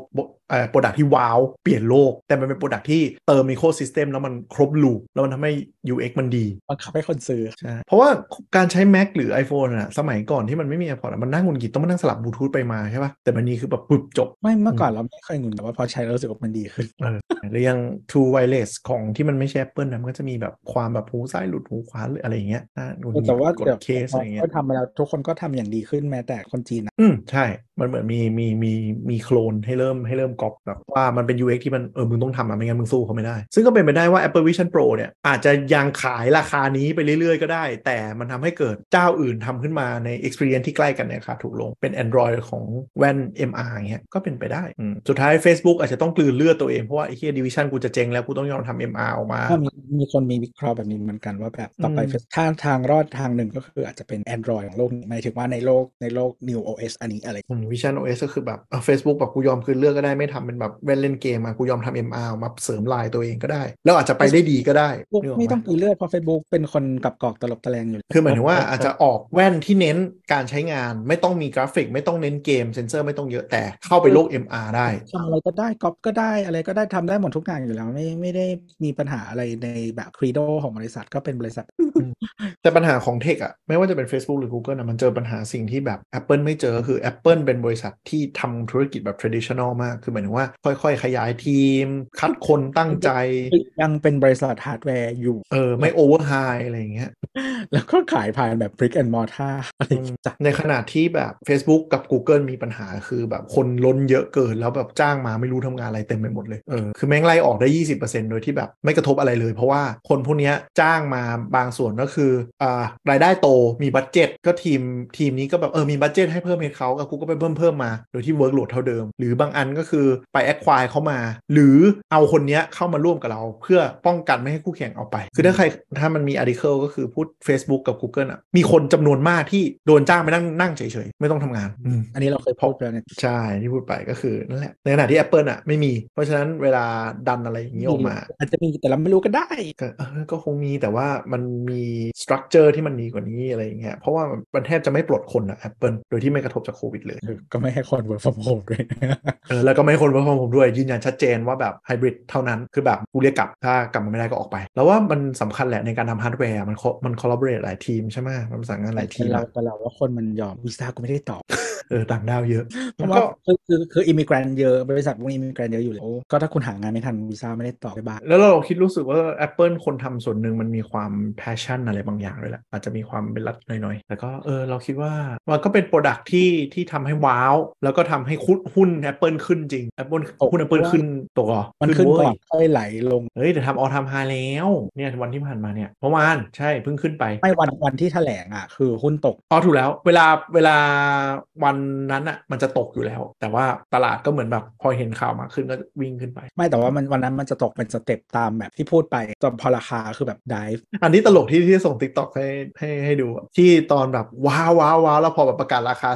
Speaker 4: โปรดักที่ว้าวเปลี่ยนโลกแต่มันเป็นโปรดักที่เติมอีโคซิสเต็มแล้วมันครบลูปแล้วมันทำให้ UX มันดี
Speaker 2: บังคับให้คนซื้อ
Speaker 4: ใช่เพราะว่าการใช้ Mac หรือ iPhone อะสมัยก่อนที่มันไม่มี AirPods มันนั่งหงุดหงิดต้องมานั่งสลับบลูทูธไปมาใช่ป่ะแต่มันนี้คือแบบปึ๊บจบ
Speaker 2: ไม่เมื่อก่อนเราไม่เคยงุนแต่ว่าพอใช้แล้วรู้สึกว่ามันดีขึ้น
Speaker 4: หรือยัง True Wireless ของที่มันไม่ใช่ Apple นะมันก็จะมีแบบความแบบหูซ้ายหลุดหูขวาหรืออะไรอย่างเงี้ยหงุดหงิ
Speaker 2: แต่
Speaker 4: ด
Speaker 2: ว่า
Speaker 4: กดเคสอะไรเงี้ย
Speaker 2: ก็ทำมาแล้วทุกคนก็ทำอย่างดีขึ้นแม้แต่คนจีนนะ
Speaker 4: ใช่มันเหมือนมีโคลนให้เริ่มก๊อปแบบว่ามันเป็น UX ที่มันมึงต้องทำไม่งั้นมึงสู้เขาไม่ได้ซึ่งก็เป็นไปได้ว่า Apple Vision Pro เนี่ยอาจจะยังขายราคานี้ไปเรื่อยๆก็ได้แต่มันทำให้เกิดเจ้าอื่นทำขึ้นมาใน experience ที่ใกล้กันเนี่ยค่ะถูกลงเป็น Android ของแว่น MR อย่างเงี้ยก็เป็นไปได้สุดท้าย Facebook อาจจะต้องกลืนเลือดตัวเองเพราะว่าไอ้เหี้ย Division กูจะเจ๊งแล้วกูต้องยอมทำ MR ออกมา
Speaker 2: มีคนมีวิเคราะห์แบบนี้เหมือนกันว่าแบบต่อไปทางรอดทางหนึ่งก็คืออาจจะเป็น Android ของโลกนี้หมายถึงว่าในโลก New OS อันนี้อะไร
Speaker 4: Vision OS ก็คือแบบ Facebook แบบกูยอมคืนเลือกก็ได้ไม่ทำเป็นแบบแว่นเล่นเกมกูยอมทำ MR มาเสริมลายตัวเองก็ได้แล้วอาจจะไปได้ดีก็ได้
Speaker 2: ไม่ต้องคืนเลือกเพราะ Facebook เป็นคนกับกอกตลบตะแลงอยู่
Speaker 4: คือหมายถึงว่าอาจจะออกแว่นที่เน้นการใช้งานไม่ต้องมีกราฟิกไม่ต้องเน้นเกมเซนเซอร์ไม่ต้องเยอะแต่เข้าไปโลก MR ได้
Speaker 2: ทำอะไรก็ได้ก๊อปก็ได้อะไรก็ได้ทำได้หมดทุกอย่างอยู่แล้วไม่ได้มีปัญหาอะไรในแบบครีโดของบริษัทก็เป็นบริษัท
Speaker 4: แต่ปัญหาของเทคไม่ว่าจะเป็น Facebook หรือ Google มันเจอปัญหาสิ่งที่แบบ Apple ไม่เจอคือ Apple เป็นบริษัทที่ทำธุรกิจแบบ traditional มากคือหมายถึงว่าค่อยๆขยายทีมคัดคนตั้งใจ
Speaker 2: ยังเป็นบริษัทฮาร์ดแวร์อยู่
Speaker 4: ไม่ overhire อะไรอย่างเงี้ย
Speaker 2: แล้วก็ขายผ่านแบบ brick and mortar อะไร
Speaker 4: ในขณะที่แบบ Facebook กับ Google มีปัญหาคือแบบคนล้นเยอะเกินแล้วแบบจ้างมาไม่รู้ทำงานอะไรเต็มไปหมดเลยคือแม่งไล่ออกได้ 20% โดยที่แบบไม่กระทบอะไรเลยเพราะว่าคนพวกนี้จ้างมาบางส่วนก็คือรายได้โตมีบัดเจ็ตก็ทีมนี้ก็แบบมีบัดเจ็ตให้เพิ่มให้เขากูก็ไปเพิ่มมาโดยที่เวิร์กโหลดเท่าเดิมหรือบางอันก็คือไปแอคควายเข้ามาหรือเอาคนนี้เข้ามาร่วมกับเราเพื่อป้องกันไม่ให้คู่แข่งเอาไปคือถ้ามันมี article ก็คือพูด Facebook กับ Google มีคนจำนวนมากที่โดนจ้างไปนั่งเฉยๆไม่ต้องทำงาน
Speaker 2: อันนี้เราเคยพูดไปแล้ว
Speaker 4: ใช่ที่พูดไปก็คือนั่นแหละในขณะที่ Apple ไม่มีเพราะฉะนั้นเวลาดันอะไรอย่างนี้ออกมา
Speaker 2: อาจจะมีแต่เราไม่รู้ก็ได้
Speaker 4: ก็คงมีแต่ว่ามันมีสตรัคเจอร์ที่มันดีกว่านี้อะไรอย่างเงี้ยเพราะว่ามันแทบจะไม่ปลดคนApple โดยที่ไม่กระทบจากโควิดเลย
Speaker 2: ก็ไม่ให้คน work from home ด้วย
Speaker 4: แล้วก็ไม่ให้คน work from home ด้วยยืนยันชัดเจนว่าแบบไฮบริดเท่านั้นคือแบบกูเรียกกลับถ้ากลับมาไม่ได้ก็ออกไปแล้วว่ามันสำคัญแหละในการทำฮาร์ดแวร์มันคอลลาบอเรทหลายทีมใช่ไหมมันประสานงานหลายทีม
Speaker 2: แต่เราว่าคนมันยอมวีซ่ากูไม่ได้ตอบ
Speaker 4: ต่างดาวเยอะ
Speaker 2: เพราะว่าคืออิมิเกรนต์เยอะบริษัทพวกอิมิเกรนต์เยอะอยู่แล้วก็ถ้าคุณหางานไม่ทันวีซ่าไม่ได้ตอบไปบ้าง
Speaker 4: แล้วเรารู้สึกว่า Apple คนทำส่วนหนึ่งมันมีความ passion อะไรบางอย่างเลยแหละอาจจะมีความเป็นรัฐหน่อยๆแต่ก็เราคิดว่ามันก็เป็นโปรดักที่ทำให้ว้าวแล้วก็ทำให้หุ้น Apple ขึ้นจริง หุ้น Apple ขึ้นตกหรอ
Speaker 2: มันขึ้นก่อนค่อยไหลลง
Speaker 4: แต่ทำออทำไฮแล้วเนี่ยวันที่ผ่านมาเนี่ยเมื่อวานใช่เพิ่งขึ้นไป
Speaker 2: ไม่วันที่แถลงคือหุ้นตก
Speaker 4: ถูกแล้วเวลาวันนั้นมันจะตกอยู่แล้วแต่ว่าตลาดก็เหมือนแบบพอเห็นข่าวมาขึ้นก็วิ่งขึ้นไป
Speaker 2: ไม่แต่ว่าวันนั้นมันจะตกเป็นสเต็ปตามแบบที่พูดไปจนพอราคาคือแบบไดฟ์
Speaker 4: อันนี้ตลกที่ส่ง TikTok ให้ดูที่ตอนแบบว้าวแล้วพอแบบประกาศราคา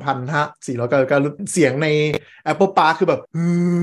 Speaker 4: 3,499 เสียงใน Apple Park คือแบบ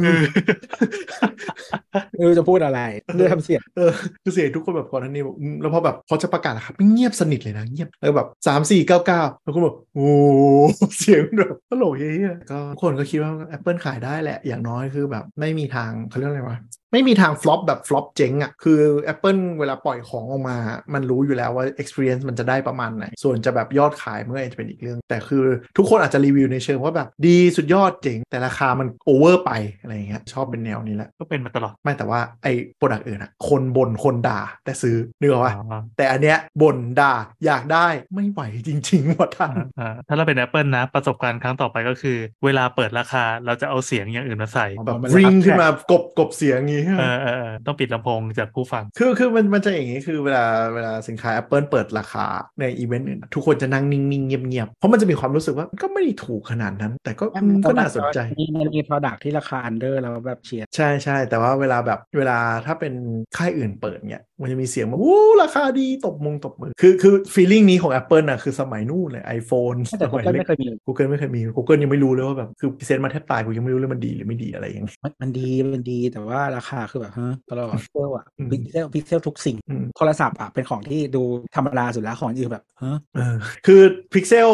Speaker 2: จะพูดอะไรเรื่องทำเสียง
Speaker 4: คือเสียงทุกคนแบบก่อนหน้านี้แล้วพอจะประกาศราคาเงียบสนิทเลยนะเงียบแล้วแบบ3,499แล้วก็แบบโอ้เสียงแบบตลกเหี้ยก็ทุกคนก็คิดว่า Apple ขายได้แหละอย่างน้อยคือแบบไม่มีทางเขาเรียกอะไรวะไม่มีทางฟลอปแบบฟลอปเจ๊งคือ Apple เวลาปล่อยของออกมามันรู้อยู่แล้วว่า experience มันจะได้ประมาณไหนส่วนจะแบบยอดขายเมื่อไหร่จะเป็นอีกเรื่องแต่คือทุกคนอาจจะรีวิวในเชิงว่าแบบดีสุดยอดเจ๋งแต่ราคามันโอเวอร์ไปอะไรอย่างเงี้ยชอบเป็นแนวนี้แหละ
Speaker 3: ก็เป็นมาตลอด
Speaker 4: ไม่แต่ว่าไอ้โปรดักต์อื่นคนบ่นคนด่าแต่ซื้อเนื้อว่าแต่อันเนี้ยบ่นด่าอยากได้ไม่ไหวจริงๆว่าท่าน
Speaker 3: ถ้าเราเป็น Apple นะประสบการณ์ครั้งต่อไปก็คือเวลาเปิดราคาเราจะเอาเสียงอย่างอื่นมาใส่
Speaker 4: แบบริงขึ้นมากบเสียงงี้
Speaker 3: ต้องปิดลำโพงจากผู้ฟัง
Speaker 4: คือมันจะอย่างนี้คือเวลาสินค้า Apple เปิดราคาในอีเวนต์อื่นทุกคนจะนั่งนิ่งๆเงียบๆเพราะมันจะมีความรู้สึกว่าก็ไม่ได้ถูกขนาดนั้นแต่ก็น่าสนใจ
Speaker 2: มันมี product ที่ราคา under แล้วแบบเชียร์
Speaker 4: ใช่แต่ว่าเวลาถ้าเป็นค่ายอื่นเปิดเนี่ยมันจะมีเสียงแบบราคาดีตบมือคือ feeling นี้ของ Apple น่ะคือสมัยนู่นเลย iPhone
Speaker 2: แต่
Speaker 4: สมัย
Speaker 2: Google
Speaker 4: เล็ก
Speaker 2: ไม่เคยมี
Speaker 4: Google ไม่เคยมี Google ยังไม่รู้เลยว่าแบบคือพรีเซนต์มาแทบตายกูยังไม่รู้เลยมันดีหรือไม่ดีอะไรอย่างเงี้ย
Speaker 2: มันดีแต่ว่าราคาคือแบบตลอดพิกเซลอ่ะ
Speaker 4: อืม
Speaker 2: พิกเซลทุกสิ่งโทรศัพท์อ่ะเป็นของที่ดูธรรมดาสุดแล้วของอื่นแบบ
Speaker 4: คือ Pixel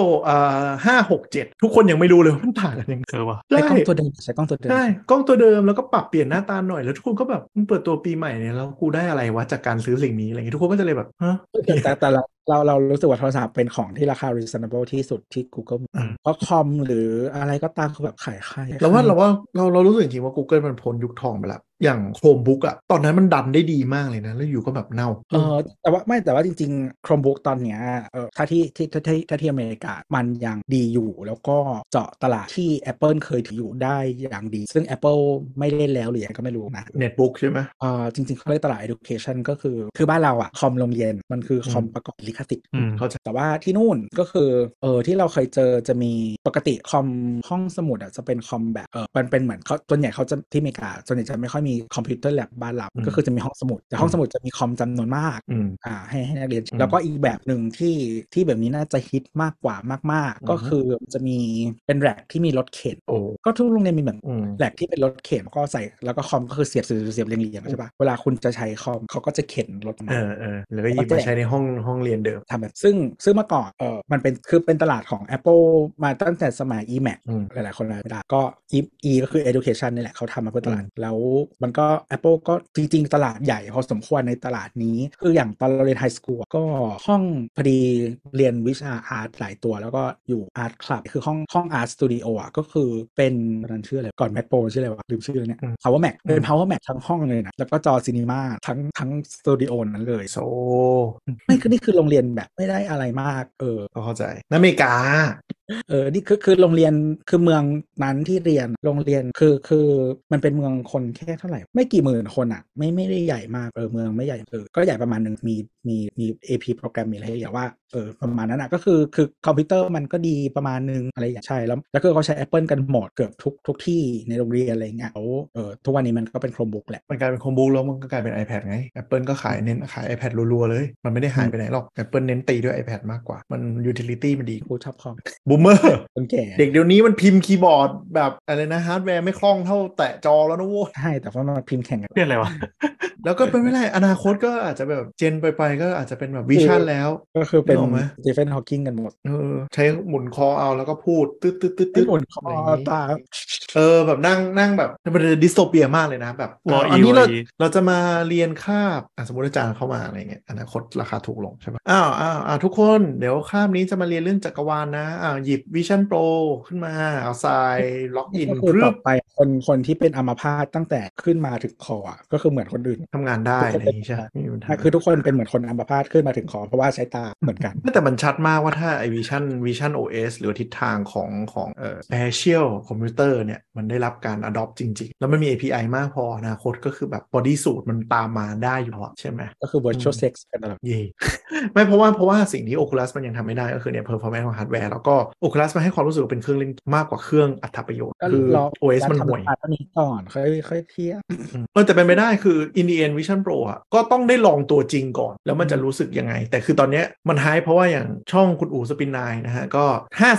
Speaker 4: 567ทุกคนยังไม่รู้เลยว่ามันต่างกันยังไง
Speaker 3: ว่ะ
Speaker 2: ใช้กล้องตัวเดิมใช้กล้องตัวเดิม
Speaker 4: ใช่กล้องตัวเดิมแล้วก็ปรับเปลี่ยนหน้าตาหน่อยแล้วทุกคนก็แบบมึงเปิดตัวปีใหม่เนี่ยแล้วกูได้อะไรวะจากการซื้อสิ่งนี้อะไรเงี้ยทุกคนก็จะเลยแบบ
Speaker 2: แต่เรารู้สึกว่าโทรศัพท์เป็นของที่ราคา reasonable ที่สุดที่ Google มีเพราะคอมหรืออะไรก็ตามคือแบบขายค่าย
Speaker 4: เรารู้สึกจริงๆว่า Google มันพ้นยุคทองไปแล้วอย่าง Chromebook อะตอนนั้นมันดันได้ดีมากเลยนะแล้วอยู่ก็แบบเน่า
Speaker 2: แต่ว่าจริงๆ Chromebook ตอนเนี้ยถ้าที่อเมริกามันยังดีอยู่แล้วก็เจาะตลาดที่ Apple เคยถืออยู่ได้อย่างดีซึ่ง Apple ไม่เล่นแล้วหรือยังก็ไม่รู้นะ
Speaker 4: Netbook ใช่ไหม
Speaker 2: จริงๆเขาเรียกตลาด education ก็คือบ้านเราอะคอมโรงเรียนมันคือคอมประกอบลิขสิทธิ์แต่ว่าที่นู่นก็คือที่เราเคยเจอจะมีปกติคอมห้องสมุดอะจะเป็นคอมแบบมันเป็นเหมือนเขาส่วนใหญ่เขาจะที่อเมริกาส่วนใหญ่จะไม่ค่อยมีคอมพิวเตอร์แลบบ้านเราก็คือจะมีห้องสมุดแต่ห้องสมุดจะมีคอมจำนวนมากให้นักเรียนแล้วก็อีกแบบหนึ่งที่แบบนี้น่าจะฮิตมากกว่ามากๆก็คือจะมีเป็นแร็คที่มีรถเข็นก็ทุกโรงเรียนมีแบบแร็คที่เป็นรถเข็นก็ใส่แล้วก็คอมก็คือเสียบเรียงๆใช่ปะเวลาคุณจะใช้คอมเขาก็จะเข็นรถมา
Speaker 4: แล้วก็หยิบมาใช้ในห้องเรียนเดิม
Speaker 2: ทำแบบซึ่งเมื่อก่อนมันเป็นตลาดของ Apple มาตั้งแต่สมัย eMac หลายๆคนไม่ได้ก็ E ก็คือ education นี่แหละเขาทำมาเพื่อตลาดแล้วมันก็ Apple ก็จริงๆตลาดใหญ่พอสมควรในตลาดนี้คืออย่างตอนเราเรียนไฮสคูลก็ห้องพอดีเรียนวิชาอาร์ตหลายตัวแล้วก็อยู่อาร์ตคลับคือห้องอาร์ตสตูดิโออ่ะก็คือเป็นนั้นชื่ออะไรก่อน Mac Pro ชื่ออะไรวะลืมชื่อเนี่ย Power Mac เป็น Power Mac ทั้งห้องเลยนะแล้วก็จอซีนีมาทั้งสตูดิโอนั้นเลยไม่คือนี่คือโรงเรียนแบบไม่ได้อะไรมาก
Speaker 4: ก็เข้าใจอเมริกา
Speaker 2: นี่คือโรงเรียนคือเมืองนั้นที่เรียนโรงเรียนคือมันเป็นเมืองคนแค่เท่าไหร่ไม่กี่หมื่นคนอ่ะไม่ได้ใหญ่มากเมืองไม่ใหญ่ก็ใหญ่ประมาณนึงมี AP โปรแกรมมีอะไรอย่างว่าประมาณนั้นอ่ะก็คือคอมพิวเตอร์มันก็ดีประมาณนึงอะไรอย่างใช่แล้วก็เขาใช้ Apple กันหมดเกือบทุกที่ในโรงเรียนอะไรเงี้ยทุกวันนี้มันก็เป็น Chromebook แหละ
Speaker 4: มันกลายเป็น Chromebook แล้วมันก็กลายเป็น iPad ไง Apple ก็ขาย iPad รัวๆเลยมันไม่ได้หายไปไหนหรอก Apple เน้นตีด้วย iPad มากกว่ามัน utility มันดี
Speaker 2: กูชอบคอม
Speaker 4: บูมเมอร์
Speaker 2: คนแก่
Speaker 4: เด็กเดี๋ยวนี้มันพิมพ์คีย์บอร์ดแบบอะไรนะฮาร์ดแวร์ไม่คล่องเท่าแตะจอแล้วนะโว้ย
Speaker 2: ใช่แต่ว่ามันพิมพ์แข่งกัน
Speaker 3: เรื่องอะไรวะ
Speaker 4: แล้วก็เป็นไม่ได้อนาคตก็อาจจะแบบเจนไปก็อาจจะเป็นแบบวิชั่นแล้ว
Speaker 2: ก็คือเป็นสตีเฟนฮอว์กิงกันหมด
Speaker 4: ใช้หมุนคอเอาแล้วก็พูดตึ๊ด
Speaker 2: หมุนคอตา
Speaker 4: แบบนั่งแบบมันเป็นดิสโทเปียมากเลยนะแบบอันนี้เราจะมาเรียนคาบสมมติอาจารย์เข้ามาอะไรเงี้ยอนาคตราคาถูกลงใช่ไหมทุกคนเดี๋ยวคาบนี้จะมาเรียนเรื่องจักรวาลนะหยิบ Vision Pro ขึ้นมาเอาใส่ล็อกอิน
Speaker 2: คือต่อไปคนที่เป็นอัมพาตตั้งแต่ขึ้นมาถึงคอก็คือเหมืมือนคนอื่น
Speaker 4: ทำงานได้อะไรอย่างนี้ใช่ไหม
Speaker 2: คือทุกคนเป็นเหมือนคนอัมพาตขึ้นมาถึงคอเพราะว่าใช้ตาเหมือนกัน
Speaker 4: แต่มันชัดมากว่าถ้าไอ้ Vision OS หรือทิศทางของSpatial Computer เนี่ยมันได้รับการ adopt จริงๆแล้วมันมี API มากพออนาคตก็คือแบบ body suit มันตามมาได้อยู่ใช่ไหม
Speaker 2: ก็คือ virtual sex กันตลอด
Speaker 4: ไม่เพราะว่าสิ่งที่ Oculus มันยังทำไม่ได้ก็คือเนี่ย performance ของฮาร์ดแวร์แล้วก็ Oculus มันให้ความรู้สึกเป็นเครื่องเล่นมากกว่าเครื่องอัตประโยชน์คือ OS มันห่วย
Speaker 2: ตอนนี้ก่อนค่อยเทียบ
Speaker 4: แต่เป็นไปได้คือ in the end Vision Pro อ่ะก็ต้องได้ลองตัวจริงก่อนแล้วมันจะรู้สึกยังไงแต่คือตอนนี้มันไฮเพราะว่าอย่างช่องคุณอู๋สปินไนนะฮะก็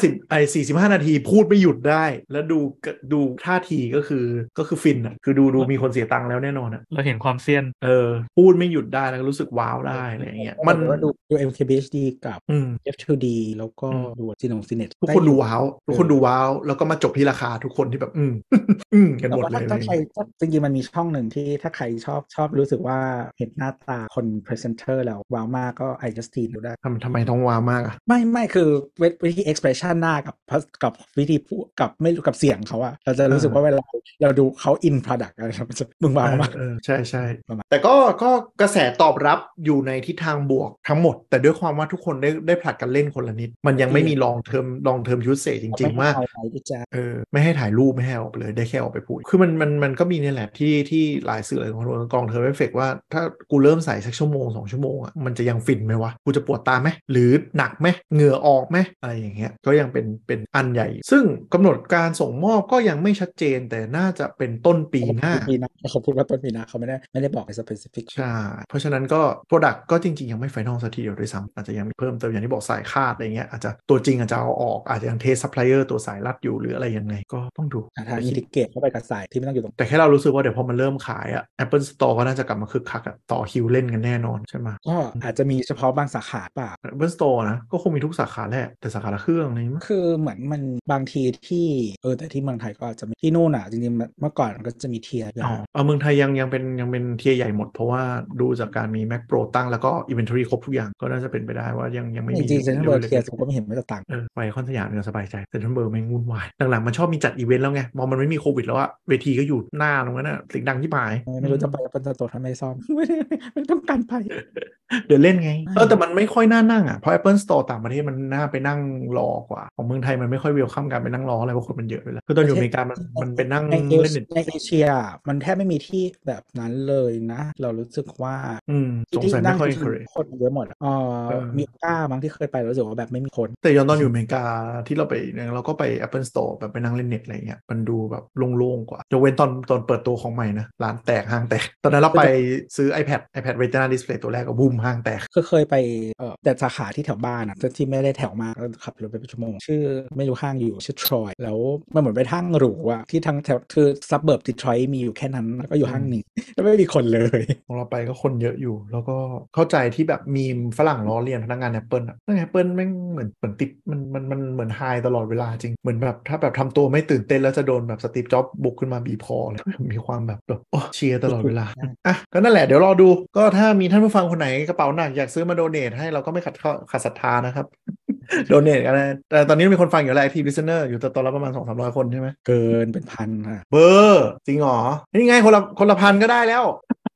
Speaker 4: 45 นาทีพูดไม่หยุดได้แล้วดูท่าทีก็คือฟินอ่ะคือดูมีคนเสียตังค์แล้วแน่นอนอ่ะ
Speaker 3: เราเห็นความเซียน
Speaker 4: พูดไม่หยุดได้แล้วรู้สึกว้าวได้อะไรอย่างเงี้ย
Speaker 2: มันดู MKBHD กับ F2D แล้วก็ดูซีเน็ต
Speaker 4: ทุกคนดูว้าวแล้วก็มาจบที่ราคาทุกคนที่แบบกันหมดเลย
Speaker 2: ถ้าใครจริงๆมันมีช่องหนึ่งที่ถ้าใครชอบรู้สึกว่าเห็นหน้าตาคน presenter แล้วว้าวมากก็ iJustine ดูได้
Speaker 4: ทำไมต้องว้าวมากอ่ะ
Speaker 2: ไม่คือวิธี expression หน้ากับวิธีพูดกับไม่รู้กับเสียงเขาอะเราจะรู้สึกว่าเวลาเราดูเขา in product อะไรมึงว้าวมาก
Speaker 4: ใช่แต่ก็กระแสตอบรับอยู่ในทิศทางบวกทั้งหมดแต่ด้วยความว่าทุกคนได้ผลัดกันเล่นคนละนิดมันยังไม่มี long term long term usage จริงๆว่าไม่ให้ถ่ายรูปไม่ให้ออกไปเลยได้แค่ออกไปพูดคือมันก็มีนี่แหละที่หลายสื่อเลยของกองเทอร์เอฟเฟกว่าถ้ากูเริ่มใส่สักชั่วโมง2 ชั่วโมงอ่ะมันจะยังฟินไหมวะกูจะปวดตาไหมหรือหนักไหมเหงื่อออกไหมอะไรอย่างเงี้ยก็ยังเป็นอันใหญ่ซึ่งกำหนดการส่งมอบก็ยังไม่ชัดเจนแต่น่าจะเป็นต้นปีหน้า
Speaker 2: เขาพูดว่าต้นปีหน้าเขาไม่ได้บอกใน specific
Speaker 4: ใช่เพราะฉะนั้นก็ product ก็จริงๆยังไม่ final สักทีเดียวด้วยซ้ำอาจจะยังมีเพิ่มเติมอย่างที่บอกสายคาดอะไรเงี้ยอาจจะตัวจริงอาจจะเอาออกอาจจะยังเทสซัพพลายเออร์ตัวสายรัดอยู่หรืออะไรยังไงก็ต้องดู
Speaker 2: ทางอินทิเกรตเข้าไปกับสายที่ไม่ต้องอยู่ตรง
Speaker 4: แต่แค่เรารู้สึกว่าเดี๋ยวพอมันเริ่มขายอะ Apple Store ก็น่าจะกลับมาคึกคักอะต่อคิวเล่นกันแน่นอนใช่ไหม
Speaker 2: ก็อาจจะมีเฉพาะบางสาขาป่ะ
Speaker 4: Apple Store นะก็คงมีทุกสาขาแหละแต่สาขาละเครื่องนี่
Speaker 2: คือเหมือนมันบางทีที่แต่ที่เมืองไทยก็อาจจะมีที่นู่นอ่ะจริงๆเมื่อก่อนมันก็จะมีเทียร์
Speaker 4: เมืองไทยยังเป็นเทียร์ใหญ่หมดเพราะว่าดูจากการมี Mac Pro ตั้งแล้วก็ Inventory ครบทุกอย่างก็น่าจะเป็นไปได้ว่ายังไม่มี
Speaker 2: จริงๆเซ็นทรัลเวิลด์เทียร์ผมก็ไม่เห็นไม่ต่าง
Speaker 4: ไปคอนสยามเนี่ยสบายใจเซ็นทรัลเวิลด์ไม่งุ่นวายหลังๆมันชอบมีจัดอีเวนต์แล้วไงมองมันไม่มีโควิดแล้วอะเวทีก็อยู่หน้าตรงนั้นน่ะเสียงดังที่หาย
Speaker 2: ไม่รู้จะไปเป็นตัวทำไมซ่อมไม่ต้องการไป
Speaker 4: เดี๋ยวเล่นไงแต่มันไม่ค่อยน่านั่งอ่ะเพราะ Apple Store ต่างประเทศมันน่าไปนั่งรอกว่าของเมืองไทยมันไม่ค่อยเวลคัมการไปนั่งรออะไรเพราะคนมันเยอะเลยละคือตอนอยู่อเมริกามันเป็นนั่งเล่น
Speaker 2: ในเอเชียมันแทบไม่มีที่แบบนั้นเลยนะเรารู้สึกว่า
Speaker 4: สงสัยไม่ค่อย
Speaker 2: คนเยอะหมดมีก้ามั้งที่เคยไปรู้สึกว่าแบบไม่มีคน
Speaker 4: แต่ตอนอยู่อเมริกาที่เราไปเราก็ไป Apple Store แบบไปนั่งเล่นเน็ตอะไรเงี้ยมันดูแบบโล่งๆกว่ายกเว้นตอนเปิดตัวของใหม่นะร้านแตกห้างแตกตอนนั้นเราไปซื้อ iPad Retina Display ตัวแรกก็บูมห้างแตก
Speaker 2: เคยไปแต่สาขาที่แถวบ้านอะที่ไม่ได้แถวมากก็ขับรถไปเป็นชั่วโมงชื่อไม่รู้ห้างอยู่ชื่อทรอยแล้วมันเหมือนไปห้างหรูอะที่ทั้งแถวคือซับเบิร์บดิทรอยต์มีอยู่แค่นั้นแล้วก็อยู่ห้างนี้แล้วไม่มีคนเลย
Speaker 4: ของเราไปก็คนเยอะอยู่แล้วก็เข้าใจที่แบบมีมฝรั่งล้อเลียนพนักงาน Apple อะApple แม่งเหมือนติดมันเหมือนไฮตลอดเวลาจริงเหมือนแบบถ้าแบบทำตัวไม่ตื่นเต้นแล้วจะโดนแบบสตีฟจ็อบส์บุกขึ้นมาบีบคอเลยมีความแบบเชียร์ตลอดเวลาอ่ะก็นั่นแหละเดี๋ยวรอดูก็ถ้ามีท่านผู้ฟังคนไหนกระเป๋าหนักอยากซื้อมาโดเนทให้เราก็ไม่ขัดศรัทธานะครับโดเนทกันนะแต่ตอนนี้มีคนฟังอยู่แล้ว Active Listener อยู่ตอนละประมาณ 200-300 คนใช่ไหม
Speaker 2: เกินเป็นพันค่ะ
Speaker 4: เบอร์จริงหรอนี่ไงคนละพันก็ได้แล้ว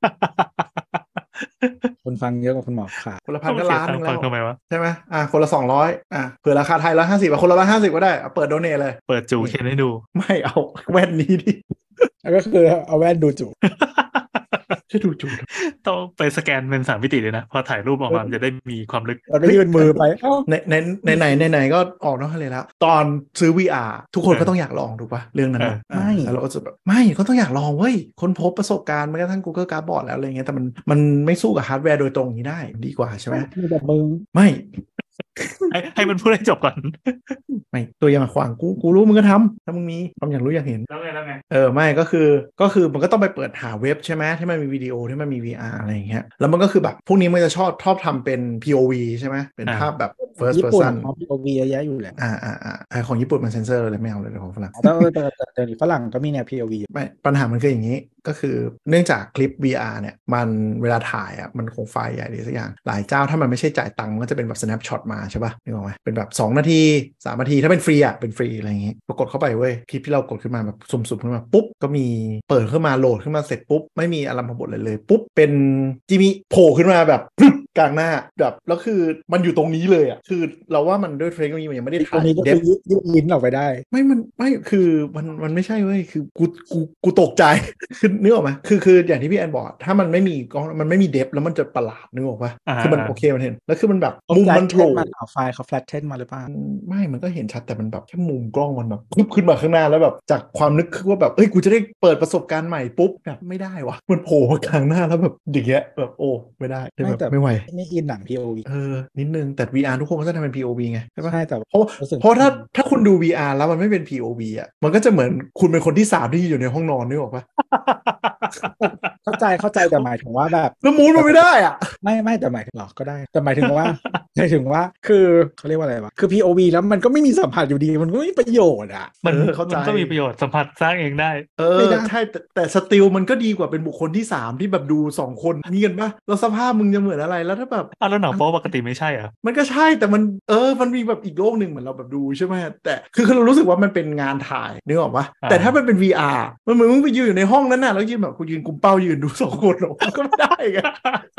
Speaker 2: คนฟังเยอะกว่าคุณหมอค่ะ
Speaker 4: คนละพันก็ล้านนึงแล้ว
Speaker 3: ทำไมวะ
Speaker 4: ใช่ไหมคนละ200เผื่อราคาไทย150คนละ150ก็ได้เปิดโดเนทเลย
Speaker 3: เปิดจูเขียนให้ดู
Speaker 4: ไม่เอาแว่นนี้ดิ
Speaker 2: ก็คือเอาแว่นดูจู
Speaker 4: จะดูจู
Speaker 3: ต้องไปสแกนเป็น3 มิติเลยนะพอถ่ายรูปออกมาจะได้มีความลึก
Speaker 2: แล้วก็ยื่นมือไป
Speaker 4: ในก็ออกนอกทะเลแล้วตอนซื้อ VR ทุกคนก็ต้องอยากลองถูกป่ะเรื่องนั้น
Speaker 2: ไม่
Speaker 4: แล้วเราก็จะแบบไม่ก็ต้องอยากลองเว้ยคนพบประสบการณ์แม้กระทั่ง Google Cardboard แล้วอะไรเงี้ยแต่มันไม่สู้กับฮาร์ดแวร์โดยตรงนี้ได้ดีกว่าใช่ไหม
Speaker 2: แบบมึง
Speaker 4: ไม่
Speaker 3: ให้มันพูดให้จบก่อน
Speaker 4: ไม่ตัวอย่างขวางกูรู้มึงก็ทำถ้ามึงมีความอยากรู้อยากเห็น
Speaker 3: แล้วไง
Speaker 4: ไม่ก็คือมันก็ต้องไปเปิดหาเว็บใช่ไหมที่มันมีวิดีโอที่มันมี VR อะไรอย่างเงี้ยแล้วมันก็คือแบบพวกนี้มันจะชอบทำเป็น POV ใช่ไหมเป็นภาพแบบ first person
Speaker 2: POV เยอะแยะอยู่แหละ
Speaker 4: ของญี่ปุ่นมันเซ็นเซอร์เลยไม่เอาเลยของฝรั่ง
Speaker 2: แต่ฝรั่งก็มีแนว POV
Speaker 4: ไม่ปัญหามันคืออย่างนี้ก็คือเนื่องจากคลิป VR เนี่ยมันเวลาถ่ายมันคงไฟล์ใหญ่ดีสักอย่างหลายเจ้าถ้ามันไม่ใช่จ่ายตังค์มันก็จะเป็นแบบ snapshot มาใช่ป่ะนึกออกไหมเป็นแบบ2 นาที 3 นาทีถ้าเป็นฟรีเป็นฟรีอะไรอย่างงี้ปรากฏเข้าไปเว้ยคลิปที่เรากดขึ้นมาแบบสุ่มๆขึ้นมาปุ๊บก็มีเปิดขึ้นมาโหลดขึ้นมาเสร็จปุ๊บไม่มีอารมณ์พบทเลยปุ๊บเป็นจิมิโผล่ขึ้นมาแบบกลางหน้าแบบแล้วคือมันอยู่ตรงนี้เลยคือเราว่ามันด้วยเทคโนโลยีมันยังไม่ได้ถ่าย
Speaker 2: เดฟยืดลิ้นออกไปได้
Speaker 4: ไม่คือมันไม่ใช่เว้ยคือกูตกใจคือนึกออกไหมคืออย่างที่พี่แอนบอกถ้ามันไม่มีกล้องมันไม่มีเดฟแล้วมันจะประหลาดนึกออกปะคือมันโอเคมันเห็นแล้วคือมันแบบมุมมันโผล่
Speaker 2: ไฟล์เขาแฟลชเทนมาหรือเปล่า
Speaker 4: ไม่มันก็เห็นชัดแต่มันแบบแค่มุมกล้องมันแบบขึ้นมาข้างหน้าแล้วแบบจากความนึกคือว่าแบบกูจะได้เปิดประสบการณ์ใหม่ปุ๊บแบบไม่ได้วะมันโผล่มากลางหน้าแล้วแบบอย่างเงี้ยแบบโอ้ไม่ได้แบบไม่ไหว
Speaker 2: ไม่อินหนัง POV
Speaker 4: นิดนึงแต่ VR ทุกคนก็จะทำเป็น POV ไงใช่ปะ
Speaker 2: ใช่แต่
Speaker 4: เพราะถ้าคุณดู VR แล้วมันไม่เป็น POV มันก็จะเหมือนคุณเป็นคนที่3ที่อยู่ในห้องนอนนึกออกปะ
Speaker 2: เข้าใจแต่หมายถึงว่าแบบ
Speaker 4: แล้วมูนมันไม่ได้
Speaker 2: ไม่แต่หมายถึงหรอก็ได้แต่หมายถึงว่าคือเขาเรียกว่าอะไรวะคือ POV แล้วมันก็ไม่มีสัมผัสอยู่ดีมันก็ไม่มีประโยชน์
Speaker 3: มันก็มีประโยชน์สัมผัสสร้างเองได้
Speaker 4: ใช่แต่สติลมันก็ดีกว่าเป็นบุคคลที่3ที่แบบดู2 คนนี่กันปะแล้วสภาพมึงจะเหมือนอะไรแล้วถ้าแบบ
Speaker 3: แล้วหนังโป๊ปกติไม่ใช่
Speaker 4: มันก็ใช่แต่มันมันมีแบบอีกโลกหนึ่งเหมือนเราแบบดูใช่ไหมแต่คือเรารู้สึกว่ามันเป็นงานถ่ายนึกออกปะแต่ถ้ามันเป็น VR มันเหมือนมึงไปยืนอยู่ในห้องนั้นน่ะแล้วยืนแบบกูยืนกุมเป้ายืนดู2 คนหรอกก็ไม่ได้ไง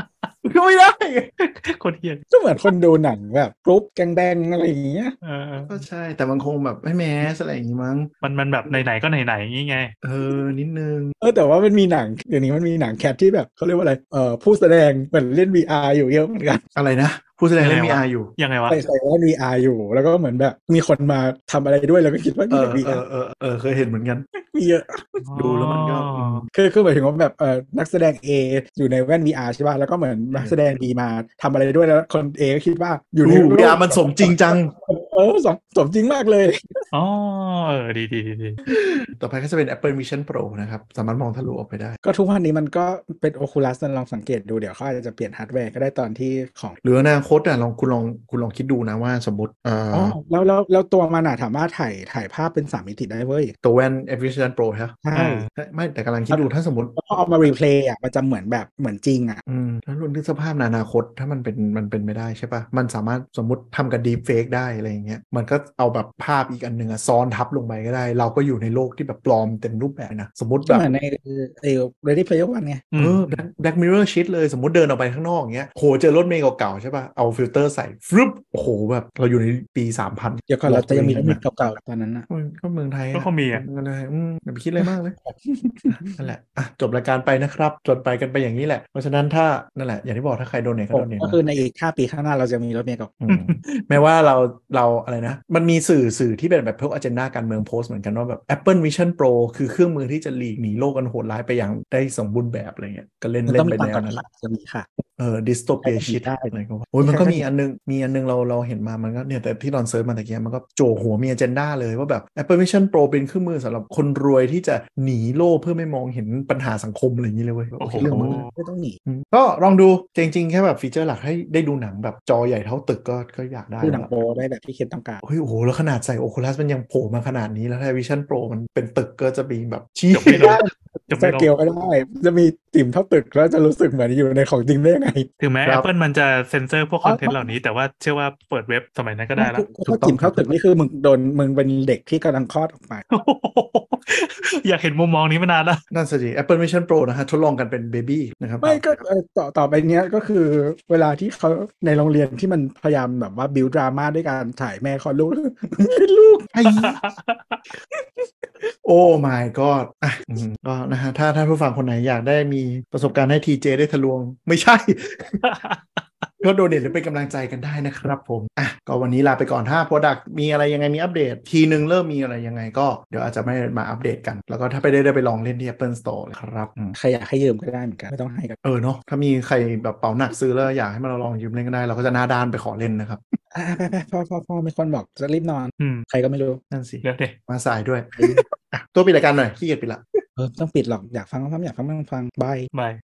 Speaker 4: ก็ไม่ได้
Speaker 3: คนเฮีย
Speaker 2: ก็เหมือนคนดูหนังแบบกรุ๊ปแกงแบงอะไรอย่างเงี้ย
Speaker 4: ก็ใช่แต่มันคงแบบไม่แมสอะไรอย่างงี้มั้ง
Speaker 3: มันแบบไหนๆก็ไหนๆงี้ไง
Speaker 4: นิดนึง
Speaker 2: แต่ว่ามันมีหนังเดี๋ยวนี้มันมีหนังแคทที่แบบเขาเรียกว่าอะไรผู้แสดงเหมือนเล่น VR อยู่เยอะเหมือนกัน
Speaker 4: อะไรนะผู้แสดงเล่น
Speaker 3: ยังไงวะ
Speaker 4: VR อยู่
Speaker 3: ยังไงวะ
Speaker 2: ใส่ว่า VR อยู่แล้วก็เหมือนแบบมีคนมาทำอะไรด้วยแล้วก็คิดว่านี่เป็น VR
Speaker 4: เคยเห็นเหมือนกัน
Speaker 2: มีเยอะ
Speaker 4: ดูแล้วมันก็
Speaker 2: คือหมายถึงว่าแบบนักแสดง A อยู่ในแว่น VR ใช่ป่ะแล้วก็เหมือนนักแสดง B มาทำอะไรด้วยแล้วคน A ก็คิดว่าอยู่ใน
Speaker 4: VR มันสมจริงจัง
Speaker 2: สมจริงมากเลย
Speaker 3: อ๋อดี
Speaker 4: ต่อไปก็จะเป็น Apple Vision Pro นะครับสามารถมองทะลุออกไปได้
Speaker 2: ก็ทุกวันนี้มันก็เป็น Oculus นั่นลองสังเกตดูเดี๋ยวเขาอาจจะเปลี่ยนฮาร์ดแวร์ก็ได้ตอนที่ของ
Speaker 4: หรืออนาคตคุณลองคิดดูนะว่าสมมติ
Speaker 2: แล้วตัวมันถามว่าถ่ายภาพเป็น3 มิติได้เว้ย
Speaker 4: ตัวแว่น Apple Vision Pro ใช่
Speaker 2: ใช่
Speaker 4: ไม่แต่กำลังคิดดูถ้าสมมติ
Speaker 2: แล้วพอเอามารีเพลย์มันจะเหมือนแบบเหมือนจริง
Speaker 4: แล้วนึกสภาพในอนาคตถ้ามันเป็นไม่ได้ใช่ปะมันสามารถสมมติทำกับ Deep Fake ได้อะไรอย่างเงี้ยมันก็เอาแบบภาพอีกอันหนึ่งซ้อนทับลงไปก็ได้ เราก็อยู่ในโลกที่แบบปลอมเต็มรูปแบบนะสมมติแบบ
Speaker 2: เหมือนในReady Player One ไง
Speaker 4: Black Mirror ชิดเลยสมมติเดินออกไปข้างนอกอย่างเงี้ยโหเจอรถเมล์เก่าๆใช่ปะเอาฟิลเตอร์ใส่ฟลุปโอ้โหแบบเราอยู่ในปี 3000
Speaker 2: เดี๋ยวก่อนเราจะยังมีรถเมล์เก่าๆตอนนั้น
Speaker 4: ก็เมืองไทย
Speaker 3: ก็คงมีอ่ะ
Speaker 4: ก็เลยอย่าไปคิดอะไรมากเลย นั่นแหละจบรายการไปนะครับจบไปกันไปอย่างนี้แหละเพราะฉะนั้นถ้านั่นแหละอย่างที่บอกถ้าใครโดเนทก็โดเนท
Speaker 2: ก็คือในอีก5 ปีข้างหน้าเราจะมีรถเมล์เก่า
Speaker 4: แม้ว่าเราอะไรนะมันมีสื่อที่เป็นแบบพวก agenda การเมืองโพสต์เหมือนกันว่าแบบ Apple Vision Pro คือเครื่องมือที่จะหลีกหนีโลกอันโหดร้ายไปอย่างได้สมบูรณ์แบบอะไรเงี้ยก็เล่น
Speaker 2: มันต้องมี
Speaker 4: ไป
Speaker 2: ตอน
Speaker 4: แนว
Speaker 2: ก่อน
Speaker 4: นั้น
Speaker 2: จะมีค่ะ
Speaker 4: ดิสโทเปียชิด
Speaker 2: ได้
Speaker 4: อะไรก็ว่าโอ้ยมันก็มีอันนึงเราเห็นมามันก็เนี่ยแต่ที่ตอนเซิร์ชมาตะเกียมันก็โจหัวมี agenda เลยว่าแบบ Apple Vision Pro เป็นเครื่องมือสำหรับคนรวยที่จะหนีโลกเพื่อไม่มองเห็นปัญหาสังคมอะไรอย่างนี้เลยเว้ย
Speaker 3: โอ้โห
Speaker 2: เรื่องมึงไม่ต้องหนี
Speaker 4: ก็ลองดูจริงๆแค่แบบฟีเจอร์หลักให้ได้ดูหนังแบบจอใหญ่เท่าตึกก็อยากได้
Speaker 2: ดูหนังโปได้แบบที่เคนต้องการ
Speaker 4: โอ้โหแล้วขนาดใส่ Oculus มันยังโผล่มาขนาดนี้แล้วถ้า Vision Pro มันเป็นตึกก็จะมีแบบชี้
Speaker 3: จบไม่ลง จบ
Speaker 2: ส
Speaker 3: ไม่ลง
Speaker 2: เกลก็ได้จะมีติ่มเท่าตึกแล้วจะรู้สึกเหมือนอยู่ในของจริงได้ยังไง
Speaker 3: ถึงแม้ Apple มันจะเซ็นเซอร์พวกคอนเทนต์เหล่านี้แต่ว่าเชื่อว่าเปิดเว็บสมัยนั้นก็ได้แล้ว
Speaker 2: ถ้าติ่มเท่าตึกนี่คือมึงเป็นเด็กที่กำลังคลอดออกมา
Speaker 3: อยากเห็นมุมมองนี้มานานแล้ว
Speaker 4: นั่นสิ Apple Vision Pro นะฮะทดลองกันเป็นเบบี้นะครับ
Speaker 2: ไม่ก็ต่อไปเนี้ยก็คือเวลาที่เขาในโรงเรียนที่มันพยายามแบบว่าบิวดราม่าด้วยการถ่ายแม่คลอดลูก ลูก
Speaker 4: ไอ้โอ้ my god ก็นะฮะถ้าท่านผู้ฟังคนไหนอยากได้มีประสบการณ์ให้ TJ ได้ทะลวงไม่ใช่ ก็โดเนทหรือเป็นกำลังใจกันได้นะครับผมก็วันนี้ลาไปก่อนถ้า Product มีอะไรยังไงมีอัปเดตทีนึงเริ่มมีอะไรยังไงก็เดี๋ยวอาจจะไม่มาอัปเดตกันแล้วก็ถ้าไปได้ไปลองเล่นที่ Apple Store เลยครับ
Speaker 2: ใครอยากให้ยืมก็ได้เหมือนกันไม่ต้องให้กัน
Speaker 4: เนาะถ้ามีใครแบบเป๋าหนักซื้อแล้วอยากให้มาลองยืมเล่นก็ได้เราก็จะหน้าด้านไปขอเล่นนะครับ
Speaker 2: ไปพอมีคนบอกจะรีบนอนใครก็ไม่รู้
Speaker 4: นั่นสิ
Speaker 3: เดี๋ยวดิ
Speaker 4: มาสายด้วย ตัวปิดรายการหน่อยขี้เกียจปิดละ
Speaker 2: ต้องปิดหรอกอยากฟังก็ฟังอยากฟังไม่ต้องฟังบาย